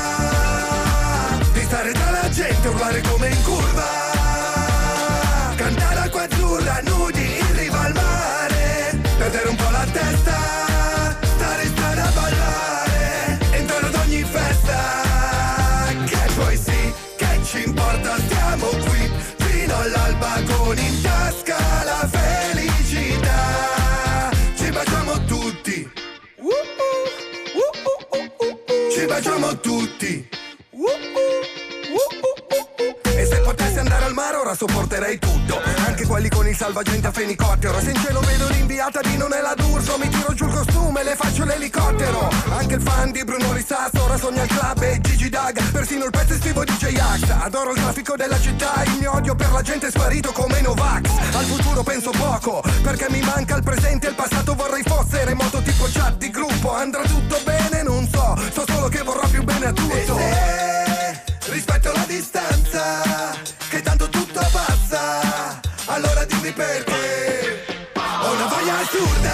di stare tra la gente, urlare come in curva, cantare acqua azzurra, nudi in riva al mare, perdere un po' la testa, stare in strada a ballare, entrare ad ogni festa. Che poi sì, che ci importa, stiamo qui fino all'alba con in tasca la felicità. Ci baciamo tutti, uh, uh, uh, uh, uh, uh. Ci baciamo tutti, uh, uh, uh, uh, uh. E se potessi andare al mare ora sopporterei tutto, anche quelli con il salvagente a fenicottero. Se in cielo vedo l'inviata di Non è la D'Urso, mi tiro giù il costume e le faccio l'elicottero. Anche il fan di Bruno Rissasso ora sogna il club e Gigi Dag, persino il pezzo estivo di J-Ax. Adoro il traffico della città, il mio odio per la gente è sparito come i Novax. Al futuro penso poco, perché mi manca il presente e il passato vorrei fosse remoto tipo chat di gruppo. Andrà tutto bene? Non so, so solo che vorrò più bene a tutto. E se rispetto la distanza, che tanto tutto passa, allora dimmi perché. Ho una voglia assurda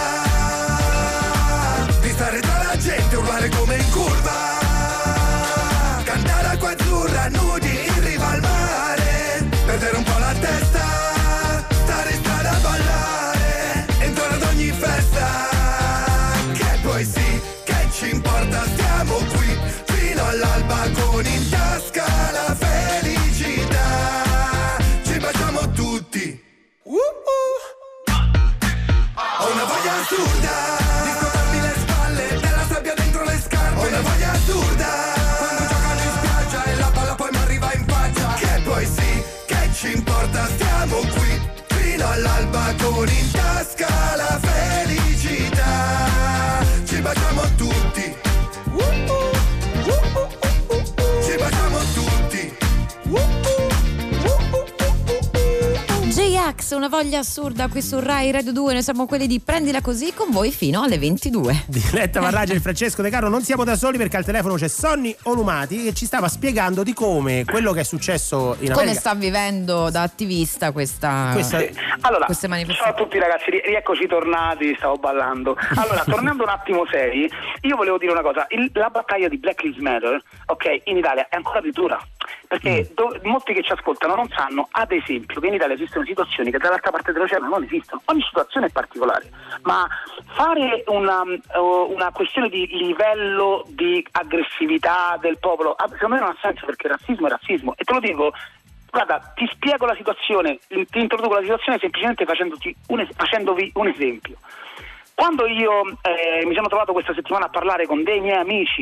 di stare tra la gente, urlare come in curva, cantare acqua azzurra, nudi in riva al mare, perdere un po' la testa, stare in strada a ballare, entrare ad ogni festa. Che poi sì, che ci importa, stiamo qui fino all'alba con in tasca la felicità. Ci baciamo tutti, uh, uh. Ho una voglia assurda di scotarmi le spalle, della sabbia dentro le scarpe. Ho una voglia assurda quando giocano in spiaggia e la palla poi mi arriva in faccia. Che poi sì, che ci importa, stiamo qui fino all'alba con in tasca la felicità. Ci baciamo tutti, uh, uh, uh, uh, uh, uh. Ci baciamo tutti, uh, uh, uh, uh, uh, uh. J-Ax, una voglia assurda qui su Rai Radio due. Noi siamo quelli di Prendila Così con voi fino alle ventidue. Diletta Varraggia e Francesco De Caro, non siamo da soli perché al telefono c'è Sonny Olumati che ci stava spiegando di come quello che è successo in Come America. sta vivendo da attivista questa, Questa- Allora, queste ciao a manifestazioni? tutti ragazzi, ri- rieccoci tornati, stavo ballando. Allora, tornando un attimo seri, io volevo dire una cosa, il- la battaglia di Black Lives Matter, ok, in Italia è ancora più dura, perché do- molti che ci ascoltano non sanno, ad esempio, che in Italia esistono situazioni che dall'altra parte dell'oceano non esistono. Ogni situazione è particolare, ma fare una, uh, una questione di livello di aggressività del popolo, ah, secondo me non ha senso, perché razzismo è razzismo, e te lo dico. Guarda, ti spiego la situazione, ti introduco la situazione semplicemente facendoti un es- facendovi un esempio. Quando io eh, mi sono trovato questa settimana a parlare con dei miei amici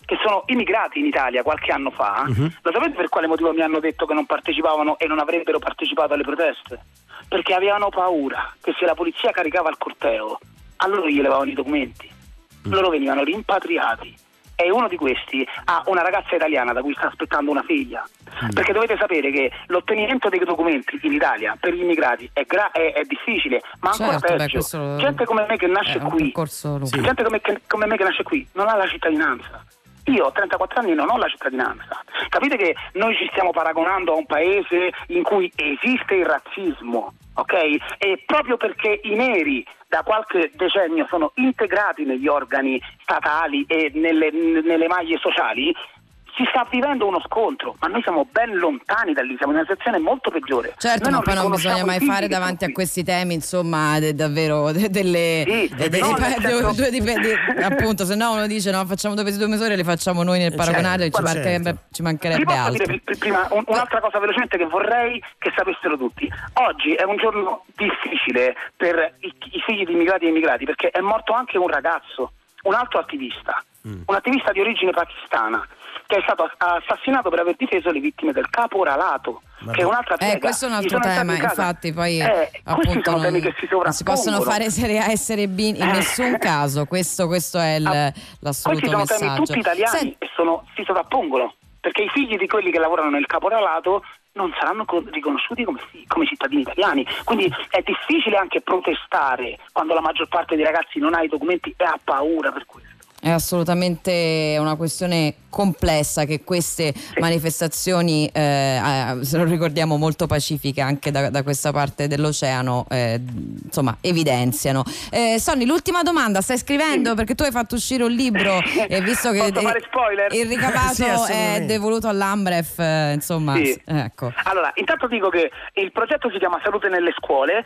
che sono immigrati in Italia qualche anno fa, Mhm. lo sapete per quale motivo mi hanno detto che non partecipavano e non avrebbero partecipato alle proteste? Perché avevano paura che se la polizia caricava il corteo, a loro gli levavano i documenti, loro venivano rimpatriati. E uno di questi ha una ragazza italiana da cui sta aspettando una figlia. Perché dovete sapere che l'ottenimento dei documenti in Italia per gli immigrati è, gra- è, è difficile, ma ancora Certo, beh, peggio. questo lo- Gente come me che nasce è un qui, percorso lungo. gente come, che- come me che nasce qui non ha la cittadinanza. Io ho trentaquattro anni e non ho la cittadinanza. Capite che noi ci stiamo paragonando a un paese in cui esiste il razzismo, ok? E proprio perché i neri da qualche decennio sono integrati negli organi statali e nelle, nelle maglie sociali, si sta vivendo uno scontro, ma noi siamo ben lontani da lì, siamo in una situazione molto peggiore. Certo, Noi ma poi non riconosciamo bisogna mai i figli fare che davanti sono a questi temi, insomma, de- davvero de- delle Sì, de- de- no, de- nel due- senso- due dipendi- appunto, se no uno dice no, facciamo due pesi due misure, le facciamo noi nel paragonare, ci, Guarda, mancherebbe, ci Vi mancherebbe posso altro. dire pr- prima un- un'altra cosa velocemente che vorrei che sapessero tutti. Oggi è un giorno difficile per i, i figli di immigrati e immigrati, perché è morto anche un ragazzo, un altro attivista, un attivista di origine pakistana, che è stato assassinato per aver difeso le vittime del caporalato, che è un'altra piega. Eh, questo è un Gli altro sono entrati tema, in casa. infatti poi Eh, questi appunto sono non, temi che si non si possono sovrappongono. fare serie A e serie B in Eh. nessun caso, questo, questo è il, l'assoluto Questi sono messaggio. temi tutti italiani Senti- e sono, si sovrappongono, perché i figli di quelli che lavorano nel caporalato non saranno co- riconosciuti come, fi- come cittadini italiani, quindi è difficile anche protestare quando la maggior parte dei ragazzi non ha i documenti e ha paura per questo. È assolutamente una questione complessa, che queste manifestazioni, eh, eh, se lo ricordiamo, molto pacifiche anche da, da questa parte dell'oceano, eh, insomma, evidenziano. Eh, Sonny, l'ultima domanda, stai scrivendo perché tu hai fatto uscire un libro e visto che Posso fare spoiler? il ricavato Sì, è assolutamente. devoluto all'Ambref, eh, insomma, Sì. s- ecco. Allora, intanto dico che il progetto si chiama Salute nelle scuole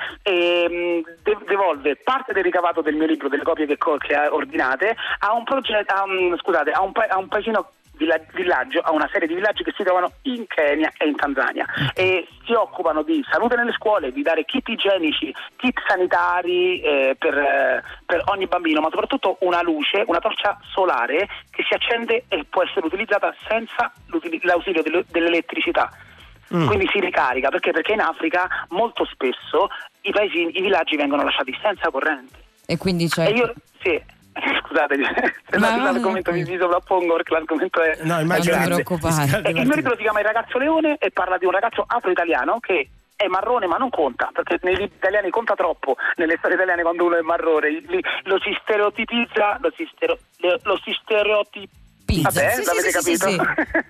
e mh, de- devolve parte del ricavato del mio libro, delle copie che, co- che ha ordinate, a un progetto, a un, scusate, a un, pa- a un paesino villa- villaggio, a una serie di villaggi che si trovano in Kenya e in Tanzania e si occupano di salute nelle scuole, di dare kit igienici, kit sanitari eh, per, eh, per ogni bambino, ma soprattutto una luce, una torcia solare che si accende e può essere utilizzata senza l'utili- l'ausilio delle- dell'elettricità. Mm. Quindi si ricarica, perché? Perché in Africa molto spesso i paesi, i villaggi vengono lasciati senza corrente. E quindi c'è... E io, sì, scusate, se Ma- no, l'argomento mi, mi sovrappongo perché l'argomento è... No, è immagino grande. di preoccupare. E il mio libro si chiama Il ragazzo leone e parla di un ragazzo afro-italiano che è marrone ma non conta, perché nei libri italiani conta troppo, nelle storie italiane quando uno è marrone, li- lo si stereotipizza, lo si, stero, lo si stereotipizza, vabbè, Sì, sì, l'avete sì, sì, capito?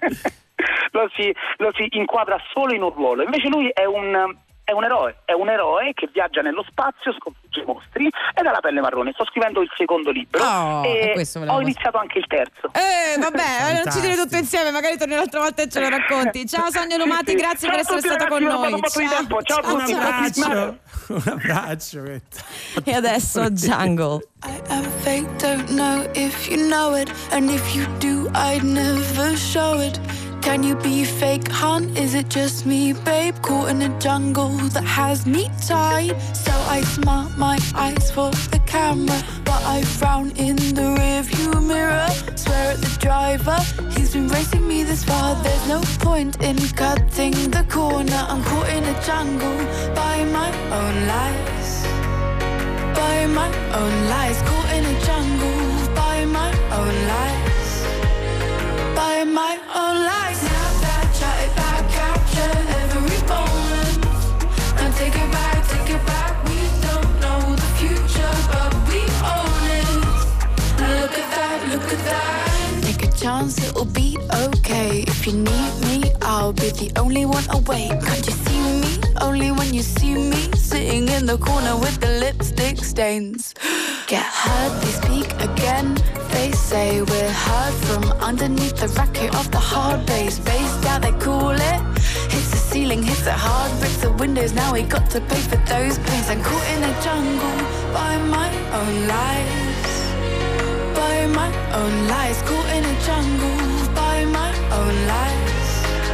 lo, si, lo si inquadra solo in un ruolo, invece lui è un... È un eroe, è un eroe che viaggia nello spazio, sconfigge i mostri ed ha la pelle marrone. Sto scrivendo il secondo libro Oh, e e questo volevo ho iniziato anche il terzo. Eh, vabbè, non ci dire tutto insieme, magari torni un'altra volta e ce lo racconti. Ciao Sonia Lumati, Sì, sì. grazie Ciao per a essere tutti, stata con ragazzi, ho noi. fatto un po' di tempo. Ciao a tutti, Un Black Lives Matter. abbraccio, un abbraccio. E adesso Jungle. I'm fake, don't know if you know it. And if you do, I'd never show it. Can you be fake, hon? Is it just me, babe? Caught in a jungle that has me tied. So I smart my eyes for the camera, but I frown in the rearview mirror. Swear at the driver, he's been racing me this far. There's no point in cutting the corner. I'm caught in a jungle by my own lies. By my own lies, caught in a jungle by my own lies. By my own lies. Snapchat, chat it back, capture every moment. And take it back, take it back. We don't know the future, but we own it. Look at that, look at that. Take a chance, it'll be okay. If you need me, I'll be the only one awake. Can't you see me? Only when you see me sitting in the corner with the lipstick stains. Get heard, they speak again. They say we're heard from underneath the racket of the hard bass. Bass down, they call it. Hits the ceiling, hits it hard, breaks the windows. Now we got to pay for those pains. I'm caught in a jungle by my own lies. By my own lies, caught in a jungle by my own lies.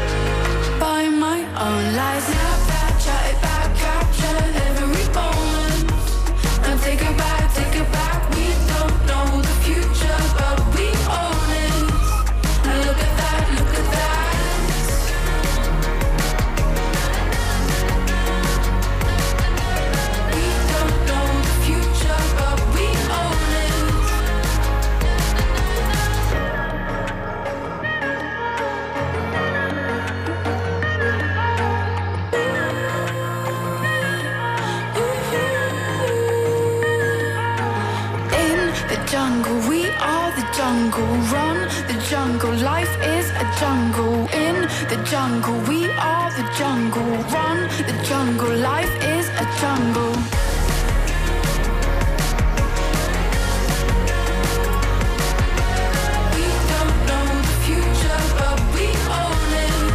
By my own lies. Snap that, chat it back, capture every moment. And take it back, take it back. We don't know the future, but we own it. jungle. Run the jungle. Life is a jungle. In the jungle, we are the jungle. Run the jungle. Life is a jungle. We don't know the future, but we own it.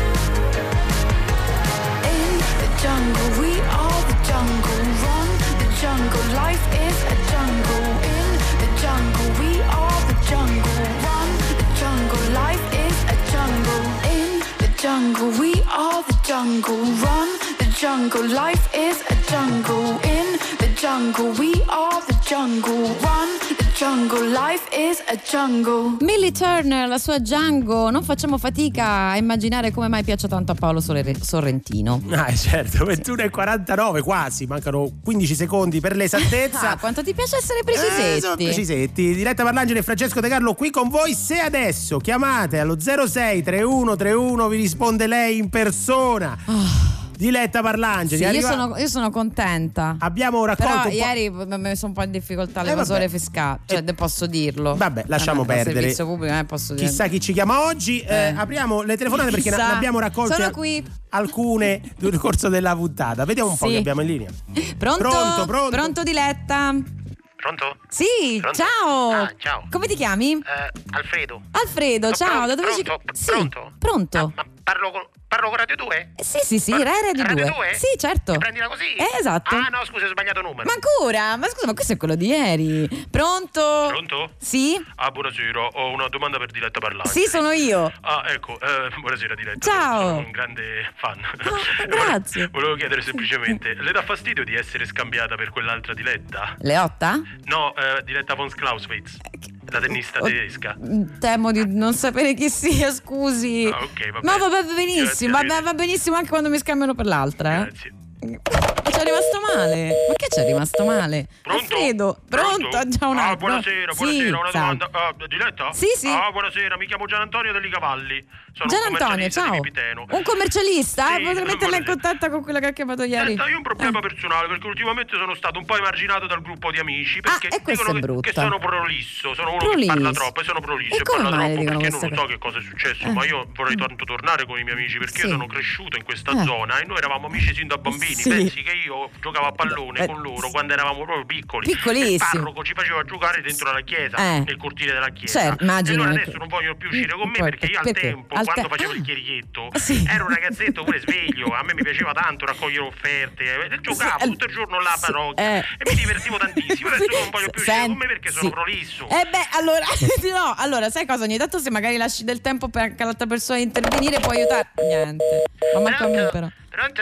In the jungle, we are the jungle. Run the jungle. Life is a jungle. In the jungle, we are the jungle. Run the jungle. Life is a jungle. In the jungle, we are the jungle. Run the jungle. Life is a jungle. In the jungle, we are the jungle. Run the jungle. Life is a jungle. Millie Turner, la sua Django. Non facciamo fatica a immaginare come mai piaccia tanto a Paolo Sorre- Sorrentino. Ah, certo, ventuno e quarantanove quasi, mancano quindici secondi per l'esattezza. Ah, quanto ti piace essere Eh, precisetti. sono precisetti. Diletta Parlangeli e Francesco De Carlo qui con voi. Se adesso chiamate allo zero sei trentuno trentuno vi risponde lei in persona. Diletta Parlangeli. Sì, io, arriva- sono, io sono contenta. Abbiamo raccolto Però un po'- ieri mi ho messo un po' in difficoltà Eh, l'evasore vabbè. fiscale, cioè de- posso dirlo. Vabbè, lasciamo Vabbè, perdere. servizio pubblico, eh, posso dire. Chissà chi ci chiama oggi. Eh, apriamo le telefonate perché ne Chissà. ne abbiamo raccolte Sono qui. alcune nel corso della puntata. Vediamo un po' Sì. che abbiamo in linea. Pronto? Pronto, pronto. Pronto, Diletta? Pronto? Sì, Pronto? ciao. Ah, ciao. Come ti chiami? Eh, Alfredo. Alfredo, ciao. Da dove pronto? ci... Sì, Pronto? pronto. Ma parlo con, parlo con Radio due? Sì, sì, sì, Rai Radio Radio due. due? Sì, certo. E prendila così? Eh, esatto. Ah, no, scusa, ho sbagliato numero. Ma ancora? Ma scusa, ma questo è quello di ieri. Pronto? Pronto? Sì? Ah, buonasera, ho una domanda per Diletta Parlangeli. Sì, sono io. Ah, ecco, eh, buonasera Diletta. Ciao. Sono un grande fan. Grazie. Volevo chiedere semplicemente, le dà fastidio di essere scambiata per quell'altra Diletta? Leotta? No, eh, Diletta von Clausewitz, la tennista Oh, tedesca. Temo di non sapere chi sia, scusi. Ah, ok, va Ma bene. va benissimo, Grazie, va, va benissimo anche quando mi scambiano per l'altra. eh. Grazie. Ma c'è rimasto male? Ma che c'è rimasto male? Pronto? Alfredo, pronto? Già un Ah, attimo. buonasera, Sì, buonasera, una ciao. domanda. Ah, Diletta? Sì, sì. Ah, buonasera, mi chiamo Gian Antonio degli Cavalli. Sono Gian un Antonio, commercialista ciao. di Pipiteno. Un commercialista? Sì, eh? Potrei metterla in contatto con quella che ha chiamato ieri. Senta, io ho un problema personale perché ultimamente sono stato un po' emarginato dal gruppo di amici perché e questo dicono è che, brutto. che sono prolisso, sono uno Prolisso. che parla troppo e sono prolisso E e, come parla mai troppo dicono perché non queste so cose? che cosa è successo, Eh. ma io vorrei tanto tornare con i miei amici perché Sì. io sono cresciuto in questa Eh. zona e noi eravamo amici sin da bambini. Sì. Pensi che io giocavo a pallone Eh, con loro quando eravamo proprio piccoli. Piccolissimi. Il parroco ci faceva giocare dentro la chiesa, Eh. nel cortile della chiesa. Certo, e immagino allora che- adesso non vogliono più uscire con me Poi, perché io al perché? tempo, Al quando te- facevo il Ah. chierichetto, Sì. ero un ragazzetto pure sveglio, a me mi piaceva tanto raccogliere offerte, eh, giocavo Sì, tutto il giorno là a sì, parrocchia eh. e mi divertivo tantissimo. Adesso non voglio più uscire Senti, con me perché sono sì. prolisso. Eh beh, allora, no, allora, sai cosa? Ogni tanto se magari lasci del tempo per anche l'altra persona intervenire può aiutare. Niente. Ma manco a me però. Pronto?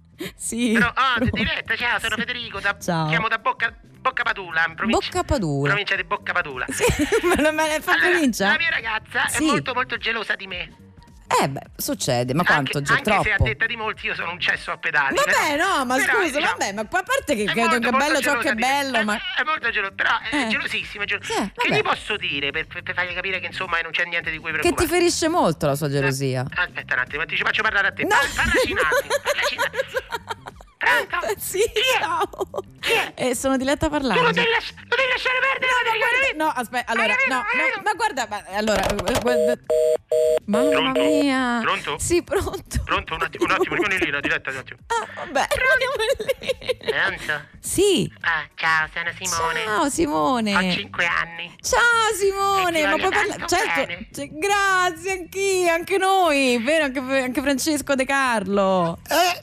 Sì. Però, ah, pronto. Diletta, ciao, sono Federico, da, Ciao. chiamo da Bocca, Bocca Padula, in provincia, Bocca Padula. provincia di Bocca Padula. Ma non me ne fa Allora, provincia? la mia ragazza Sì. è molto molto gelosa di me. Eh beh, succede, ma quanto? Anche, Già anche se a troppo. detta di molti io sono un cesso a pedali. Vabbè, però- no, ma però, scusa, diciamo, vabbè, ma poi a parte che è credo molto, che è molto bello ciò che gelosa è di me. bello, È- ma. È molto gelosa, però è Eh. gelosissima. È gelo- Sì, che vabbè. gli posso dire per, per, per fargli capire che insomma non c'è niente di cui Che preoccuparsi? ti ferisce molto la sua gelosia. Aspetta un attimo, ti ci faccio parlare a te. No. Parlaci un attimo, parlaci un attimo. Pronto? Sì, ciao. Eh, sono Diletta Parlangeli. Tu lo devi, lasci- lo devi lasciare perdere, No, lo devi ma lasciare guarda, no, aspetta, allora, Hai capito? no, Hai no, capito? ma guarda, ma, allora, gu- guarda. Mamma Pronto? mia. Pronto? Sì, pronto. Pronto? Un attimo, un attimo, rimani in linea, Diletta, un attimo. Ah, vabbè, rimaniamo lì. Pronto? Sì. Ah, ciao, sono Simone. Ciao Simone. Ho cinque anni. Ciao Simone, E ti ma voglio puoi parlare? tanto Certo, bene. cioè, grazie anch'io, anche noi, vero? Anche, anche Francesco De Carlo. Eh.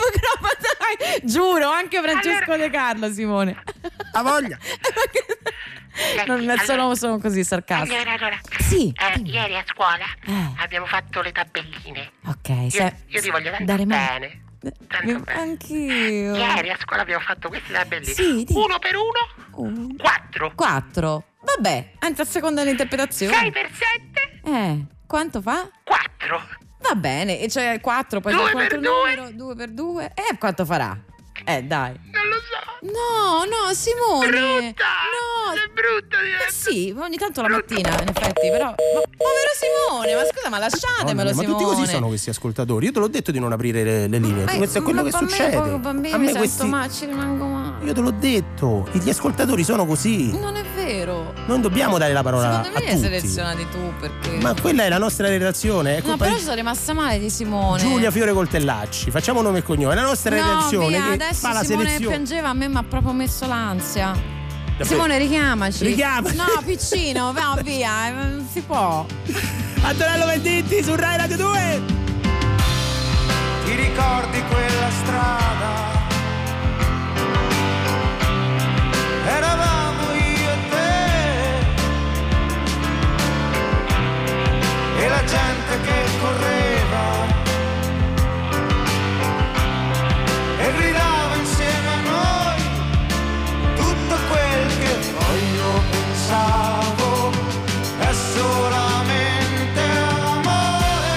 Ma dai, giuro, anche Francesco De Carlo, Simone. Ha voglia. Non è solo sono così sarcastico. Allora, allora. Sì. Eh, ieri a scuola Eh. abbiamo fatto le tabelline. Ok, Io, se- io ti voglio tanto dare ma- bene. Tanto bene. Anch'io. Ieri a scuola abbiamo fatto queste tabelline. Sì, di- Uno per uno, quattro. Quattro. Vabbè, anzi a seconda dell'interpretazione. Sei per sette, Eh, quanto fa? quattro. Va bene, e cioè quattro, poi Due c'è quattro per due. numero, due per due. E quanto farà? Eh, dai. Non lo so. No, no, Simone. Brutta. No. È brutta, Eh sì, ogni tanto la mattina, in effetti, però. ma- Povero Simone, ma scusa, ma lasciatemelo, Madonna, ma Simone. tutti così sono questi ascoltatori. Io te l'ho detto di non aprire le, le linee. Ma- Questo è quello ma che a me succede. poi bambini A mi me sento questi- male, ci rimango male. Io te l'ho detto, gli ascoltatori sono così. Non è vero. Non dobbiamo dare la parola Secondo a me li hai tutti. selezionati tu perché. Ma quella è la nostra redazione. È No, colpa però di sono rimasta male di Simone. Giulia Fiore Coltellacci. Facciamo nome e cognome. È la nostra No, redazione via, che adesso fa la Simone selezione. piangeva, a me mi ha proprio messo l'ansia. Davvero? Simone, richiamaci. Richiama. No, piccino, no, via, eh, non si può. Antonello Venditti su Rai Radio due. Ti ricordi quella strada? Eravamo io e te e la gente che correva e gridava insieme a noi tutto quel che poi io pensavo è solamente amore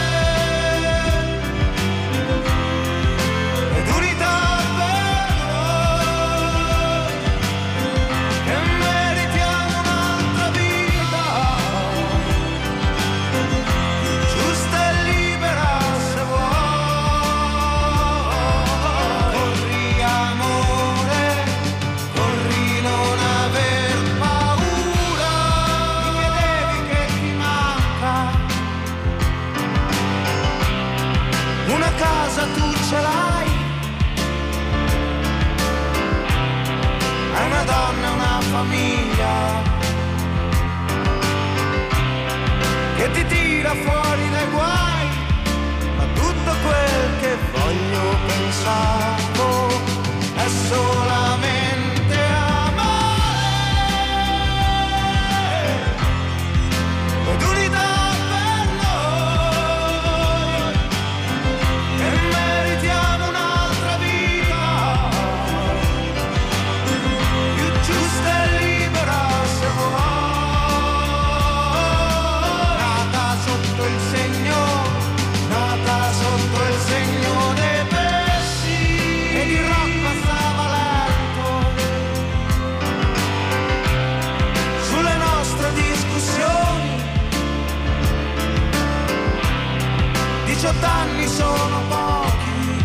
ed unità per noi che meritiamo un'altra vita giusta e libera se vuoi. Corri amore, corri, non aver paura. Mi chiedevi che ti manca una casa, tu ce l'hai, hai una donna e una famiglia che ti tira fuori dai guai, ma tutto quel che voglio pensavo è solamente amore ed unità per noi che meritiamo un'altra vita più giusta e libera se vuoi. Nata sotto il segno, nata sotto il segno dei pesci ed il rock passava lento sulle nostre discussioni. Diciotto anni sono pochi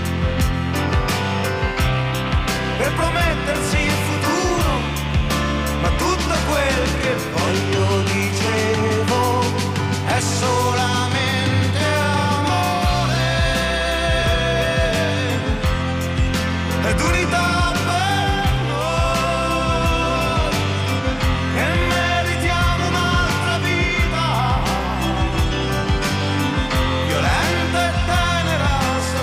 per promettersi il futuro, ma tutto quel che poi io dicevo è solamente amore ed unità per noi che meritiamo un'altra vita violenta e tenera se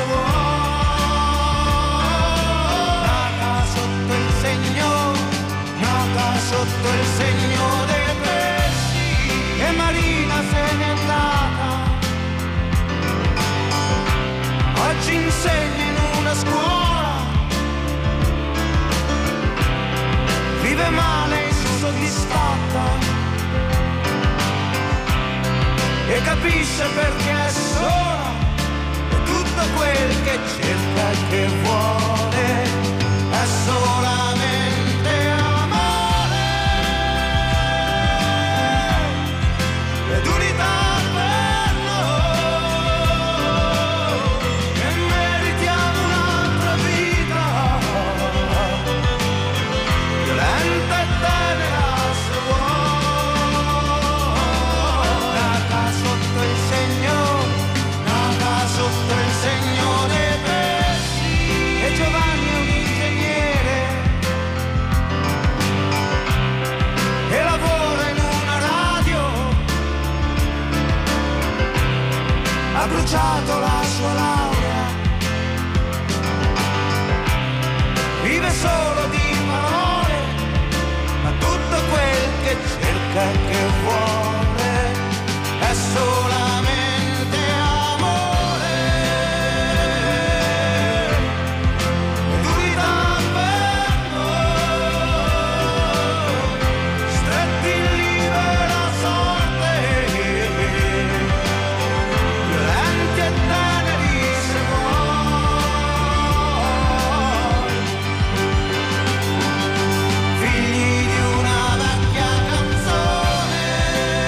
vuoi. Nata sotto il segno, nata sotto il segno dei pesci e Marina se n'è andata. Oggi insegna in una scuola, vive male insoddisfatta e capisce perché è sola e tutto quel che cerca e che vuole è solamente amore ed unità per noi che meritiamo un'altra vita violenta e tenera se vuoi. Nata sotto il segno, nata sotto il segno dei pesci e Giovanni è un ingegnere e lavora in una radio. Ha bruciato la sua laurea, vive solo di parole, ma tutto quel che cerca e che vuole è solamente amore ed unità per noi, stretti in libera sorte, violenti e teneri se vuoi, figli di una vecchia canzone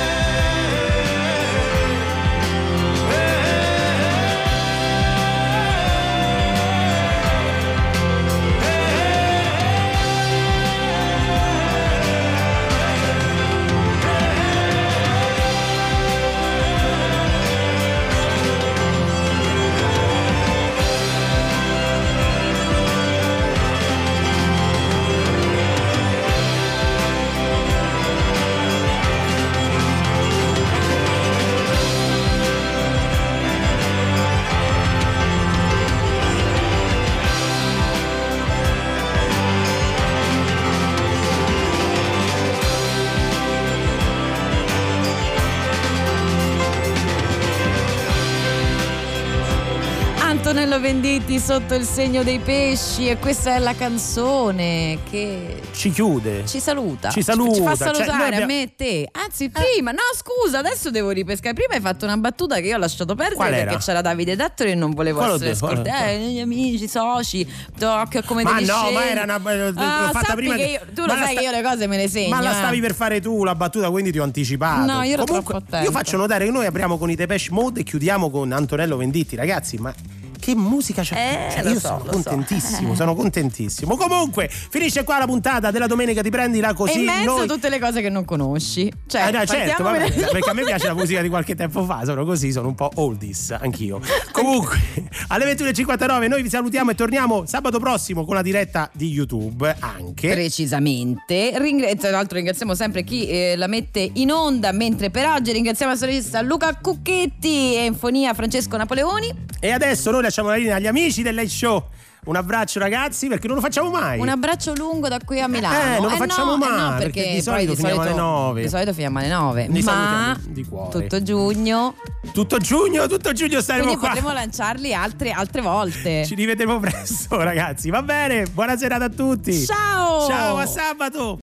Antonello Venditti sotto il segno dei pesci e questa è la canzone che ci chiude, ci saluta, ci saluta, ci fa cioè, salutare noi abbiamo- a me e te. Anzi, prima, no, scusa, adesso devo ripescare. Prima hai fatto una battuta che io ho lasciato perdere Qual era? perché c'era Davide Dattoli e non volevo Qual ho essere detto? Qual ho scortata. Eh, gli amici, soci, toc, come Ma devi no, scegliere. ma era una l'ho Ah, fatta sappi prima che che- io, tu ma lo la sai sta- che io le cose me le segno. Ma la eh. stavi per fare tu la battuta, quindi ti ho anticipato. No, io ero Comunque, troppo attenta. io faccio notare che noi apriamo con i Depeche Mode e chiudiamo con Antonello Venditti, ragazzi, ma che musica c'è? Eh, Cioè, lo io so, sono lo contentissimo, so. sono contentissimo. Comunque, finisce qua la puntata della domenica di Prendila Così. E in mezzo noi... tutte le cose che non conosci. Cioè, Eh, no, certo, partiamo vabbè, per- perché a me piace la musica di qualche tempo fa, sono così, sono un po' oldies anch'io. Comunque, alle ventuno e cinquantanove noi vi salutiamo e torniamo sabato prossimo con la diretta di YouTube anche. Precisamente. Ringra- tra l'altro ringraziamo sempre chi eh, la mette in onda, mentre per oggi ringraziamo la solista Luca Cucchetti e in fonia Francesco Napoleoni. E adesso noi lasciamo la linea agli amici del Late Show. Un abbraccio ragazzi, perché non lo facciamo mai. Un abbraccio lungo da qui a Milano. Eh, non lo facciamo no, mai, eh no, perché perché di solito poi finiamo alle nove. Di solito finiamo alle nove. Li Ma salutiamo di cuore. tutto giugno. Tutto giugno, tutto giugno staremo Quindi qua. potremo lanciarli altre, altre volte. Ci rivedremo presto ragazzi, va bene? Buona serata a tutti. Ciao. Ciao, a sabato.